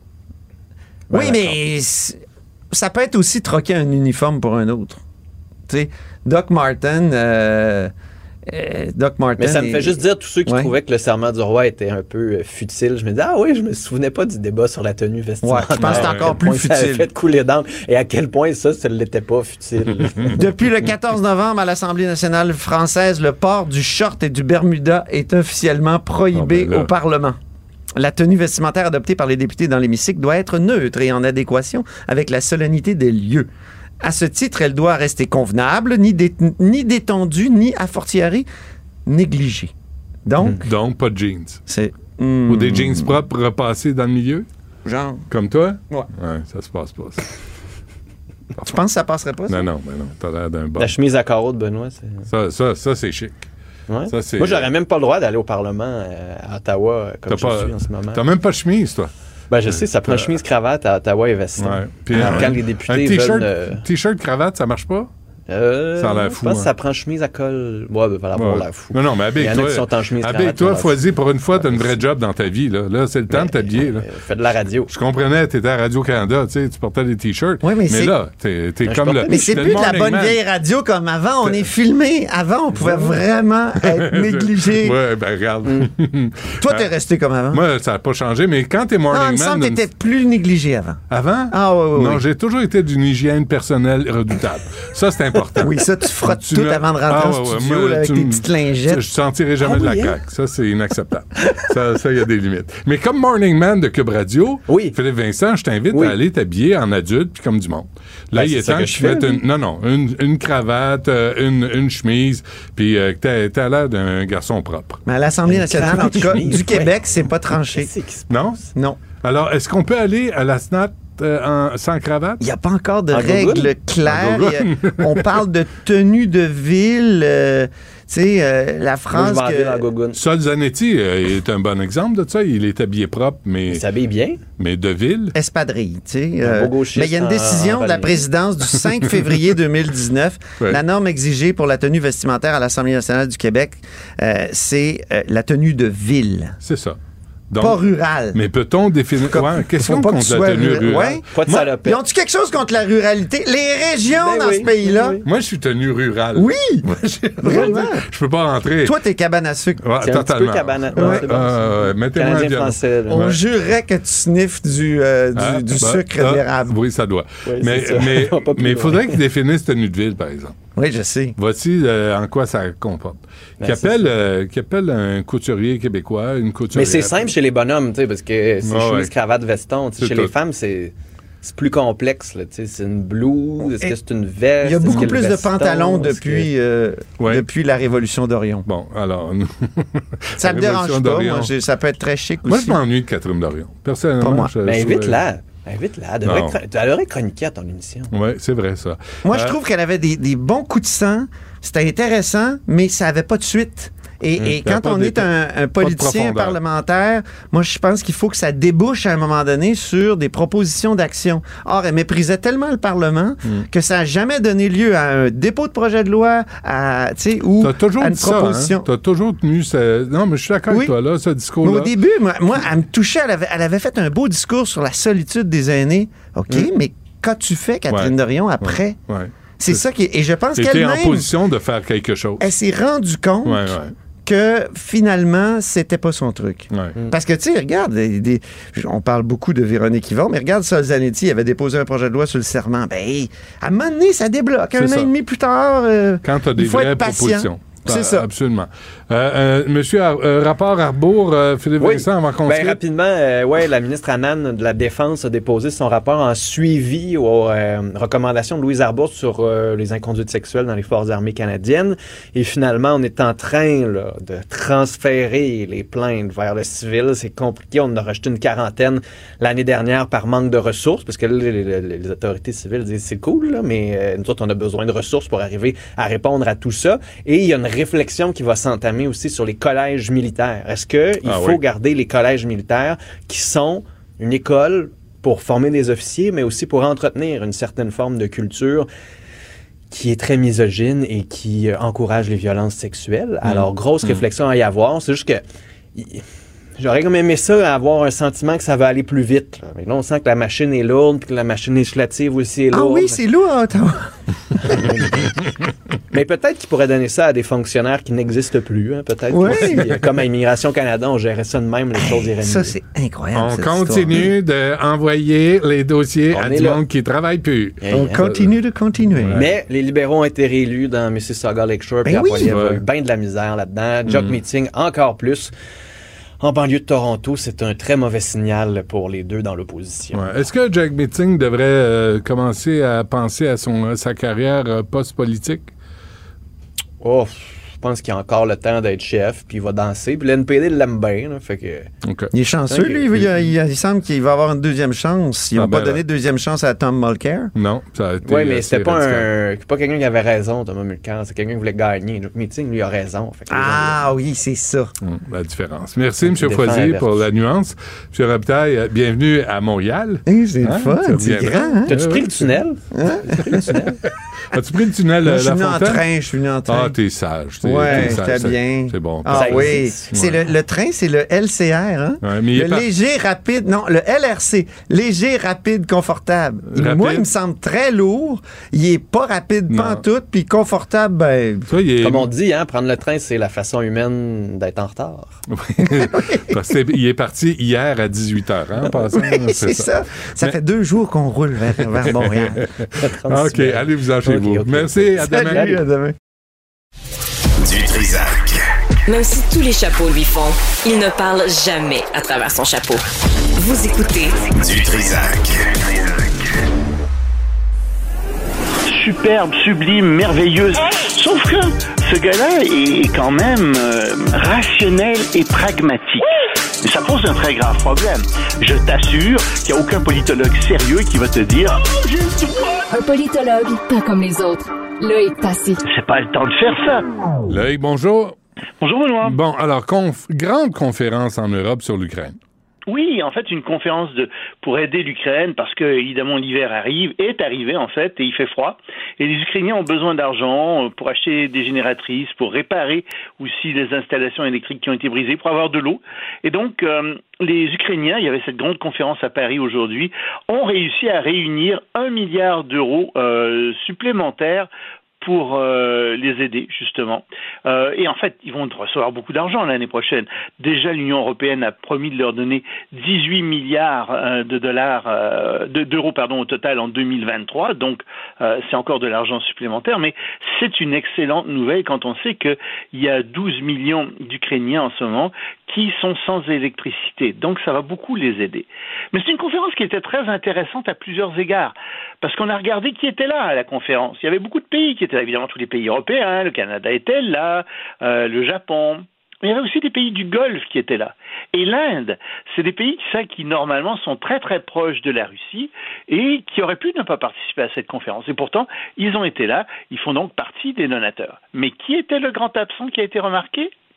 Oui, Ouais, mais c- ça peut être aussi troquer un uniforme pour un autre. Tu sais, Doc Marten... euh, euh, Doc Marten... Mais ça me est- fait juste dire tous ceux qui Ouais. trouvaient que le serment du roi était un peu euh, futile. Je me dis, ah oui, je me souvenais pas du débat sur la tenue vestimentaire. Ouais, je pense que c'est À encore quel point plus Ça avait futile. fait couler d'encre. Et à quel point ça, ça ne l'était pas futile. Depuis le quatorze novembre, à l'Assemblée nationale française, le port du short et du Bermuda est officiellement prohibé Ah, ben là. au Parlement. La tenue vestimentaire adoptée par les députés dans l'hémicycle doit être neutre et en adéquation avec la solennité des lieux. À ce titre, elle doit rester convenable, ni, dé- ni détendue, ni a fortiori négligée. Donc, Donc, pas de jeans. c'est... Ou hmm, des jeans propres repassés dans le milieu, genre... comme toi? Ouais. Ouais, ça se passe pas, ça. Tu penses que ça passerait pas, ça? Non, non, mais non, t'as l'air d'un bon. La chemise à carreaux de Benoît, c'est... Ça, ça, ça c'est chic. Ouais. Ça, c'est- Moi, j'aurais même pas le droit d'aller au Parlement euh, à Ottawa euh, comme T'as je pas- suis en ce moment. T'as même pas de chemise, toi. Ben, je sais, ça prend chemise, cravate à Ottawa et veston. Ouais. Puis, Alors, euh, quand les un députés t-shirt, veulent... euh, t-shirt, cravate, ça marche pas? euh, Ça a l'air je fou, pense que hein. ça prend chemise à col... Ouais, ben, va avoir Ouais. l'air fou. Non, non, mais Il y en a habille-toi. qui sont en chemise, cravate. Habille-toi, ils ont l'air Foisy, pour une fois, t'as une vraie job dans ta vie. Là, là c'est le temps de t'habiller. Là. fou. Fais de la radio. Je comprenais, t'étais à Radio-Canada, tu sais, tu portais des t-shirts. Ouais, mais mais c'est- là, t'es, t'es Mais je comme portais le. Mais c'est t'es plus le de la morning bonne man. vieille radio comme avant. On est filmé. Avant, on pouvait vraiment être négligé. Ouais, ben regarde. Toi, t'es resté comme avant. Moi, ça n'a pas changé, mais quand t'es non, il morning me semble man. que t'étais plus négligé avant. Avant? Ah, oui, oui, Non, oui. j'ai toujours été d'une hygiène personnelle redoutable. Ça, c'est important. Oui, ça, tu frottes Tu tout ne- avant de rentrer Ah, en ouais, ouais, studio moi, là, avec tu tes me- petites lingettes. Je sentirai jamais Ah de la oui, hein? craque. Ça, c'est inacceptable. ça, ça, il y a des limites. Mais comme Morning Man de Cube Radio, Oui. Philippe Vincent, je t'invite Oui. à aller t'habiller en adulte puis comme du monde. Là, Ben, il c'est est ça temps que que je tu fais, mettes oui. une, non, non, une, une cravate, euh, une, une chemise, puis euh, que t'as, t'as l'air d'un garçon propre. Mais à l'Assemblée nationale, en tout cas, chemise, du ouais. Québec, c'est pas tranché. Qu'est-ce qui se Non? Non. Alors, est-ce qu'on peut aller à la S N A T euh, en- sans cravate? Il n'y a pas encore de En règles gogoune? claires. En Il y a- on parle de tenue de ville. euh, tu sais, euh, la Moi, phrase je vais en ville en que... gogoune. Sol Zanetti euh, est un bon exemple de ça. Il est habillé propre, mais, Il s'habille bien. mais de ville. Espadrille, tu sais. Un euh, beau gauchiste mais il y a une en- décision en de la Valais. présidence du cinq février deux mille dix-neuf. Ouais. La norme exigée pour la tenue vestimentaire à l'Assemblée nationale du Québec, euh, c'est euh, la tenue de ville, C'est ça. Donc, pas rurale. mais peut-on définir... Comme- Ouais, question faut pas que contre tu la sois tenue ru- rurale. ouais. Pas de Moi- salopette. Ils ont-tu quelque chose contre la ruralité? Les régions Ben dans oui, ce pays-là? oui, Moi, je suis tenue rurale. Oui! Moi, j'ai- Vraiment? Je peux pas rentrer. Toi, t'es cabane à sucre. Ouais, C'est un petit peu totalement. cabane. Ouais. Ouais, c'est bon, Ah, ça. ouais, mettez-moi un Canadien violon. français. là. On Ouais. jurerait que tu sniffes du, euh, du, Ah, du bah, sucre ah, d'érable. Oui, ça doit. Oui, mais c'est ça. mais Pas plus mais il loin. faudrait qu'ils définissent tenue de ville, par exemple. Oui, je sais. Voici euh, en quoi ça comporte. Ben, Qui c'est appelle, ça. euh, qui appelle un couturier québécois, une couturière. Mais c'est simple chez les bonhommes, tu sais, parce que c'est Ah, chemise, ouais. cravate, veston. Tu sais, C'est Chez tout. les femmes, c'est c'est plus complexe. là, tu sais, C'est une blouse, est-ce Et que c'est une veste? Il y a est-ce beaucoup que le plus de veston, pantalons est-ce que- depuis, euh, Ouais. depuis la Révolution d'Orion. Bon, alors... nous- Ça La me dérange Révolution pas. d'Orion. Moi, j'ai- ça peut être très chic Moi, aussi. je m'ennuie de Catherine Dorion. Personnellement, Pas moi. je- Ben, je- invite-la. Invite-la. Elle devrait, Non. être- elle devrait chroniquer à ton émission. Oui, c'est vrai, ça. Moi, Euh, je trouve qu'elle avait des, des bons coups de sang. C'était intéressant, mais ça avait pas de suite. Et, Mmh. et quand on est un, un politicien parlementaire, moi, je pense qu'il faut que ça débouche à un moment donné sur des propositions d'action. Or, elle méprisait tellement le Parlement mmh. que ça n'a jamais donné lieu à un dépôt de projet de loi, à, ou T'as toujours à une dit proposition. Tu hein? as toujours tenu ce... Non, mais je suis d'accord oui. avec toi, là, ce discours-là. Mais au début, moi, moi, elle me touchait. Elle avait, elle avait fait un beau discours sur la solitude des aînés. OK, mmh. mais qu'as-tu fait, Catherine ouais. Dorion, après? Ouais. Ouais. C'est, c'est ça qui est... Et je pense qu'elle était en position de faire quelque chose. Elle s'est rendue compte... Ouais, ouais. que finalement, c'était pas son truc. Ouais. Parce que, tu sais, regarde, des, des, on parle beaucoup de Véronique Yvon, mais regarde, Sol Zanetti avait déposé un projet de loi sur le serment. Ben, à un moment donné, ça débloque. C'est un ça. an et demi plus tard, euh, quand tu as des vraies propositions. C'est ça. Absolument. Euh, euh, monsieur, euh, rapport Arbour, euh, Philippe oui. Vincent, avant qu'on se ben, rapidement, euh, ouais, la ministre Annan de la Défense a déposé son rapport en suivi aux euh, recommandations de Louise Arbour sur euh, les inconduites sexuelles dans les Forces armées canadiennes. Et finalement, on est en train là, de transférer les plaintes vers le civil. C'est compliqué. On en a rejeté une quarantaine l'année dernière par manque de ressources, parce que là, les, les, les autorités civiles disent c'est cool, là, mais euh, nous autres, on a besoin de ressources pour arriver à répondre à tout ça. Et il y a une réflexion qui va s'entamer aussi sur les collèges militaires. Est-ce qu'il ah faut oui. garder les collèges militaires qui sont une école pour former des officiers, mais aussi pour entretenir une certaine forme de culture qui est très misogyne et qui euh, encourage les violences sexuelles? Mmh. Alors, grosse mmh. réflexion à y avoir. C'est juste que... Y, J'aurais comme aimé ça, avoir un sentiment que ça va aller plus vite. Là. Mais là, on sent que la machine est lourde, puis que la machine législative aussi est lourde. Ah oui, c'est lourd, Ottawa. Mais peut-être qu'il pourrait donner ça à des fonctionnaires qui n'existent plus. Hein. Peut-être oui. que si, comme à Immigration Canada, on gérait ça de même, les choses iraient mieux. Ça, c'est incroyable. On continue d'envoyer les dossiers on à du là. monde qui ne travaille plus. Et on hein. continue de continuer. Ouais. Mais les libéraux ont été réélus dans Mississauga Lakeshore, puis ben oui. il y a eu bien de la misère là-dedans. Jock mm. Meeting, encore plus. En banlieue de Toronto, c'est un très mauvais signal pour les deux dans l'opposition. Ouais. Est-ce que Jack Meeting devrait euh, commencer à penser à son, à sa carrière euh, post-politique? Oh, je pense qu'il a encore le temps d'être chef, puis il va danser. Puis l'N P D l'aime bien, là, fait que... Okay. Il est chanceux, okay. lui. Il, il, il, il semble qu'il va avoir une deuxième chance. Ils n'ont ah, pas ben, donné de deuxième chance à Tom Mulcair. Non, ça a été... Oui, mais c'était pas, un, pas quelqu'un qui avait raison, Thomas Mulcair. C'est quelqu'un qui voulait gagner. Le meeting, lui, a raison. Fait que ah gens, oui, c'est ça. Hum, la différence. Merci, M. Foisy, pour la nuance. M. Robitaille, bienvenue à Montréal. Hey, c'est hein? fun, c'est grand. Hein? T'as-tu pris le tunnel? Hein? As-tu pris le tunnel La Fontaine? Je suis venu en train, je suis venu en train. Ah, t'es sage. T'es, ouais, t'es sage, c'était bien. C'est bon. Ah oui, c'est ouais. le, le train, c'est le L C R, hein? Ouais, mais le léger, pas... rapide, non, le L R C, léger, rapide, confortable. Rapide. Moi, il me semble très lourd. Il est pas rapide pantoute, puis confortable, ben... Ça, est... Comme on dit, hein, prendre le train, c'est la façon humaine d'être en retard. Parce qu'il est parti hier à dix-huit heures, hein, en passant. Oui, c'est, c'est ça. Ça, ça mais... fait deux jours qu'on roule vers, vers Montréal. OK, allez-vous-en chez okay, vous. Okay. Merci, à demain. Salut, à demain. Du Trisac. Même si tous les chapeaux lui font, il ne parle jamais à travers son chapeau. Vous écoutez Du Trisac. Superbe, sublime, merveilleuse. Sauf que ce gars-là est quand même euh, rationnel et pragmatique. Et ça pose un très grave problème. Je t'assure qu'il n'y a aucun politologue sérieux qui va te dire oh, j'ai le droit. Un politologue, pas comme les autres. Loïc Passy. C'est pas le temps de faire ça. Loïc, bonjour. Bonjour, Benoît. Bon, alors, conf- grande conférence en Europe sur l'Ukraine. Oui, en fait, une conférence de pour aider l'Ukraine parce que, évidemment, l'hiver arrive, est arrivé, en fait, et il fait froid. Et les Ukrainiens ont besoin d'argent pour acheter des génératrices, pour réparer aussi les installations électriques qui ont été brisées, pour avoir de l'eau. Et donc, euh, les Ukrainiens, il y avait cette grande conférence à Paris aujourd'hui, ont réussi à réunir un milliard d'euros euh, supplémentaires pour euh, les aider, justement. Euh, et en fait, ils vont recevoir beaucoup d'argent l'année prochaine. Déjà, l'Union européenne a promis de leur donner dix-huit milliards euh, de dollars, euh, de, d'euros pardon, au total en deux mille vingt-trois. Donc, euh, c'est encore de l'argent supplémentaire. Mais c'est une excellente nouvelle quand on sait qu'il y a douze millions d'Ukrainiens en ce moment qui sont sans électricité. Donc, ça va beaucoup les aider. Mais c'est une conférence qui était très intéressante à plusieurs égards. Parce qu'on a regardé qui était là à la conférence. Il y avait beaucoup de pays qui étaient là. Évidemment, tous les pays européens. Le Canada était là. Euh, le Japon. Mais il y avait aussi des pays du Golfe qui étaient là. Et l'Inde, c'est des pays ça, qui, normalement, sont très, très proches de la Russie et qui auraient pu ne pas participer à cette conférence. Et pourtant, ils ont été là. Ils font donc partie des donateurs. Mais qui était le grand absent qui a été remarqué?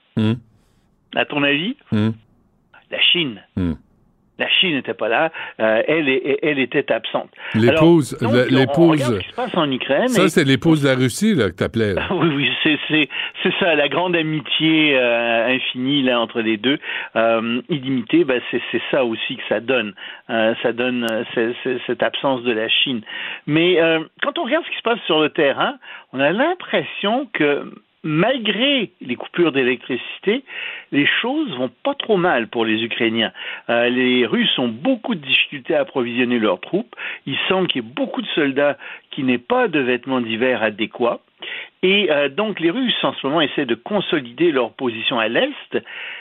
Mmh. À ton avis? Mmh. La Chine. Mmh. La Chine n'était pas là, euh, elle, elle était absente. L'épouse, Alors, donc, l'épouse. On regarde ce qui se passe en Ukraine. Ça, et... c'est l'épouse de la Russie là, que t'appelais. Là. Oui, oui, c'est, c'est, c'est ça, la grande amitié euh, infinie là entre les deux, euh, illimitée. Ben, c'est, c'est ça aussi que ça donne. Euh, ça donne euh, c'est, c'est, cette absence de la Chine. Mais euh, quand on regarde ce qui se passe sur le terrain, on a l'impression que malgré les coupures d'électricité, les choses vont pas trop mal pour les Ukrainiens. Euh, les Russes ont beaucoup de difficultés à approvisionner leurs troupes. Il semble qu'il y ait beaucoup de soldats qui n'aient pas de vêtements d'hiver adéquats. Et euh, donc les Russes, en ce moment, essaient de consolider leur position à l'Est.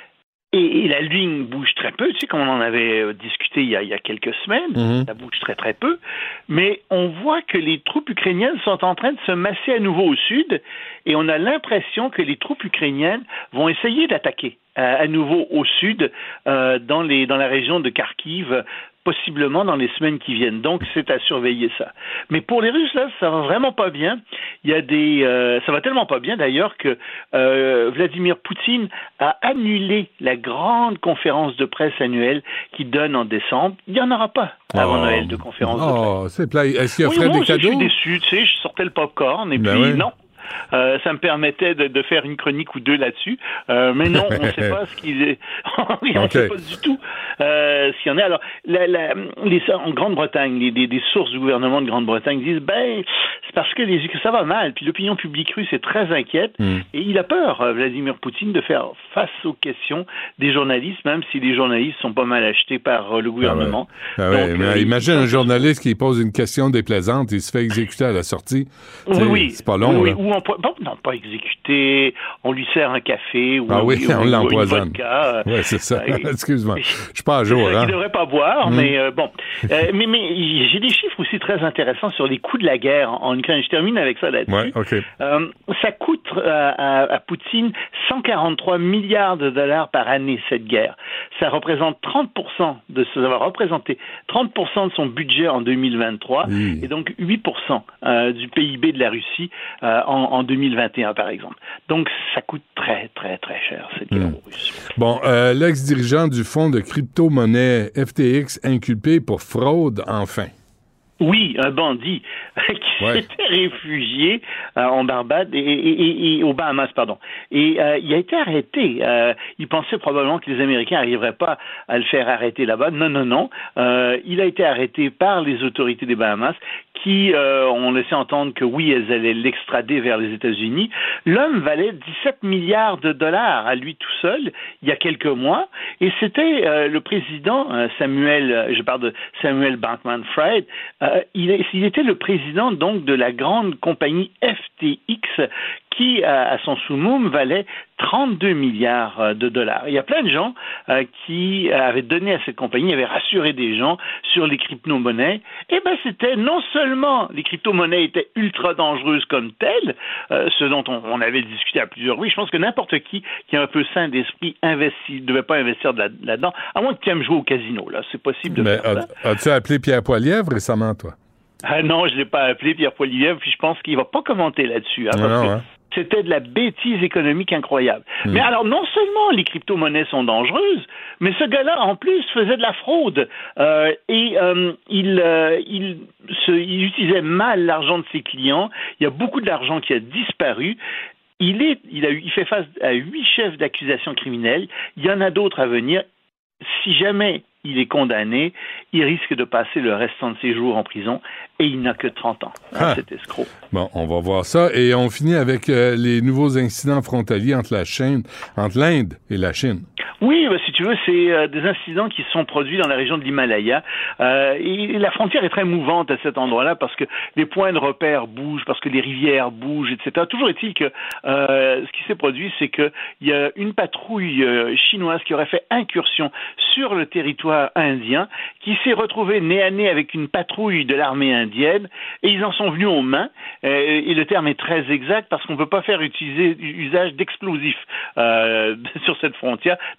Et, et la ligne bouge très peu, tu sais, comme on en avait discuté il y a, il y a quelques semaines, mmh. ça bouge très très peu, mais on voit que les troupes ukrainiennes sont en train de se masser à nouveau au sud, et on a l'impression que les troupes ukrainiennes vont essayer d'attaquer euh, à nouveau au sud, euh, dans, les, dans la région de Kharkiv, possiblement dans les semaines qui viennent. Donc, c'est à surveiller ça. Mais pour les Russes, là, ça va vraiment pas bien. Il y a des, euh, ça va tellement pas bien d'ailleurs que euh, Vladimir Poutine a annulé la grande conférence de presse annuelle qu'il donne en décembre. Il n'y en aura pas avant oh. Noël de conférence oh, de presse. Oh, c'est plat. Est-ce qu'il oui, offrait moi des cadeaux? Je suis déçu, tu sais, je sortais le popcorn et ben puis oui. non. Euh, ça me permettait de, de faire une chronique ou deux là-dessus. Euh, mais non, on ne sait pas ce qu'il est. oui, on ne okay. sait pas du tout euh, ce qu'il y en a. Alors, la, la, les, en Grande-Bretagne, les, les, des sources du gouvernement de Grande-Bretagne disent ben, c'est parce que les, ça va mal. Puis l'opinion publique russe est très inquiète. Mm. Et il a peur, Vladimir Poutine, de faire face aux questions des journalistes, même si les journalistes sont pas mal achetés par le gouvernement. Ah ouais. Ah ouais. Donc, mais euh, imagine il... un journaliste qui pose une question déplaisante et il se fait exécuter à la sortie. Oui, T'sais, oui. C'est pas long. Oui, là. Ou on, bon, non, pas exécuté, on lui sert un café ou, ah oui, ou, on ou l'empoisonne. une vodka. Oui, c'est ça. Euh, Excuse-moi. Je suis pas à jour. C'est ça hein? qu'il ne devrait pas boire, mm. mais euh, bon. Euh, mais, mais j'ai des chiffres aussi très intéressants sur les coûts de la guerre en Ukraine. Je termine avec ça là-dessus. Ouais, okay. euh, ça coûte à, à, à Poutine cent quarante-trois milliards de dollars par année, cette guerre. Ça représente trente pour cent de ça va représenter trente pour cent de son budget en deux mille vingt-trois oui. et donc huit pour cent euh, du P I B de la Russie euh, en, en deux mille vingt et un, par exemple. Donc, ça coûte très, très, très cher, cette guerre mmh. russe. Bon, euh, l'ex-dirigeant du fonds de crypto-monnaie F T X inculpé pour fraude, enfin. Oui, un bandit qui ouais. s'était réfugié euh, en Barbade et, et, et, et aux Bahamas, pardon. Et euh, il a été arrêté. Euh, il pensait probablement que les Américains n'arriveraient pas à le faire arrêter là-bas. Non, non, non. Euh, il a été arrêté par les autorités des Bahamas qui euh, ont laissé entendre que oui, elles allaient l'extrader vers les États-Unis. L'homme valait dix-sept milliards de dollars à lui tout seul il y a quelques mois, et c'était euh, le président euh, Samuel, je parle de Samuel Bankman-Fried, euh, il, est, il était le président donc de la grande compagnie F T X qui, à, à son summum, valait trente-deux milliards de dollars. Il y a plein de gens euh, qui avaient donné à cette compagnie, avaient rassuré des gens sur les crypto-monnaies. Eh ben, c'était non seulement les crypto-monnaies étaient ultra dangereuses comme telles, euh, ce dont on, on avait discuté à plusieurs reprises. Je pense que n'importe qui qui est un peu sain d'esprit investit, ne devait pas investir de là, là-dedans, à moins que tu aimes jouer au casino. Là, c'est possible de Mais faire as, ça. As-tu appelé Pierre Poilievre récemment, toi? Ah non, je ne l'ai pas appelé Pierre Poilievre, puis je pense qu'il ne va pas commenter là-dessus. Hein, non, parce non, que hein. C'était de la bêtise économique incroyable. Mmh. Mais alors, non seulement les crypto-monnaies sont dangereuses, mais ce gars-là, en plus, faisait de la fraude. Euh, et euh, il, euh, il, se, il utilisait mal l'argent de ses clients. Il y a beaucoup d'argent qui a disparu. Il, est, il, a, il fait face à huit chefs d'accusation criminelle. Il y en a d'autres à venir. Si jamais il est condamné, il risque de passer le restant de ses jours en prison et il n'a que trente ans, ah. cet escroc. Bon, on va voir ça. Et on finit avec euh, les nouveaux incidents frontaliers entre la Chine, entre l'Inde et la Chine. Oui, bah, si tu veux, c'est euh, des incidents qui se sont produits dans la région de l'Himalaya. Euh, et la frontière est très mouvante à cet endroit-là parce que les points de repère bougent, parce que les rivières bougent, et cetera. Toujours est-il que euh, ce qui s'est produit, c'est qu'il y a une patrouille euh, chinoise qui aurait fait incursion sur le territoire indien, qui s'est retrouvée nez à nez avec une patrouille de l'armée indienne, et ils en sont venus aux mains. Euh, et le terme est très exact parce qu'on ne peut pas faire utiliser usage d'explosifs euh, sur cette frontière. Donc,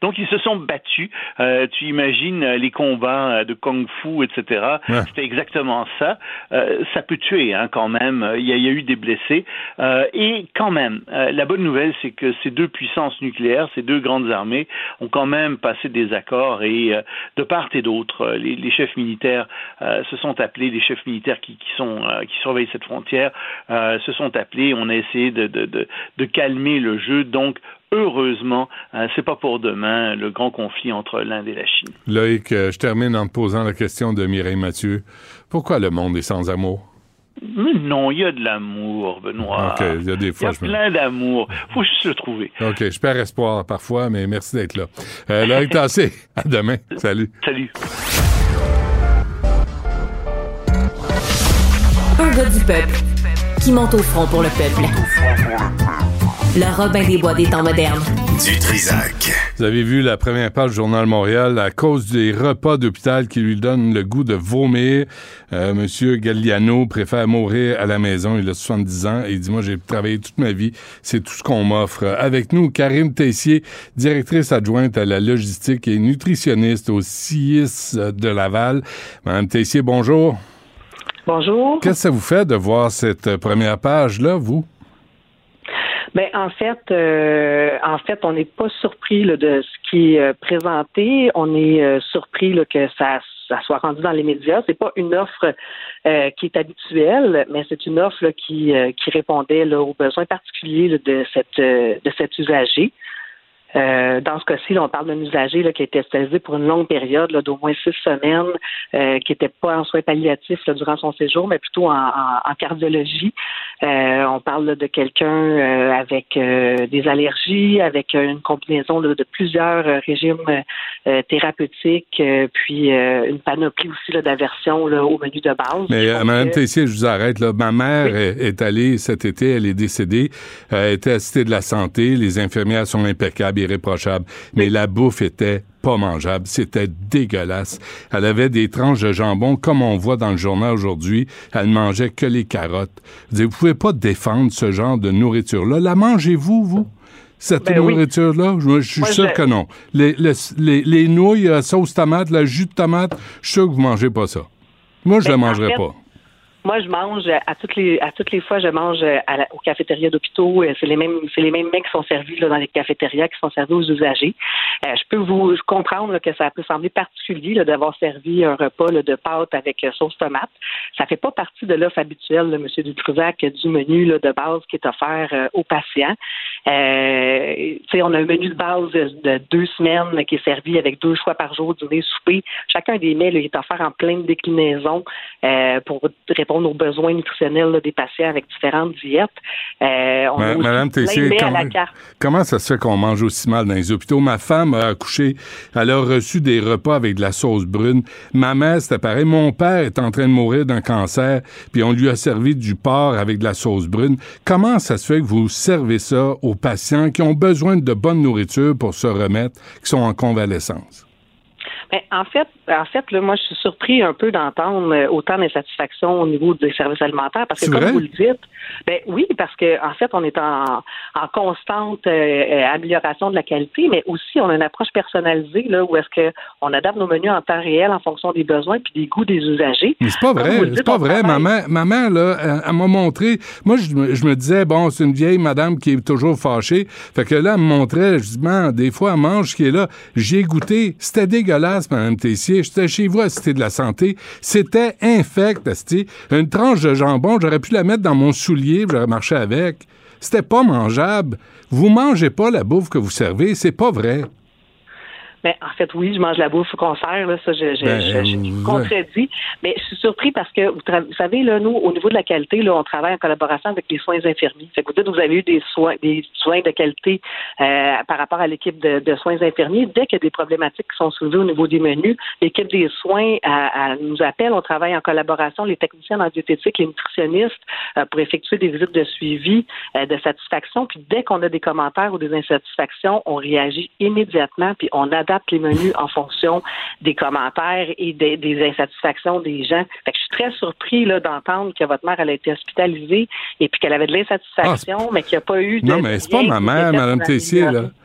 Donc, ils se sont battus. Euh, tu imagines les combats de kung-fu, et cetera. Ouais. C'était exactement ça. Euh, ça peut tuer, hein, quand même. Il y a, il y a eu des blessés. Euh, et quand même, euh, la bonne nouvelle, c'est que ces deux puissances nucléaires, ces deux grandes armées, ont quand même passé des accords et euh, de part et d'autre, les, les chefs militaires euh, se sont appelés, les chefs militaires qui, qui sont euh, qui surveillent cette frontière euh, se sont appelés. On a essayé de, de, de, de calmer le jeu. Donc, heureusement, euh, c'est pas pour demain le grand conflit entre l'Inde et la Chine. Loïc, euh, je termine en te posant la question de Mireille Mathieu. Pourquoi le monde est sans amour? Mais non, il y a de l'amour, Benoît. OK, il y a des fois... Il y a plein me... d'amour. Faut juste le trouver. OK, je perds espoir parfois, mais merci d'être là. Euh, Loïc Tassé, à demain. Salut. Salut. Un gars du peuple qui monte au front pour le peuple. Le Robin des Bois des temps modernes. Du Trisac. Vous avez vu la première page du Journal Montréal à cause des repas d'hôpital qui lui donnent le goût de vomir. Euh, Monsieur Galliano préfère mourir à la maison. Il a soixante-dix ans et il dit, moi, j'ai travaillé toute ma vie. C'est tout ce qu'on m'offre. Avec nous, Karine Tessier, directrice adjointe à la logistique et nutritionniste au C I S de Laval. Madame Tessier, bonjour. Bonjour. Qu'est-ce que ça vous fait de voir cette première page-là, vous? Ben en fait, euh, en fait, on n'est pas surpris là, de ce qui est euh, présenté. On est euh, surpris là, que ça, ça soit rendu dans les médias. C'est pas une offre euh, qui est habituelle, mais c'est une offre là, qui euh, qui répondait là, aux besoins particuliers là, de cette euh, de cet usager. Euh, dans ce cas-ci, là, on parle d'un usager là, qui a été hospitalisé pour une longue période là, d'au moins six semaines, euh, qui n'était pas en soins palliatifs là, durant son séjour, mais plutôt en, en, en cardiologie. Euh, on parle là, de quelqu'un euh, avec euh, des allergies, avec euh, une combinaison là, de plusieurs euh, régimes euh, thérapeutiques, euh, puis euh, une panoplie aussi là, d'aversion là, au menu de base. Mais euh, Mme Tessier, je vous arrête. Là. Ma mère oui. est, est allée cet été, elle est décédée, elle était à Cité de la Santé, les infirmières sont impeccables, irréprochable. Mais oui. La bouffe était pas mangeable. C'était dégueulasse. Elle avait des tranches de jambon, comme on voit dans le journal aujourd'hui. Elle mangeait que les carottes. Vous ne pouvez pas défendre ce genre de nourriture-là. La mangez-vous, vous? Cette ben nourriture-là? Oui. Je, je suis Moi, sûr je... que non. Les, les, les, les nouilles euh, sauce tomate, le jus de tomate, je suis sûr que vous ne mangez pas ça. Moi, je ne ben, la mangerai en fait... pas. Moi, je mange à toutes les à toutes les fois, je mange à la, aux cafétérias d'hôpitaux. C'est les mêmes c'est les mêmes mecs qui sont servis là, dans les cafétérias, qui sont servis aux usagers. Euh, je peux vous comprendre là, que ça peut sembler particulier là, d'avoir servi un repas là, de pâtes avec euh, sauce tomate. Ça fait pas partie de l'offre habituelle, là, M. Dutrisac, du menu là, de base qui est offert euh, aux patients. Euh, tu sais, on a un menu de base de, de deux semaines qui est servi avec deux fois par jour, dîner, souper. Chacun des mets là, est offert en pleine déclinaison euh, pour répondre aux besoins nutritionnels là, des patients avec différentes diètes. Euh, on Ma, Madame Tessier, comment, comment ça se fait qu'on mange aussi mal dans les hôpitaux? Ma femme a accouché, elle a reçu des repas avec de la sauce brune. Ma mère, c'était pareil. Mon père est en train de mourir d'un cancer, puis on lui a servi du porc avec de la sauce brune. Comment ça se fait que vous servez ça aux patients qui ont besoin de bonne nourriture pour se remettre, qui sont en convalescence? Ben, en fait, en fait, là, moi, je suis surpris un peu d'entendre euh, autant d'insatisfaction au niveau des services alimentaires, parce que C'est comme vrai? vous le dites, ben oui, parce que en fait, on est en, en constante euh, amélioration de la qualité, mais aussi on a une approche personnalisée là, où est-ce que on adapte nos menus en temps réel en fonction des besoins puis des goûts des usagers. Mais c'est pas Comme vrai, vous le dites, c'est pas on vrai. travaille- Maman, maman là, elle, elle m'a montré. Moi, je, me- je me disais, bon, c'est une vieille madame qui est toujours fâchée. Fait que là, elle me montrait, je dis, man, des fois, elle mange ce qui est là. J'ai goûté. C'était dégueulasse, Madame Tessier. J'étais chez vous à Cité de la Santé. C'était infect, asti. Une tranche de jambon, j'aurais pu la mettre dans mon soulier, j'aurais marché avec. C'était pas mangeable. Vous mangez pas la bouffe que vous servez, c'est pas vrai. Ben, en fait, oui, je mange la bouffe qu'on sert, là, ça, je, je, Ben, je, je, je ouais. contredis. Mais je suis surpris parce que, vous, tra- vous savez, là, nous, au niveau de la qualité, là, on travaille en collaboration avec les soins infirmiers. Fait que vous dites, vous avez eu des soins, des soins de qualité euh, par rapport à l'équipe de, de soins infirmiers. Dès qu'il y a des problématiques qui sont soulevées au niveau des menus, l'équipe des soins à, à nous appelle. On travaille en collaboration, les techniciens en diététique, les nutritionnistes, euh, pour effectuer des visites de suivi, euh, de satisfaction. Puis dès qu'on a des commentaires ou des insatisfactions, on réagit immédiatement, puis on adapte les menus en fonction des commentaires et des, des insatisfactions des gens. Fait que je suis très surpris là, d'entendre que votre mère elle a été hospitalisée et puis qu'elle avait de l'insatisfaction, Ah, mais qu'il n'y a pas eu de... Non, mais c'est pas ma mère, Madame Tessier, là.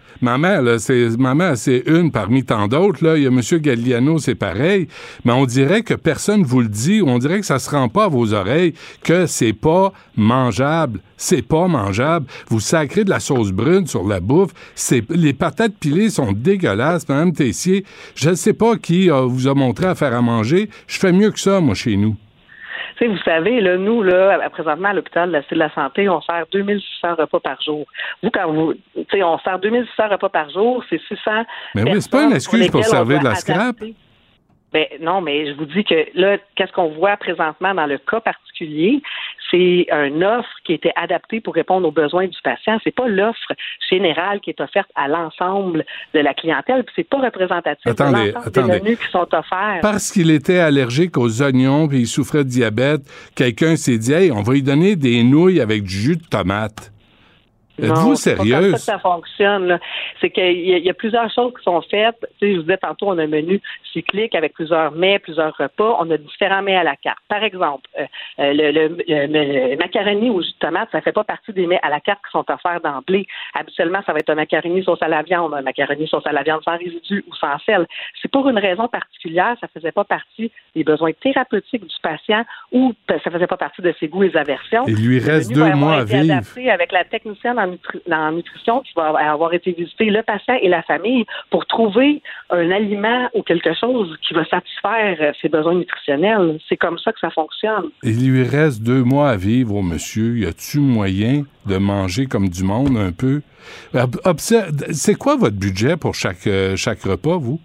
Ma mère, là, c'est, ma mère, c'est une parmi tant d'autres. Là. Il y a M. Galliano, c'est pareil. Mais on dirait que personne vous le dit. On dirait que ça se rend pas à vos oreilles que c'est pas mangeable. C'est pas mangeable. Vous sacrez de la sauce brune sur la bouffe. C'est, les patates pilées sont dégueulasses. Mme Tessier, je ne sais pas qui euh, vous a montré à faire à manger. Je fais mieux que ça, moi, chez nous. Tu sais, vous savez, là, nous, là, présentement, à l'hôpital de la Cité de la Santé, on sert deux mille six cents repas par jour. Vous, quand vous, tu sais, on sert deux mille six cents repas par jour, c'est six cents. Mais oui, c'est pas une excuse pour servir de la scrap. Ben, non, mais je vous dis que là, qu'est-ce qu'on voit présentement dans le cas particulier, c'est une offre qui a été adaptée pour répondre aux besoins du patient. C'est pas l'offre générale qui est offerte à l'ensemble de la clientèle, puis c'est pas représentatif attendez, de l'ensemble attendez. des menus qui sont offerts. Parce qu'il était allergique aux oignons puis il souffrait de diabète, quelqu'un s'est dit « Hey, on va lui donner des nouilles avec du jus de tomate ». Êtes-vous sérieuse? C'est pas comme ça que ça fonctionne, là. C'est qu'il y, y a plusieurs choses qui sont faites. Tu sais, je vous disais tantôt, on a un menu cyclique avec plusieurs mets, plusieurs repas. On a différents mets à la carte. Par exemple, euh, le, le, le, le macaroni au jus de tomate, ça fait pas partie des mets à la carte qui sont offerts d'emblée. Habituellement, ça va être un macaroni sauce à la viande, un macaroni sauce à la viande sans résidus ou sans sel. C'est pour une raison particulière. Ça faisait pas partie des besoins thérapeutiques du patient ou ça faisait pas partie de ses goûts et aversions. Il lui reste deux mois à vivre. Adapté avec la technicienne en, nutri- en nutrition qui va avoir été visiter le patient et la famille pour trouver un aliment ou quelque chose qui va satisfaire ses besoins nutritionnels. C'est comme ça que ça fonctionne. Il lui reste deux mois à vivre, oh monsieur. Y a-t-il moyen de manger comme du monde un peu? Observe, c'est quoi votre budget pour chaque, chaque repas, vous?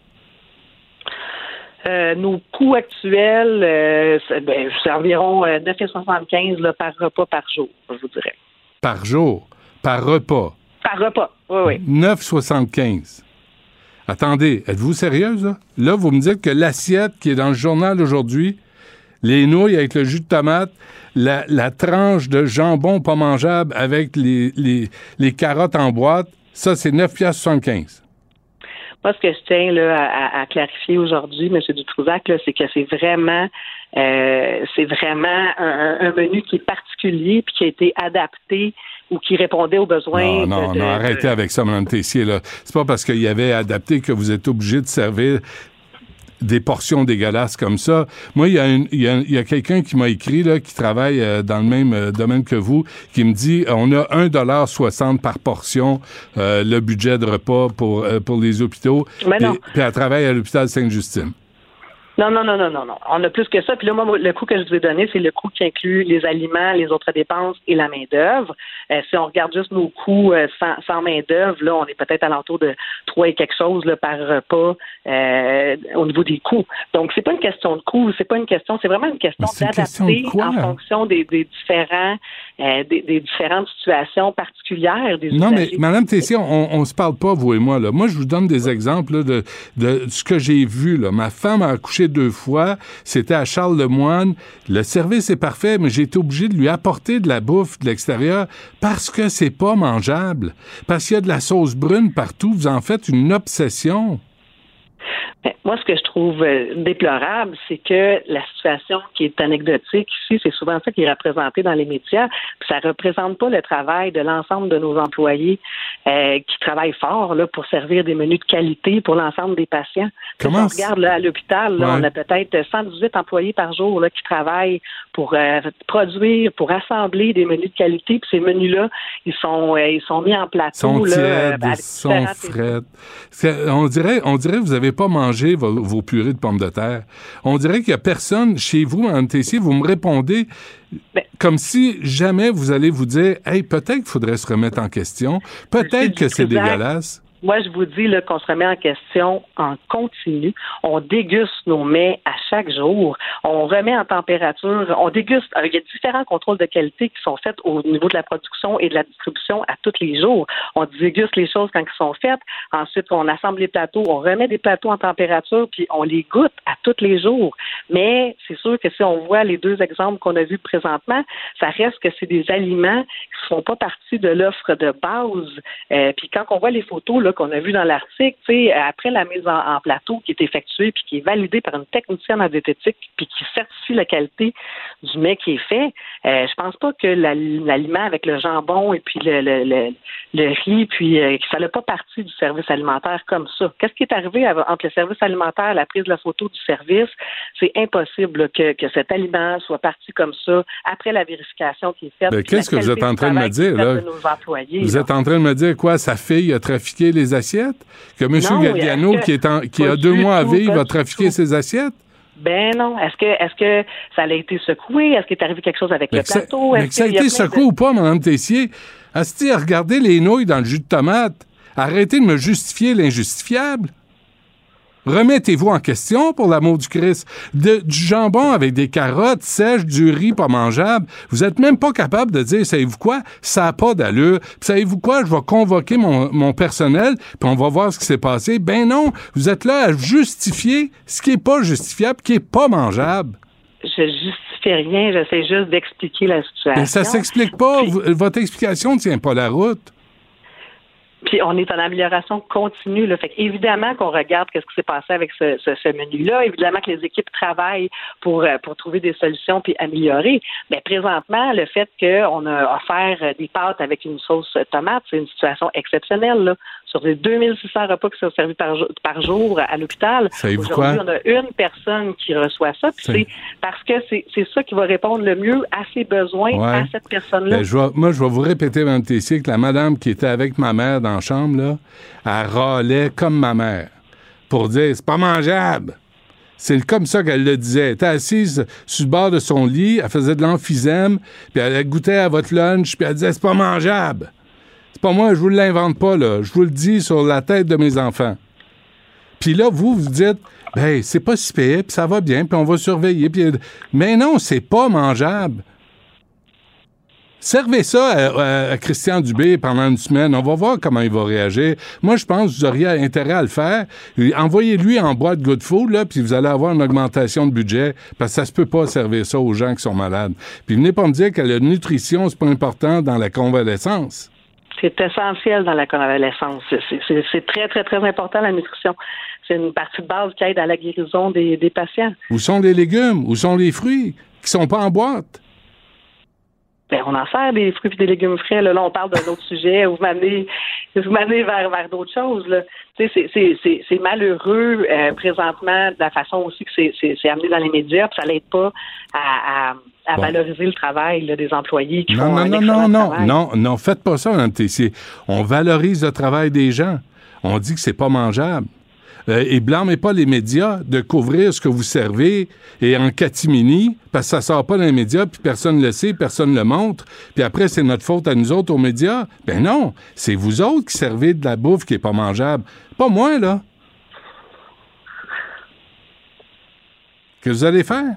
Euh, nos coûts actuels, euh, c'est, ben, c'est environ euh, neuf virgule soixante-quinze là, par repas par jour, je vous dirais. Par jour? Par repas? Par repas, oui, oui. neuf virgule soixante-quinze. Attendez, êtes-vous sérieuse, là? Là, vous me dites que l'assiette qui est dans le journal aujourd'hui, les nouilles avec le jus de tomate, la, la tranche de jambon pas mangeable avec les, les, les carottes en boîte, ça, c'est neuf virgule soixante-quinze. Moi, ce que je tiens là, à, à clarifier aujourd'hui, M. Dutrisac, là, c'est que c'est vraiment euh, c'est vraiment un, un menu qui est particulier puis qui a été adapté ou qui répondait aux besoins. Non, non, de, de, non, arrêtez de... avec ça, Mme Tessier. Là. C'est pas parce qu'il y avait adapté que vous êtes obligé de servir des portions dégueulasses comme ça. Moi, il y a, une, il y a, il y a quelqu'un qui m'a écrit, là, qui travaille euh, dans le même euh, domaine que vous, qui me dit, on a un dollar soixante par portion, euh, le budget de repas pour, euh, pour les hôpitaux. Mais non. Puis elle travaille à l'hôpital Sainte-Justine. Non, non, non, non, non, non. On a plus que ça. Puis là, moi, le coût que je vous ai donné, c'est le coût qui inclut les aliments, les autres dépenses et la main-d'œuvre. Euh, si on regarde juste nos coûts euh, sans, sans main-d'œuvre, là, on est peut-être alentour de trois et quelque chose là, par repas euh, au niveau des coûts. Donc, c'est pas une question de coût, c'est pas une question, c'est vraiment une question d'adapter en fonction des, des différents euh, des, des différentes situations particulières des Non, usagers. mais Mme Tessier, on, on se parle pas, vous et moi, là. Moi, je vous donne des exemples là, de, de ce que j'ai vu, là. Ma femme a accouché deux fois. C'était à Charles-le-Moine. Le service est parfait, mais j'ai été obligé de lui apporter de la bouffe de l'extérieur parce que c'est pas mangeable. Parce qu'il y a de la sauce brune partout. Vous en faites une obsession. Moi, ce que je trouve euh, déplorable, c'est que la situation qui est anecdotique ici, c'est souvent ça qui est représenté dans les médias, puis ça représente pas le travail de l'ensemble de nos employés euh, qui travaillent fort là, pour servir des menus de qualité pour l'ensemble des patients. Comment si on regarde là, à l'hôpital, là, ouais. on a peut-être cent dix-huit employés par jour là, qui travaillent pour euh, produire, pour assembler des menus de qualité, puis ces menus-là, ils sont euh, ils sont mis en plateau. Ils sont là, tièdes, euh, ils sont frais. On dirait, on dirait que vous n'avez pas mangé vos, vos purées de pommes de terre. On dirait qu'il n'y a personne chez vous, Mme Tessier, vous me répondez ben, comme si jamais vous allez vous dire « Hey, peut-être qu'il faudrait se remettre en question. Peut-être que c'est dégueulasse. » Moi, je vous dis là, qu'on se remet en question en continu. On déguste nos mets à chaque jour. On remet en température. On déguste. Il y a différents contrôles de qualité qui sont faits au niveau de la production et de la distribution à tous les jours. On déguste les choses quand elles sont faites. Ensuite, on assemble les plateaux. On remet des plateaux en température, puis on les goûte à tous les jours. Mais c'est sûr que si on voit les deux exemples qu'on a vus présentement, ça reste que c'est des aliments qui ne font pas partie de l'offre de base. Euh, puis quand on voit les photos, là, là, qu'on a vu dans l'article, tu sais, après la mise en, en plateau qui est effectuée puis qui est validée par une technicienne en diététique puis qui certifie la qualité du mets qui est fait, euh, je pense pas que la, l'aliment avec le jambon et puis le, le, le, le riz, puis euh, ça n'a pas parti du service alimentaire comme ça. Qu'est-ce qui est arrivé entre le service alimentaire et la prise de la photo du service? C'est impossible là, que, que cet aliment soit parti comme ça après la vérification qui est faite. Ben, qu'est-ce que vous êtes en train de me dire, là? De nos employés, vous là. êtes en train de me dire quoi? Sa fille a trafiqué les assiettes? Que M. Galliano, que, qui, est en, qui a deux mois à vivre, va trafiquer ses assiettes? Ben non. Est-ce que est-ce que ça a été secoué? Est-ce qu'il est arrivé quelque chose avec mais le plateau? Mais que ça a été secoué de... ou pas, Mme Tessier? Asti, regardez les nouilles dans le jus de tomate. Arrêtez de me justifier l'injustifiable. Remettez-vous en question, pour l'amour du Christ. De, du jambon avec des carottes sèches, du riz pas mangeable. Vous êtes même pas capable de dire, savez-vous quoi? Ça n'a pas d'allure. Puis savez-vous quoi? Je vais convoquer mon, mon personnel, puis on va voir ce qui s'est passé. Ben non, vous êtes là à justifier ce qui est pas justifiable, qui est pas mangeable. Je justifie rien, j'essaie juste d'expliquer la situation. Mais ça s'explique pas. Puis... Votre explication ne tient pas la route. Puis on est en amélioration continue. Là. Fait qu'évidemment qu'on regarde ce qui s'est passé avec ce, ce, ce menu-là. Évidemment que les équipes travaillent pour, pour trouver des solutions puis améliorer. Mais présentement, le fait qu'on a offert des pâtes avec une sauce tomate, c'est une situation exceptionnelle. Là. Sur les deux mille six cents repas qui sont servis par, par jour à l'hôpital, savez-vous aujourd'hui, quoi? on a une personne qui reçoit ça. Puis c'est parce que c'est, c'est ça qui va répondre le mieux à ses besoins, ouais. à cette personne-là. Ben, je vais, moi, je vais vous répéter, Mme Tessier, que la madame qui était avec ma mère dans la chambre, là, elle râlait comme ma mère pour dire « c'est pas mangeable ». C'est comme ça qu'elle le disait. Elle était assise sur le bord de son lit, elle faisait de l'emphysème, puis elle goûtait à votre lunch, puis elle disait « c'est pas mangeable ». C'est pas moi, je vous l'invente pas, là. Je vous le dis sur la tête de mes enfants. Puis là, vous, vous dites « ben, c'est pas si pire, puis ça va bien, puis on va surveiller. » Puis... Mais non, c'est pas mangeable. Servez ça à, à, à Christian Dubé pendant une semaine. On va voir comment il va réagir. Moi, je pense que vous auriez intérêt à le faire. Envoyez-lui en boîte Good Food, là, puis vous allez avoir une augmentation de budget, parce que ça se peut pas servir ça aux gens qui sont malades. Puis venez pas me dire que la nutrition, c'est pas important dans la convalescence. C'est essentiel dans la convalescence. C'est, c'est, c'est très, très, très important, la nutrition. C'est une partie de base qui aide à la guérison des, des patients. Où sont les légumes? Où sont les fruits qui sont pas en boîte? Ben, on en sert des fruits et des légumes frais. Là, là on parle d'un autre sujet. Vous m'amenez, vous m'amenez vers, vers d'autres choses. Là. C'est, c'est, c'est, c'est malheureux euh, présentement de la façon aussi que c'est, c'est, c'est amené dans les médias. Puis ça l'aide pas à, à, à bon. valoriser le travail là, des employés qui non, font non, un non, excellent non, travail. Non, non, non, faites pas ça, Mme Tessier. On valorise le travail des gens. On dit que c'est pas mangeable. Euh, et blâmez pas les médias de couvrir ce que vous servez et en catimini, parce que ça sort pas dans les médias, puis personne le sait, personne le montre, puis après, c'est notre faute à nous autres aux médias. Ben non, c'est vous autres qui servez de la bouffe qui est pas mangeable. Pas moi, là. Qu'est-ce que vous allez faire?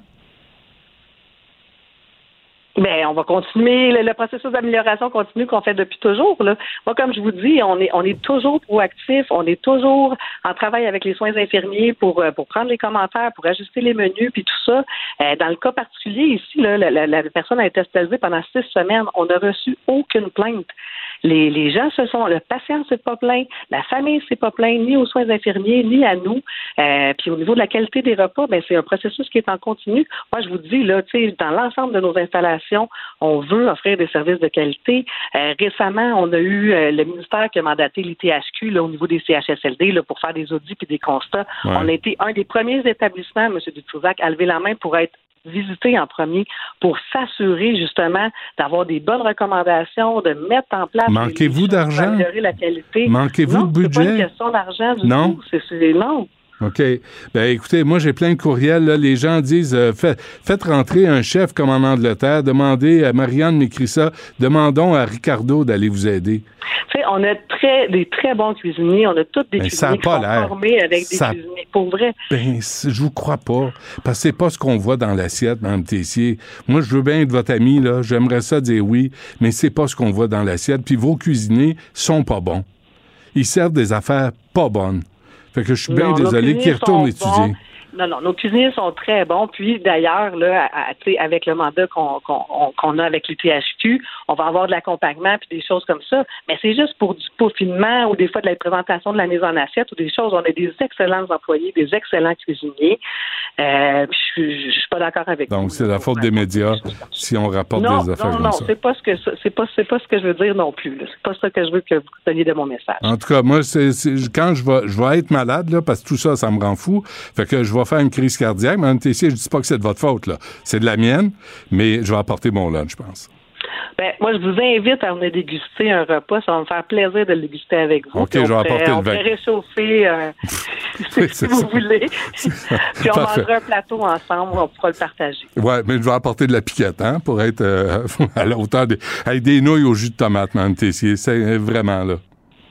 Ben, on va continuer le, le processus d'amélioration continue qu'on fait depuis toujours. Là. Moi, comme je vous dis, on est on est toujours proactif, on est toujours en travail avec les soins infirmiers pour pour prendre les commentaires, pour ajuster les menus, puis tout ça. Euh, dans le cas particulier ici, là, la, la, la personne a été hospitalisée pendant six semaines. On n'a reçu aucune plainte. Les, les gens se sont, le patient ne s'est pas plaint, la famille ne s'est pas plaint, ni aux soins infirmiers, ni à nous. Euh, puis au niveau de la qualité des repas, ben c'est un processus qui est en continu. Moi, je vous dis, là, tu sais, dans l'ensemble de nos installations, on veut offrir des services de qualité. Euh, récemment, on a eu euh, le ministère qui a mandaté l'I T H Q là, au niveau des C H S L D là, pour faire des audits et des constats. Ouais. On a été un des premiers établissements, M. Dutrisac, à lever la main pour être visiter en premier pour s'assurer justement d'avoir des bonnes recommandations, de mettre en place... Manquez-vous d'argent? Améliorer la qualité. Manquez-vous non, de budget? C'est pas une question d'argent du non. tout. C'est, c'est, non. OK. Ben écoutez, moi, j'ai plein de courriels. Là. Les gens disent, euh, fait, faites rentrer un chef comme en Angleterre, demandez à Marianne m'écrit ça, demandons à Ricardo d'aller vous aider. Tu sais, on a très, des très bons cuisiniers, on a tous des ben, cuisiniers qui sont l'air. formés avec ça... des cuisiniers. Pour vrai. Ben, je vous crois pas. Parce que c'est pas ce qu'on voit dans l'assiette, Mme Tessier. Moi, je veux bien être votre ami, là. J'aimerais ça dire oui, mais c'est pas ce qu'on voit dans l'assiette. Puis vos cuisiniers sont pas bons. Ils servent des affaires pas bonnes. Fait que je suis bien non, désolé qu'ils retournent étudier. Bons. Non, non, nos cuisiniers sont très bons. Puis d'ailleurs, là, à, à, avec le mandat qu'on, qu'on, qu'on a avec l'U T H Q, on va avoir de l'accompagnement puis des choses comme ça. Mais c'est juste pour du peaufinement ou des fois de la présentation de la mise en assiette ou des choses. On a des excellents employés, des excellents cuisiniers. Euh, puis je, je suis pas d'accord avec vous. Donc c'est la faute des médias si on rapporte non, des affaires non, comme non, ça. c'est pas ce que c'est pas c'est pas ce que je veux dire non plus. Là. C'est pas ça que je veux que vous teniez de mon message. En tout cas, moi, c'est, c'est quand je vais je vais être malade là, parce que tout ça, ça me rend fou. Fait que je vais faire une crise cardiaque. Mme Tessier, je dis pas que c'est de votre faute là, c'est de la mienne, mais je vais apporter mon lunch, je pense. Ben, moi, je vous invite à venir déguster un repas. Ça va me faire plaisir de le déguster avec vous. OK, je vais apporter le vin. On pourrait réchauffer euh, oui, si vous ça. voulez. Puis on Parfait. mangera un plateau ensemble. On pourra le partager. Oui, mais je vais apporter de la piquette, hein, pour être euh, à la hauteur des... Avec des nouilles au jus de tomate, Mme Tessier. C'est vraiment, là.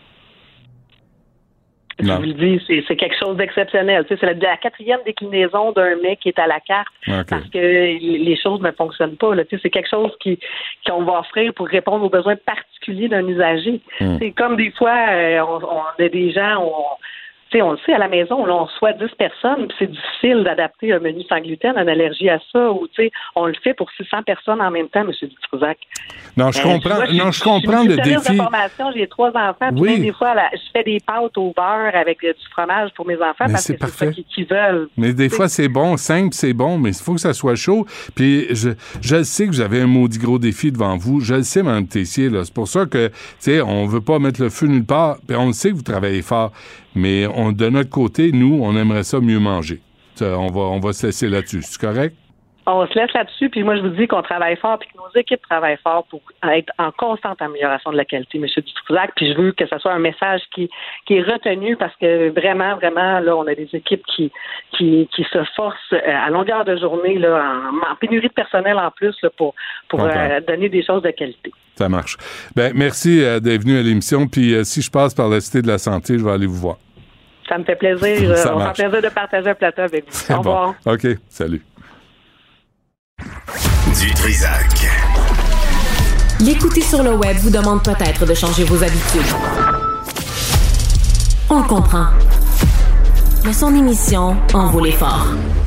Je Non. vous le dis, c'est, c'est quelque chose d'exceptionnel. Tu sais, c'est la, la quatrième déclinaison d'un mets qui est à la carte Okay. parce que les choses ne fonctionnent pas. Là. Tu sais, c'est quelque chose qui qu'on va offrir pour répondre aux besoins particuliers d'un usager. Mm. C'est comme des fois, euh, on, on a des gens... On, Tu sais, on le sait, à la maison, là, on reçoit dix personnes, puis c'est difficile d'adapter un menu sans gluten, une allergie à ça, ou tu sais, on le fait pour six cents personnes en même temps, M. Dutrisac. Non, je Euh, comprends, moi, non, je comprends le Je suis défi. de formation, j'ai trois enfants, puis Oui. même des fois, là, je fais des pâtes au beurre avec euh, du fromage pour mes enfants Mais parce c'est que c'est parfait. ça qu'ils, qu'ils veulent. Mais des fois, c'est bon, simple, c'est bon, mais il faut que ça soit chaud. Puis je, je le sais que vous avez un maudit gros défi devant vous. Je le sais, Mme Tessier, là. C'est pour ça que, tu sais, on veut pas mettre le feu nulle part. Puis on le sait que vous travaillez fort. Mais on, de notre côté, nous, on aimerait ça mieux manger. Ça, on va, on va se laisser là-dessus. C'est correct? On se laisse là-dessus, puis moi, je vous dis qu'on travaille fort, puis que nos équipes travaillent fort pour être en constante amélioration de la qualité, M. Dutrisac, puis je veux que ce soit un message qui, qui est retenu, parce que vraiment, vraiment, là, on a des équipes qui, qui, qui se forcent à longueur de journée, là, en, en pénurie de personnel en plus, là, pour, pour euh, donner des choses de qualité. Ça marche. Ben, merci euh, d'être venu à l'émission, puis euh, si je passe par la Cité de la Santé, je vais aller vous voir. Ça me fait plaisir. Ça on marche. fait plaisir de partager un plateau avec vous. C'est Au revoir. bon. OK, salut. Du Trisac. L'écouter sur le web vous demande peut-être de changer vos habitudes. On le comprend. Mais son émission en vaut l'effort.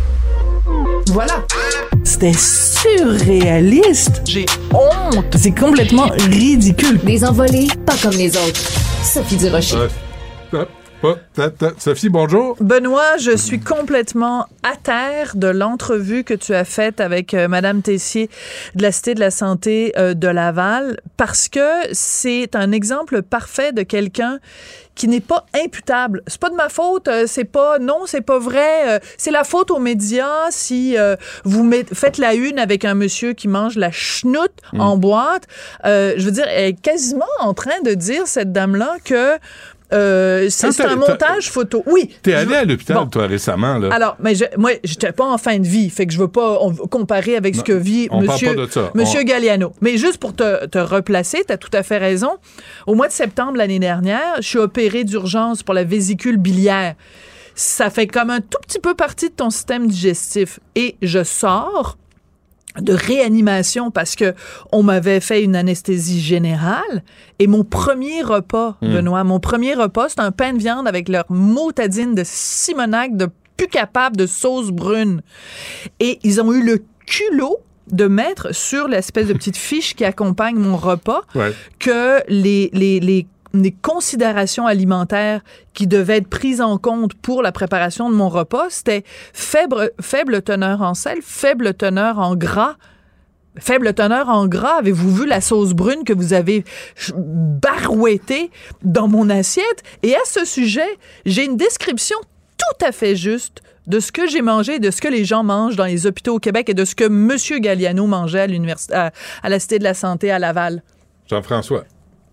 Voilà. C'était surréaliste. J'ai honte. C'est complètement ridicule. Des envolées, pas comme les autres. Sophie Durocher. Euh, euh, euh, euh, euh, Sophie, bonjour. Benoît, je suis complètement à terre de l'entrevue que tu as faite avec euh, Madame Tessier de la Cité de la Santé euh, de Laval, parce que c'est un exemple parfait de quelqu'un qui n'est pas imputable. C'est pas de ma faute, euh, c'est pas, non, c'est pas vrai, euh, c'est la faute aux médias si euh, vous met, faites la une avec un monsieur qui mange la chenoute Mm. en boîte. Euh, je veux dire, elle est quasiment en train de dire, cette dame-là, que Euh, c'est, Quand c'est t'as- un montage photo. Oui. T'es je allé veux- à l'hôpital, Bon. toi, récemment, là. Alors, mais je, moi, j'étais pas en fin de vie, fait que je veux pas on, comparer avec Non, ce que vit on parle monsieur, pas de ça. monsieur On- Galliano. Mais juste pour te, te replacer, t'as tout à fait raison. Au mois de septembre l'année dernière, je suis opérée d'urgence pour la vésicule biliaire. Ça fait comme un tout petit peu partie de ton système digestif. Et je sors de réanimation parce que on m'avait fait une anesthésie générale et mon premier repas, Mm. Benoît, mon premier repas, c'est un pain de viande avec leur motadine de Simonac, de plus capable de sauce brune. Et ils ont eu le culot de mettre sur l'espèce de petite fiche qui accompagne mon repas Ouais. que les, les, les les considérations alimentaires qui devaient être prises en compte pour la préparation de mon repas, c'était faible, faible teneur en sel, faible teneur en gras. Faible teneur en gras. Avez-vous vu la sauce brune que vous avez barouettée dans mon assiette? Et à ce sujet, j'ai une description tout à fait juste de ce que j'ai mangé, de ce que les gens mangent dans les hôpitaux au Québec et de ce que M. Galliano mangeait à l'université, à, à la Cité de la Santé à Laval. Jean-François.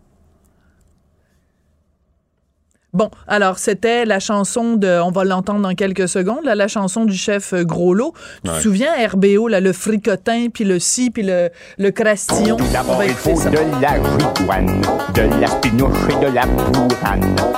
Bon, alors c'était la chanson de, on va l'entendre dans quelques secondes, là, la chanson du chef euh, Gros-Lot. Tu Ouais. te souviens, R B O, là, le fricotin, puis le ci, puis le, le crastillon. On D'abord, va il écouter faut ça. de la gigoine, de la spinouche et de la bourrane, du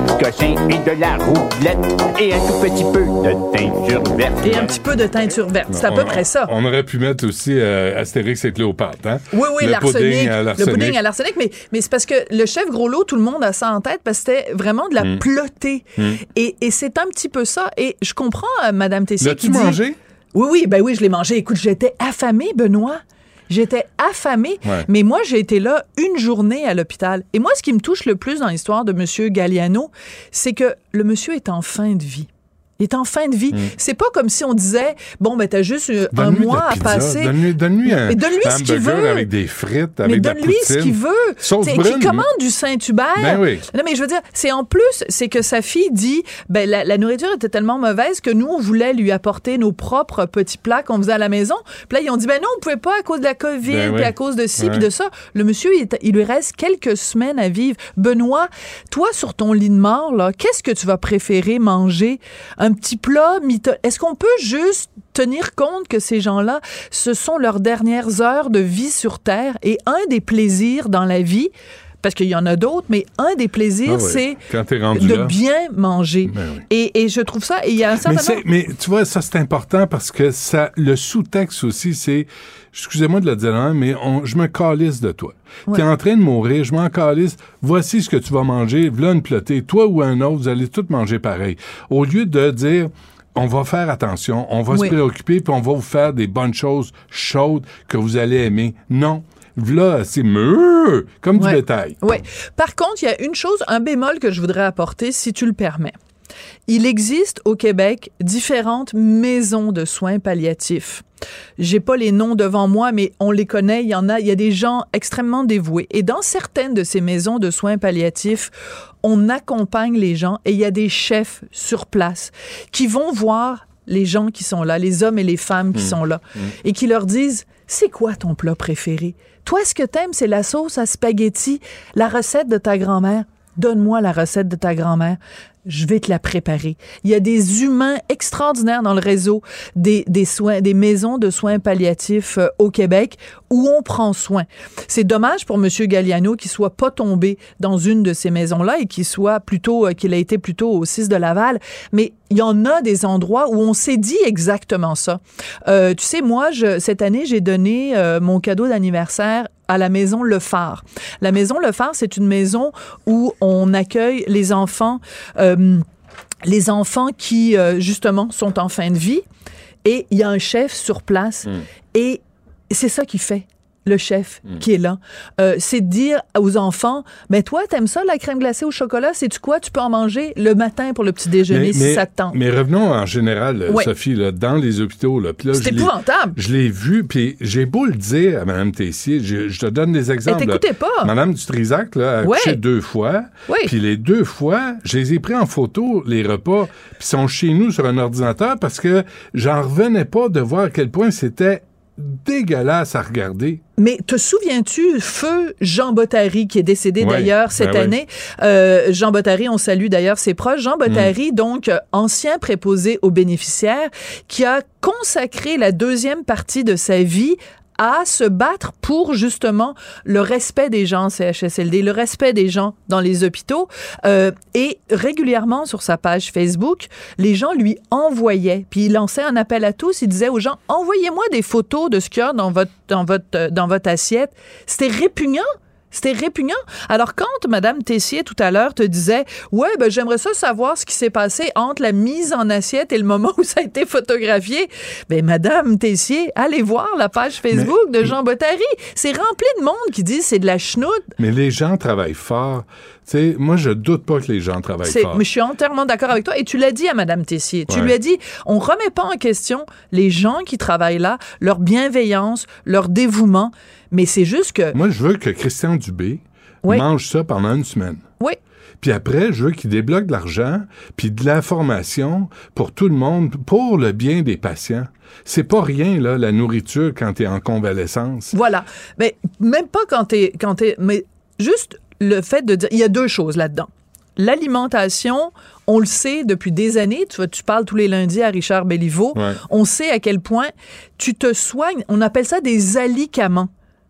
du cochin et de la roublette et un tout petit peu de teinture verte. Et un petit peu de teinture verte. C'est à peu on, près ça. On aurait pu mettre aussi euh, Astérix et Cléopâtre, hein? Oui, oui, le l'arsenic, pudding à l'arsenic. Le pudding à l'arsenic, mais, mais c'est parce que le chef Gros-Lot, tout le monde a ça en tête parce que c'était vraiment de la mm. plotée. Mm. Et, et c'est un petit peu ça. Et je comprends euh, Mme Tessier qui dit... L'as-tu mangé? Oui, oui, ben oui, je l'ai mangé. Écoute, j'étais affamée, Benoît. J'étais affamée, ouais. mais moi, j'ai été là une journée à l'hôpital. Et moi, ce qui me touche le plus dans l'histoire de M. Galliano, c'est que le monsieur est en fin de vie. Il est en fin de vie. Mm. C'est pas comme si on disait, bon, ben, t'as juste un donne-lui mois à passer. Donne-lui, donne-lui un, donne-lui un ce qu'il hamburger veut. avec des frites, avec de la poutine. Mais donne-lui ce qu'il veut. Sauce T'sais, brune. Qui commande du Saint-Hubert. Ben oui. Non, mais je veux dire, c'est en plus, c'est que sa fille dit, ben, la, la nourriture était tellement mauvaise que nous, on voulait lui apporter nos propres petits plats qu'on faisait à la maison. Puis là, ils ont dit, ben non, on pouvait pas à cause de la COVID, ben puis oui. à cause de ci, ouais. puis de ça. Le monsieur, il, il lui reste quelques semaines à vivre. Benoît, toi, sur ton lit de mort, là, qu'est-ce que tu vas préférer manger? Un petit plat mito- Est-ce qu'on peut juste tenir compte que ces gens-là, ce sont leurs dernières heures de vie sur Terre et un des plaisirs dans la vie, parce qu'il y en a d'autres, mais un des plaisirs, ah oui. c'est de là. bien manger. Ben oui. et, et je trouve ça, et il y a un certain mais, nombre... mais tu vois, ça, c'est important parce que ça, le sous-texte aussi, c'est, excusez-moi de le dire, hein, mais on, je me calisse de toi. Ouais. T'es en train de mourir, je m'en calisse, voici ce que tu vas manger, voilà une plotée, toi ou un autre, vous allez tous manger pareil. Au lieu de dire... on va faire attention, on va oui. se préoccuper, puis on va vous faire des bonnes choses chaudes que vous allez aimer. Non. Là, c'est meuh, comme ouais. du bétail. Oui. Par contre, il y a une chose, un bémol que je voudrais apporter, si tu le permets. Il existe au Québec différentes maisons de soins palliatifs. J'ai pas les noms devant moi, mais on les connaît. Il y en a, il y a des gens extrêmement dévoués. Et dans certaines de ces maisons de soins palliatifs, on accompagne les gens et il y a des chefs sur place qui vont voir les gens qui sont là, les hommes et les femmes qui mmh. sont là, mmh. et qui leur disent, c'est quoi ton plat préféré? Toi, ce que t'aimes, c'est la sauce à spaghetti, la recette de ta grand-mère. Donne-moi la recette de ta grand-mère. Je vais te la préparer. Il y a des humains extraordinaires dans le réseau des, des soins, des maisons de soins palliatifs euh, au Québec où on prend soin. C'est dommage pour M. Galliano qu'il soit pas tombé dans une de ces maisons-là et qu'il soit plutôt, euh, qu'il a été plutôt au six de Laval. Mais il y en a des endroits où on s'est dit exactement ça. Euh, tu sais, moi, je, cette année, j'ai donné euh, mon cadeau d'anniversaire à la maison Le Phare. La maison Le Phare, c'est une maison où on accueille les enfants, euh, les enfants qui, euh, justement, sont en fin de vie. Et il y a un chef sur place. Mmh. Et c'est ça qu'il fait. Le chef mmh. qui est là. Euh, c'est de dire aux enfants, mais toi, t'aimes ça, la crème glacée au chocolat? Sais-tu quoi? Tu peux en manger le matin pour le petit déjeuner mais, si mais, ça te tente. Mais revenons en général, ouais. Sophie, là, dans les hôpitaux. Là, là, c'est épouvantable. Je l'ai vu, puis j'ai beau le dire à Mme Tessier, je, je te donne des exemples. Elle t'écoutait pas. Mme Dutrisac là, a ouais. accouché deux fois, oui. puis les deux fois, je les ai pris en photo, les repas, puis sont chez nous sur un ordinateur parce que j'en revenais pas de voir à quel point c'était dégueulasse à regarder. Mais te souviens-tu, feu Jean Bottary, qui est décédé ouais, d'ailleurs cette ben année, oui. euh, Jean Bottary, on salue d'ailleurs ses proches, Jean Bottary, mm. donc euh, ancien préposé aux bénéficiaires, qui a consacré la deuxième partie de sa vie à se battre pour justement le respect des gens en C H S L D, le respect des gens dans les hôpitaux. Euh, et régulièrement sur sa page Facebook, les gens lui envoyaient, puis il lançait un appel à tous, il disait aux gens, envoyez-moi des photos de ce qu'il y a dans votre, dans votre, dans votre assiette. C'était répugnant. C'était répugnant. Alors, quand Mme Tessier, tout à l'heure, te disait « Ouais, ben j'aimerais ça savoir ce qui s'est passé entre la mise en assiette et le moment où ça a été photographié. » Ben, Mme Tessier, allez voir la page Facebook mais, de Jean Bottary. C'est rempli de monde qui dit c'est de la chenoute. Mais les gens travaillent fort. Tu sais, moi, je doute pas que les gens travaillent c'est, fort. Mais je suis entièrement d'accord avec toi. Et tu l'as dit à Mme Tessier. Tu ouais. lui as dit, on remet pas en question les gens qui travaillent là, leur bienveillance, leur dévouement. Mais c'est juste que... Moi, je veux que Christian Dubé oui. mange ça pendant une semaine. Oui. Puis après, je veux qu'il débloque de l'argent puis de l'information pour tout le monde, pour le bien des patients. C'est pas rien, là, la nourriture quand t'es en convalescence. Voilà. Mais même pas quand t'es... Quand t'es mais juste le fait de dire... Il y a deux choses là-dedans. L'alimentation, on le sait depuis des années, tu, tu parles tous les lundis à Richard Béliveau, ouais. on sait à quel point tu te soignes, on appelle ça des alicaments.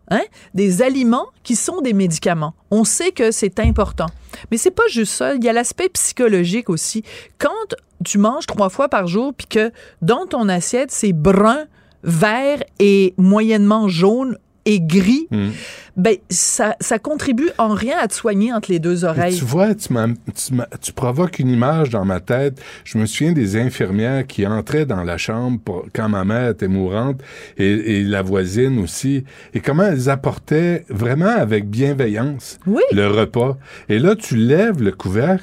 hein, des aliments qui sont des médicaments. On sait que c'est important. Mais c'est pas juste ça. Il y a l'aspect psychologique aussi. Quand tu manges trois fois par jour puis que dans ton assiette, c'est brun, vert et moyennement jaune et gris, mmh. ben ça, ça contribue en rien à te soigner entre les deux oreilles. Et tu vois, tu, m'as, tu, m'as, tu provoques une image dans ma tête. Je me souviens des infirmières qui entraient dans la chambre pour, quand ma mère était mourante et, et la voisine aussi, et comment elles apportaient vraiment avec bienveillance oui. le repas. Et là, tu lèves le couvercle,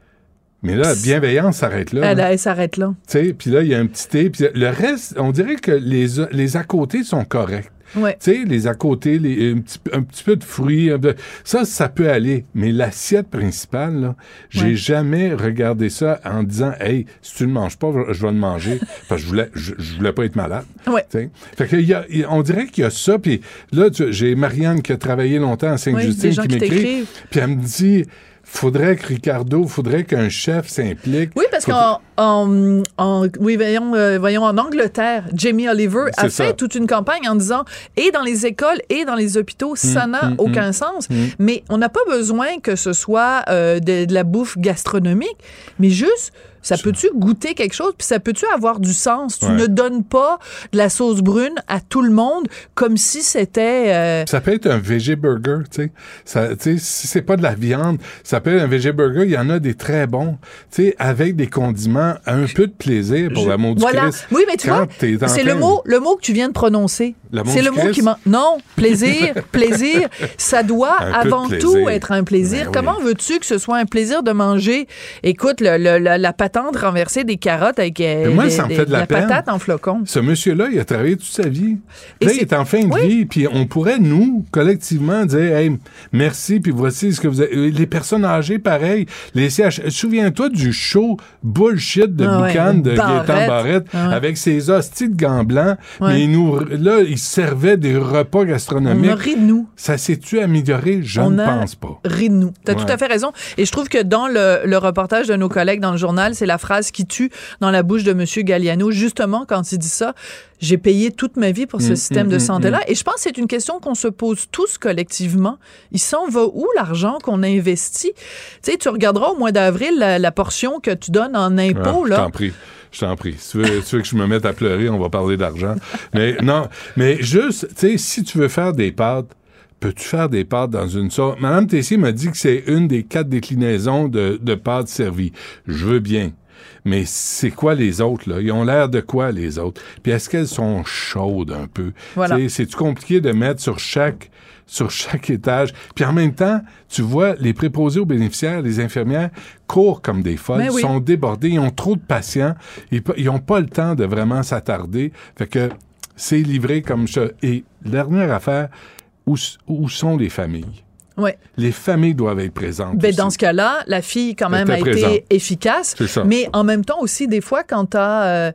mais là, la bienveillance s'arrête là. Elle, hein. elle s'arrête là. Tu sais, puis là, il y a un petit thé, puis le reste, on dirait que les, les à côté sont corrects. Ouais. Tu sais, les à côté, les, un, petit, un petit peu de fruits, peu, ça, ça peut aller. Mais l'assiette principale, là, j'ai ouais. jamais regardé ça en disant, hey, si tu ne le manges pas, je vais le manger, parce que je voulais, je, je voulais pas être malade. Ouais. T'sais. Fait que y a, y, on dirait qu'il y a ça, puis là, tu, j'ai Marianne qui a travaillé longtemps à Sainte-Justine oui, qui m'écrit, puis elle me dit, faudrait que Ricardo, faudrait qu'un chef s'implique. Oui, parce faudrait... qu'en en, en, oui, voyons, euh, voyons, en Angleterre, Jamie Oliver a C'est fait ça. toute une campagne en disant, et dans les écoles et dans les hôpitaux, ça Mmh, n'a mmh, aucun mmh. sens. Mmh. Mais on n'a pas besoin que ce soit euh, de, de la bouffe gastronomique, mais juste... Ça peut-tu goûter quelque chose, puis ça peut-tu avoir du sens? Tu ouais. ne donnes pas de la sauce brune à tout le monde comme si c'était... Euh... Ça peut être un végé burger, tu sais. Ça, tu sais, si c'est pas de la viande, ça peut être un végé burger. Il y en a des très bons, tu sais, avec des condiments, un peu de plaisir pour Je... l'amour du voilà. Christ. Oui, mais tu Quand vois, c'est le mot, le mot que tu viens de prononcer. L'amour c'est du le mot Christ? qui m'a... Non, plaisir, plaisir, ça doit un avant tout être un plaisir. Ben Comment oui. veux-tu que ce soit un plaisir de manger, écoute, le, le, la, la patente renversée des carottes avec euh, moi, des, ça me des, fait de la, la peine. patate en flocons? Ce monsieur-là, il a travaillé toute sa vie. Et Là, c'est... il est en fin de oui. vie, puis on pourrait, nous, collectivement, dire, hey, merci, puis voici ce que vous avez... Les personnes âgées, pareil. Les C H... Souviens-toi du show bullshit de ah Boucan ouais, de Barrette. Gaétan Barrette, ah ouais. avec ses hosties de gants blancs, ouais. mais il nous... là, il servait des repas gastronomiques. On a ri de nous. Ça s'est-tu amélioré? Je on ne a pense pas. Ri de nous. T'as ouais. tout à fait raison. Et je trouve que dans le, le reportage de nos collègues dans le journal, c'est la phrase qui tue dans la bouche de M. Galliano, justement, quand il dit ça. J'ai payé toute ma vie pour ce mmh, système mmh, de santé-là. mmh. Et je pense que c'est une question qu'on se pose tous collectivement. Il s'en va où l'argent qu'on a investi? Tu sais, tu regarderas au mois d'avril la, la portion que tu donnes en impôts. Ah, là. Je t'en prie. Je t'en prie. Si tu veux, tu veux que je me mette à pleurer, on va parler d'argent. Mais non, mais juste, tu sais, si tu veux faire des pâtes, peux-tu faire des pâtes dans une sauce? Madame Tessier m'a dit que c'est une des quatre déclinaisons de, de pâtes servies. Je veux bien. Mais c'est quoi les autres, là? Ils ont l'air de quoi, les autres? Puis est-ce qu'elles sont chaudes un peu? Voilà. T'sais, c'est-tu compliqué de mettre sur chaque sur chaque étage? Puis en même temps, tu vois, les préposés aux bénéficiaires, les infirmières, courent comme des folles, oui. sont débordés, ils ont trop de patients, ils n'ont pas le temps de vraiment s'attarder. Fait que c'est livré comme ça. Et dernière affaire, où, où sont les familles? Ouais. Les familles doivent être présentes. Ben, aussi. dans ce cas-là, la fille, quand même, a été présente. efficace. C'est ça. Mais en même temps aussi, des fois, quand tu as... Euh,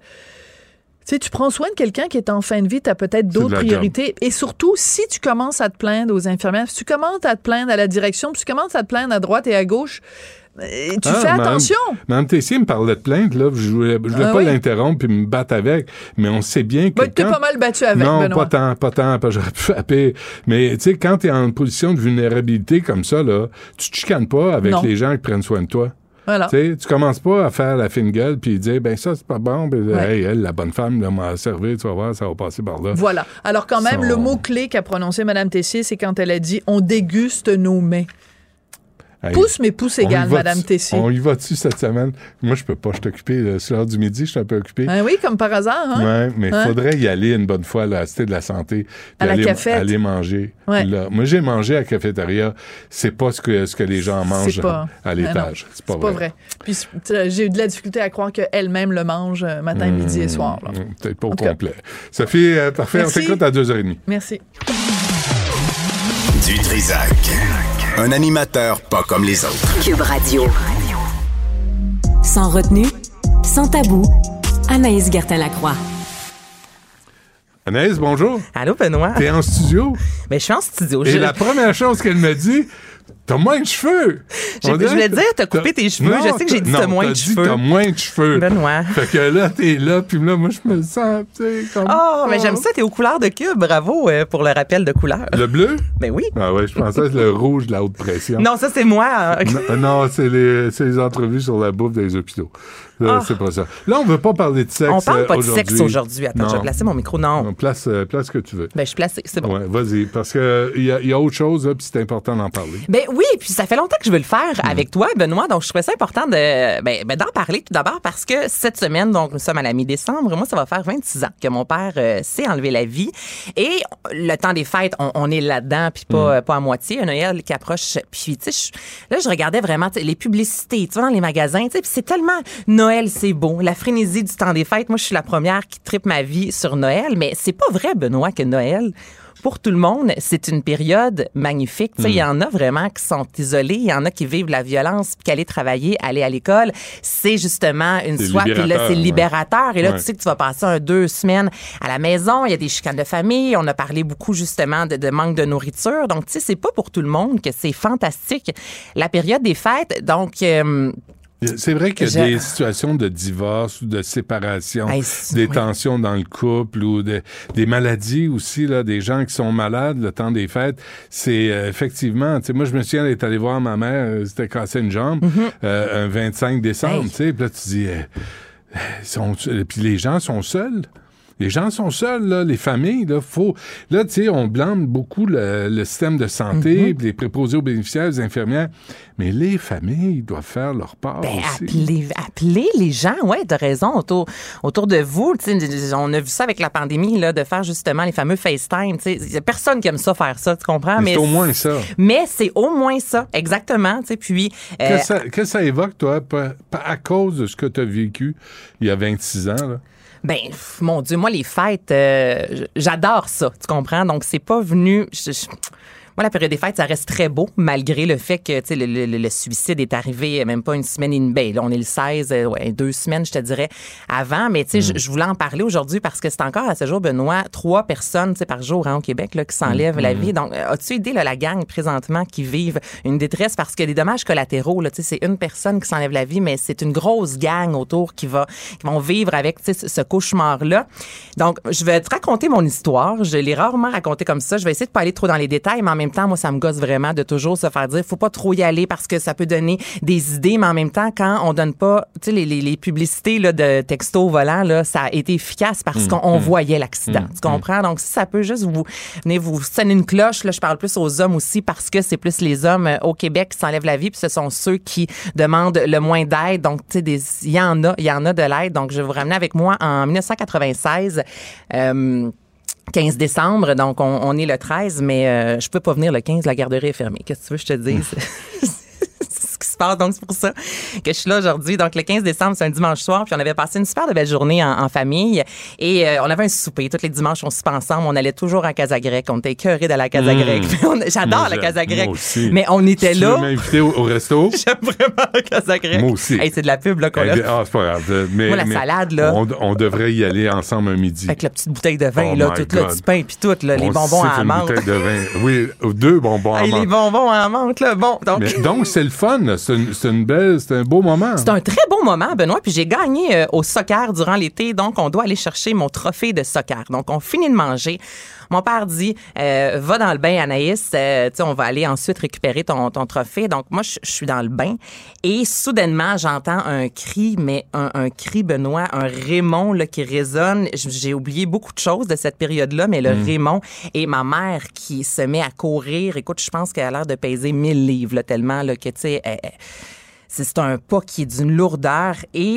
tu sais, tu prends soin de quelqu'un qui est en fin de vie, tu as peut-être d'autres priorités. Job. Et surtout, si tu commences à te plaindre aux infirmières, si tu commences à te plaindre à la direction, puis tu commences à te plaindre à droite et à gauche, tu ah, fais attention. Mme Tessier me parlait de plainte, là. Je voulais, je voulais ah, pas oui. l'interrompre puis me battre avec, mais on sait bien que. Ben, t'es pas mal battu avec, non, Benoît. pas tant, pas tant, pas j'aurais pu frapper. Mais, tu sais, quand t'es en position de vulnérabilité comme ça, là, tu te chicanes pas avec non. les gens qui prennent soin de toi. Voilà. Tu tu commences pas à faire la fine gueule puis dire, ben ça, c'est pas bon. Ben, ouais. hey, elle, la bonne femme, là, m'a servi, tu vas voir, ça va passer par là. Voilà. Alors, quand même, Son... le mot-clé qu'a prononcé Mme Tessier, c'est quand elle a dit « on déguste nos mets ». Hey, pouce, mais pouce égal, Mme Tessier. On y va-tu cette semaine? Moi, je peux pas. Je suis occupé. Sur l'heure du midi, je suis un peu occupé. Ah oui, comme par hasard. Hein? Oui, mais il hein? faudrait y aller une bonne fois à la Cité de la Santé. À la aller, cafette. Aller manger. Ouais. Là. Moi, j'ai mangé à la cafétéria. C'est pas ce que, ce que les gens mangent pas... à, à l'étage. C'est pas, c'est pas vrai. Puis j'ai eu de la difficulté à croire qu'elle-même le mange matin, mmh, midi et soir. Là. Mmh, peut-être pas au complet. Cas. Sophie, euh, parfait. Merci. On s'écoute à deux heures trente. Merci. Du Trisac. Un animateur pas comme les autres. Cube Radio. Sans retenue, sans tabou, Anaïs Gertin-Lacroix. Anaïs, bonjour. Allô, Benoît. T'es en studio? Mais je suis en studio. Et je... la première chose qu'elle me dit, T'as moins de cheveux! Je voulais dire, t'as coupé tes cheveux. Non, je sais que j'ai dit non, t'as moins t'as de dit cheveux. T'as moins de cheveux. Benoît. Fait que là, t'es là, puis là, moi, je me sens, tu sais, comme... Oh, mais j'aime ça, t'es aux couleurs de Cube. Bravo euh, pour le rappel de couleurs. Le bleu? Ben oui. Ah ouais, je pensais que c'était le rouge de la haute pression. Non, ça, c'est moi. non, non c'est, les, c'est les entrevues sur la bouffe des hôpitaux. Là, oh. C'est pas ça. Là, on veut pas parler de sexe On parle pas euh, de sexe aujourd'hui. Attends, non. je vais placer mon micro. Non. non place, euh, place ce que tu veux. Ben, je suis placée, c'est bon. Ouais, vas-y, parce qu'il y a, y a autre chose, là, puis c'est important d'en parler. Ben oui, puis ça fait longtemps que je veux le faire mmh. avec toi, Benoît, donc je trouvais ça important de, ben, ben, d'en parler tout d'abord parce que cette semaine, donc nous sommes à la mi-décembre, moi, ça va faire vingt-six ans que mon père euh, s'est enlevé la vie. Et le temps des fêtes, on, on est là-dedans, puis pas, mmh. pas à moitié. Un Noël qui approche. Puis, tu sais, là, je regardais vraiment les publicités, tu vois, dans les magasins, tu sais, puis c'est tellement Noël, c'est beau. La frénésie du temps des fêtes. Moi, je suis la première qui tripe ma vie sur Noël, mais c'est pas vrai, Benoît, que Noël, pour tout le monde, c'est une période magnifique. Tu sais, il mm. y en a vraiment qui sont isolés, il y en a qui vivent la violence, puis qu'aller travailler, aller à l'école, c'est justement une c'est soie, puis là, c'est libérateur. Ouais. Et là, ouais. tu sais que tu vas passer un deux semaines à la maison, il y a des chicanes de famille, on a parlé beaucoup justement de, de manque de nourriture. Donc, tu sais, c'est pas pour tout le monde que c'est fantastique. La période des fêtes, donc... Euh, C'est vrai qu'il y a Je... des situations de divorce ou de séparation, hey, des oui. tensions dans le couple ou de, des maladies aussi, là, des gens qui sont malades le temps des fêtes. C'est euh, effectivement, tu sais, moi je me souviens d'être allé voir ma mère, euh, c'était cassé une jambe, mm-hmm. euh, un vingt-cinq décembre, hey. tu sais, puis là tu dis, euh, sont, puis les gens sont seuls. Les gens sont seuls, là, les familles, là, faut... Là, tu sais, on blâme beaucoup le, le système de santé, mm-hmm. les préposés aux bénéficiaires, les infirmières, mais les familles doivent faire leur part ben, aussi. Appelez, appelez les gens, ouais, t'as raison, autour, autour de vous. Tu sais, on a vu ça avec la pandémie, là, de faire justement les fameux FaceTime. Tu sais, il y a personne qui aime ça, faire ça, tu comprends? Mais, mais c'est au moins ça. Mais c'est au moins ça, exactement, tu sais, puis... Euh, Qu'est-ce que ça, que ça évoque, toi, à cause de ce que tu as vécu il y a vingt-six ans, là? Ben, mon Dieu, moi, les fêtes, euh, j'adore ça, tu comprends? Donc, c'est pas venu... Je, je, moi, la période des fêtes, ça reste très beau, malgré le fait que, tu sais, le, le, le suicide est arrivé même pas une semaine et demie. Ben, là, on est le seize, euh, ouais, deux semaines, je te dirais, avant. Mais, tu sais, mm. je voulais en parler aujourd'hui parce que c'est encore à ce jour, Benoît, trois personnes, tu sais, par jour, hein, au Québec, là, qui s'enlèvent mm. la vie. Donc, as-tu idée, là, la gang, présentement, qui vivent une détresse parce que des dommages collatéraux, là, tu sais, c'est une personne qui s'enlève la vie, mais c'est une grosse gang autour qui va, qui vont vivre avec, tu sais, ce cauchemar-là. Donc, je vais te raconter mon histoire. Je l'ai rarement racontée comme ça. Je vais essayer de pas aller trop dans les détails, mais en même En même temps, moi, ça me gosse vraiment de toujours se faire dire faut pas trop y aller parce que ça peut donner des idées, mais en même temps, quand on donne pas, tu sais, les, les, les publicités là, de texto volant, là, ça a été efficace parce mmh, qu'on mmh. voyait l'accident. Mmh, tu comprends? Mmh. Donc, si ça peut juste vous venez vous sonner une cloche, là, je parle plus aux hommes aussi parce que c'est plus les hommes euh, au Québec qui s'enlèvent la vie, puis ce sont ceux qui demandent le moins d'aide. Donc, tu sais, il y en a, il y en a de l'aide. Donc, je vais vous ramener avec moi en dix-neuf cent quatre-vingt-seize. Euh, quinze décembre, donc on, on est le treize, mais euh, je peux pas venir le quinze, la garderie est fermée. Qu'est-ce que tu veux que je te dise? C'est ce qui se passe, donc c'est pour ça que je suis là aujourd'hui. Donc le quinze décembre, c'est un dimanche soir, puis on avait passé une super de belle journée en, en famille et euh, on avait un souper. Tous les dimanches, on soupait ensemble, on allait toujours à Casa Grecque, on était écœurés de la Casa Grecque. Mmh. J'adore moi, la Casa Grecque, mais on était si là. Tu veux m'inviter au, au resto? J'aime vraiment la Casa Grecque. Moi aussi. Hey, c'est de la pub là, qu'on a. Ah, c'est pas grave. Mais, moi, la mais salade, là. On, on devrait y aller ensemble un midi. Avec la petite bouteille de vin, oh là, tout là, du pain, puis tout, là, les on bonbons à la menthe. Une bouteille de vin. Oui, deux bonbons à hey, menthe. Les bonbons à la menthe, là. Bon, donc. Mais, donc, c'est le fun, là. C'est une, c'est une belle, c'est un beau moment. C'est un très beau moment, Benoît. Puis j'ai gagné euh, au soccer durant l'été, donc on doit aller chercher mon trophée de soccer. Donc on finit de manger. Mon père dit, euh, va dans le bain, Anaïs. Euh, tu sais, on va aller ensuite récupérer ton, ton trophée. Donc moi, je suis dans le bain et soudainement, j'entends un cri, mais un, un cri, Benoît, un Raymond là qui résonne. J'ai oublié beaucoup de choses de cette période-là, mais le mmh. Raymond et ma mère qui se met à courir. Écoute, je pense qu'elle a l'air de peser mille livres là, tellement là, que tu sais. Elle, elle, c'est un pas qui est d'une lourdeur et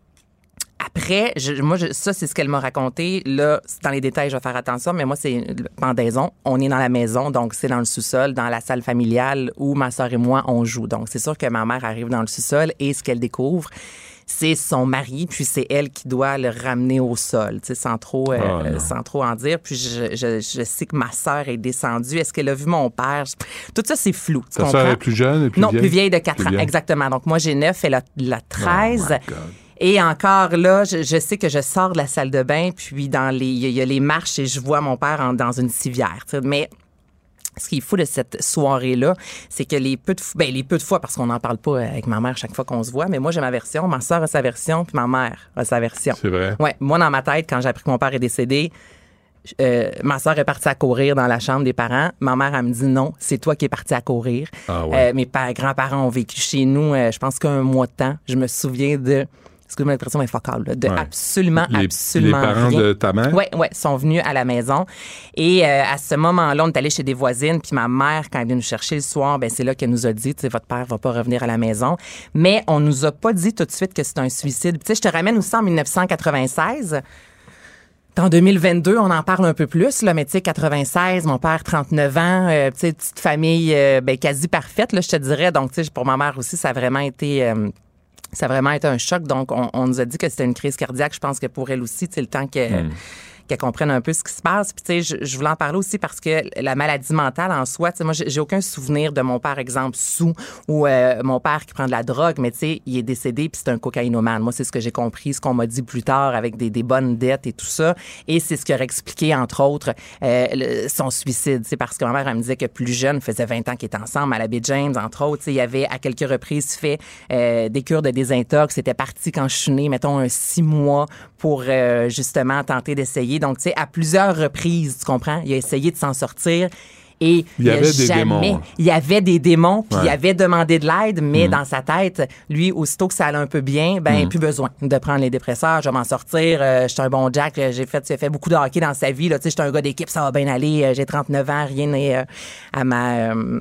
après, je, moi, je, ça, c'est ce qu'elle m'a raconté. Là, dans les détails, je vais faire attention, mais moi, c'est pendaison. On est dans la maison, donc c'est dans le sous-sol, dans la salle familiale où ma sœur et moi, on joue. Donc, c'est sûr que ma mère arrive dans le sous-sol et ce qu'elle découvre, c'est son mari, puis c'est elle qui doit le ramener au sol, tu sais, sans trop, euh, oh, sans trop en dire. Puis je, je, je sais que ma sœur est descendue. Est-ce qu'elle a vu mon père? Tout ça, c'est flou. Tu Ta sœur est plus jeune et plus non, vieille? plus vieille de quatre ans, vieille. Exactement. Donc, moi, j'ai neuf, elle a, a treize. Oh et encore là, je, je sais que je sors de la salle de bain, puis dans les, il y, y a les marches et je vois mon père en, dans une civière. Tu sais, mais Ce qui est fou de cette soirée-là, c'est que les peu de fois, ben les peu de fois, parce qu'on n'en parle pas avec ma mère chaque fois qu'on se voit, mais moi j'ai ma version, ma soeur a sa version, puis ma mère a sa version. C'est vrai. Ouais, moi dans ma tête, quand j'ai appris que mon père est décédé, euh, ma soeur est partie à courir dans la chambre des parents. Ma mère, elle me dit non, c'est toi qui es partie à courir. Ah ouais. euh, mes pa- grands-parents ont vécu chez nous, euh, je pense qu'un mois de temps. Je me souviens de... Excuse-moi, l'expression est focale, là, de Ouais. absolument, Les- absolument les parents rien. de ta mère? Oui, oui, sont venus à la maison. Et euh, à ce moment-là, on est allé chez des voisines, puis ma mère, quand elle est venue nous chercher le soir, ben c'est là qu'elle nous a dit, tu sais, votre père va pas revenir à la maison. Mais on nous a pas dit tout de suite que c'est un suicide. Tu sais, je te ramène aussi en dix-neuf cent quatre-vingt-seize. En deux mille vingt-deux, on en parle un peu plus, là, mais tu sais, quatre-vingt-seize, mon père, trente-neuf ans, euh, tu sais, petite famille euh, ben, quasi parfaite, là, je te dirais. Donc, tu sais, pour ma mère aussi, ça a vraiment été... Euh, Ça a vraiment été un choc. Donc, on, on nous a dit que c'était une crise cardiaque. Je pense que pour elle aussi, tu sais, le temps que... Mm. qu'elle comprenne un peu ce qui se passe. Puis, tu sais, je, je voulais en parler aussi parce que la maladie mentale en soi, tu sais, moi, j'ai, j'ai aucun souvenir de mon père, exemple, sous ou euh, mon père qui prend de la drogue, mais tu sais, il est décédé puis c'est un cocaïnomane. Moi, c'est ce que j'ai compris, ce qu'on m'a dit plus tard avec des, des bonnes dettes et tout ça. Et c'est ce qui aurait expliqué, entre autres, euh, le, son suicide. C'est parce que ma mère, elle me disait que plus jeune, faisait vingt ans qu'ils étaient ensemble à la baie James, entre autres. Tu sais, il y avait à quelques reprises fait euh, des cures de désintox. C'était parti quand je suis née, mettons, un six mois pour euh, justement tenter d'essayer. Donc, tu sais, à plusieurs reprises, tu comprends? Il a essayé de s'en sortir. Et il y avait il des jamais, démons. Il y avait des démons, puis Ouais. il avait demandé de l'aide, mais Mm. dans sa tête, lui, aussitôt que ça allait un peu bien, ben Mm. plus besoin de prendre les dépresseurs, je vais m'en sortir, euh, j'étais un bon Jack, euh, j'ai fait, j'ai fait beaucoup de hockey dans sa vie, là, tu sais, j'étais un gars d'équipe, ça va bien aller, euh, j'ai trente-neuf ans, rien n'est euh, à ma... euh,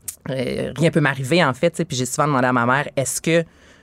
euh, rien peut m'arriver, en fait, tu sais, puis j'ai souvent demandé à ma mère, est-ce que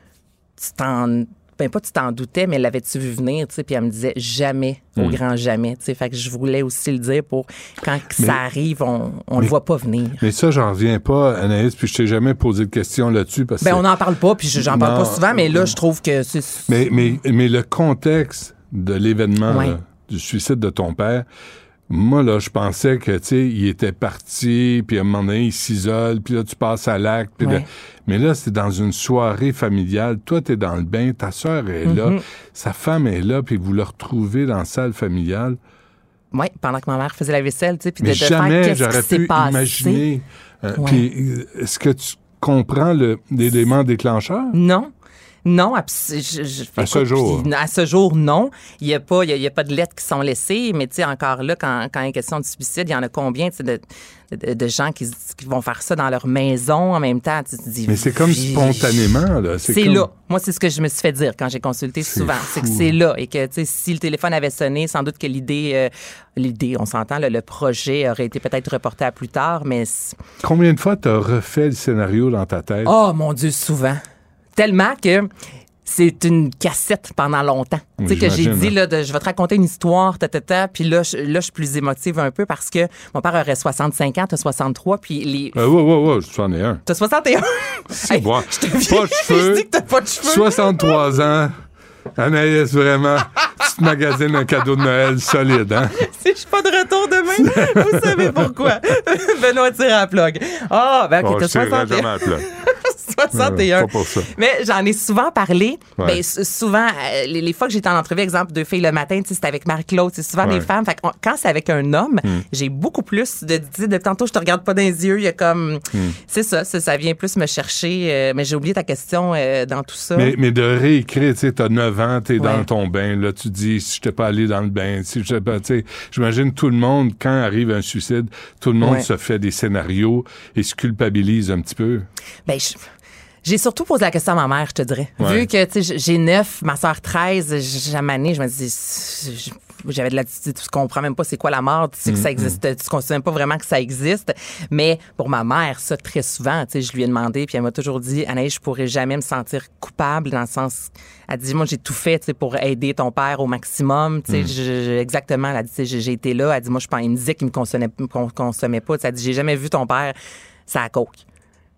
tu t'en... Ben pas tu t'en doutais, mais l'avais-tu vu venir, tu sais, puis elle me disait jamais, au Mm. grand jamais, tu sais, fait que je voulais aussi le dire pour quand Mais- ça arrive, on, on le mais- voit pas venir. Mais ça, j'en reviens pas, Anaïs, puis je t'ai jamais posé de questions là-dessus. Parce Ben que on n'en parle pas, puis je- j'en parle Non. pas souvent, mais là, je trouve que c'est... Mais, mais, mais le contexte de l'événement Ouais. là, du suicide de ton père, moi, là, je pensais que, tu sais, il était parti, puis à un moment donné, il s'isole, puis là, tu passes à l'acte. Puis Ouais. là- mais là, c'est dans une soirée familiale. Toi, t'es dans le bain, ta sœur est là, Mhm. sa femme est là, puis vous le retrouvez dans la salle familiale. Oui, pendant que ma mère faisait la vaisselle, tu sais, puis de, Mais de faire jamais qu'est-ce j'aurais qui s'est pu passé. imaginer. Euh, Ouais. Puis, euh, est-ce que tu comprends le- l'élément déclencheur? Non. Non, abs- je- je- À ce écoute, jour. puis, à ce jour, non. Il n'y a, pas- il y a, il y a pas de lettres qui sont laissées, mais tu sais, encore là, quand, quand il y a question de suicide, il y en a combien tu sais, de, de, de gens qui, qui vont faire ça dans leur maison en même temps? Tu te dis, Mais c'est comme spontanément, là. C'est comme- là. Moi, c'est ce que je me suis fait dire quand j'ai consulté C'est souvent. C'est que fou. c'est là. Et que, tu sais, si le téléphone avait sonné, sans doute que l'idée, euh, l'idée, on s'entend, là, le projet aurait été peut-être reporté à plus tard, mais... c'est- Combien de fois t'as refait le scénario dans ta tête? Oh, mon Dieu, souvent. Tellement que c'est une cassette pendant longtemps. Oui, Tu sais, que j'ai j'imagine. dit, là, de, je vais te raconter une histoire, ta, ta, ta, puis là, je, là, je suis plus émotive un peu parce que mon père aurait soixante-cinq ans, t'as soixante-trois, puis les... Euh, ouais, ouais, ouais, j'en ai un. T'as soixante et un? C'est bon. je te Pas de je cheveux. dis que t'as pas de cheveux. soixante-trois ans. Anaïs, vraiment, tu te magasines un cadeau de Noël solide, hein? Si je suis pas de retour demain, vous savez pourquoi. Benoît tire à la plug. Ah, ben, OK, Bon, t'as je tirerai soixante et un. jamais à la plug. soixante et un. Pas pour ça. Mais j'en ai souvent parlé. Ouais. Ben, s- souvent, euh, les, les fois que j'étais en entrevue, exemple, deux filles le matin, tu sais, c'était avec Marie-Claude, c'est souvent Ouais. des femmes. Fait que on- quand c'est avec un homme, Mm. j'ai beaucoup plus de, tu sais, de tantôt, je te regarde pas dans les yeux, il y a comme, Mm. c'est ça, ça, ça vient plus me chercher. euh, mais j'ai oublié ta question euh, dans tout ça. Mais, mais de réécrire, tu sais, t'as neuf ans, t'es dans Ouais. ton bain, là, tu dis, si j'étais pas allé dans le bain, si j'étais pas, tu sais, j'imagine tout le monde, quand arrive un suicide, tout le monde Ouais. se fait des scénarios et se culpabilise un petit peu. Ben, je- j'ai surtout posé la question à ma mère, je te dirais. Ouais. Vu que, tu sais, j'ai neuf, ma soeur treize, jamais année, je me dis, j- j'avais de la, tu sais, tu comprends même pas c'est quoi la mort, tu sais que ça Mm, existe, tu ne considères même pas vraiment que ça existe. Mais pour ma mère, ça, très souvent, tu sais, je lui ai demandé, puis elle m'a toujours dit, Anaïs, je pourrais jamais me sentir coupable dans le sens, elle dit, moi, j'ai tout fait, tu sais, pour aider ton père au maximum, tu sais, Mm. je- je- exactement, elle a dit, tu sais, j'ai j'ai été là, elle dit, moi, je pense, il me disait qu'il me consommait, qu'on consommait pas, tu sais, elle dit, j'ai jamais vu ton père, ça a coke. Tu sais,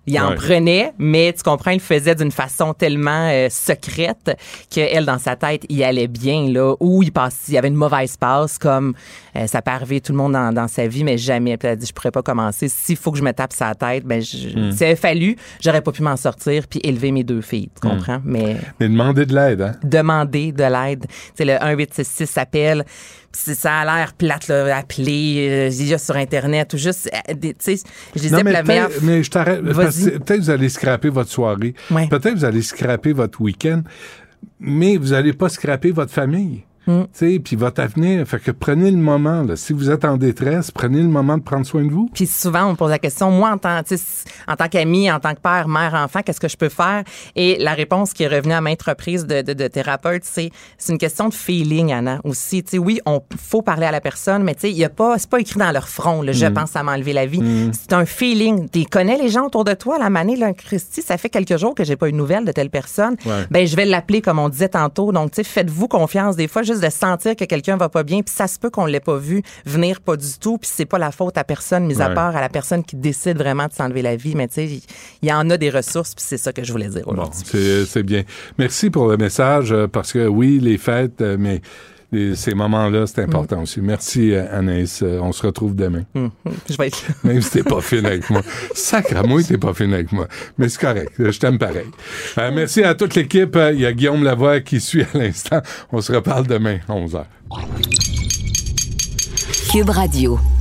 Il en Ouais. prenait, mais tu comprends, il le faisait d'une façon tellement euh, secrète qu'elle, dans sa tête, il allait bien, là, ou il passe, il y avait une mauvaise passe, comme euh, ça peut arriver tout le monde dans, dans sa vie, mais jamais. Puis elle a dit, je pourrais pas commencer. S'il faut que je me tape sa tête, ben, je, Mm. s'il avait fallu, j'aurais pas pu m'en sortir puis élever mes deux filles, tu comprends? Mm. Mais Mais demander de l'aide, hein? demander de l'aide. Tu sais, le un huit six six s'appelle. Puis ça a l'air plate, là, appeler, euh, il y a sur Internet ou juste, euh, des- tu sais, je disais Non, que mais, la meilleure... peut-être- mais je t'arrête. Vas-y. parce que Peut-être vous allez scraper votre soirée. Ouais. Peut-être vous allez scraper votre week-end. Mais vous n'allez pas scraper votre famille. Mm. Tu sais, puis votre avenir. Fait que prenez le moment, là. Si vous êtes en détresse, prenez le moment de prendre soin de vous. Puis souvent, on me pose la question, moi, en tant, tu sais, en tant qu'ami, en tant que père, mère, enfant, qu'est-ce que je peux faire? Et la réponse qui est revenue à maintes reprises de, de, de thérapeutes, c'est c'est une question de feeling, Anna, aussi. Tu sais, oui, on faut parler à la personne, mais tu sais, il y a pas, c'est pas écrit dans leur front, là, je Mm. pense à m'enlever la vie. Mm. C'est un feeling. Tu connais les gens autour de toi, la manée, là, Christy, ça fait quelques jours que j'ai pas eu de nouvelles de telle personne. Ouais. Ben, je vais l'appeler, comme on disait tantôt. Donc, tu sais, faites-vous confiance des fois, juste de sentir que quelqu'un va pas bien, puis ça se peut qu'on l'ait pas vu venir pas du tout, puis c'est pas la faute à personne, mis à Ouais. part à la personne qui décide vraiment de s'enlever la vie, mais tu sais, il y, y en a des ressources, puis c'est ça que je voulais dire Bon, aujourd'hui. c'est, c'est bien. Merci pour le message, euh, parce que oui, les fêtes, euh, mais les- ces moments-là, c'est important aussi. Merci, euh, Anaïs. Euh, on se retrouve demain. Hum, hum, je vais être là. Même si t'es pas fine avec moi. Sacre-moi, t'es pas fine avec moi. Mais c'est correct. Je t'aime pareil. Euh, merci à toute l'équipe. Euh, Il y a Guillaume Lavoie qui suit à l'instant. On se reparle demain, onze heures. Cube Radio.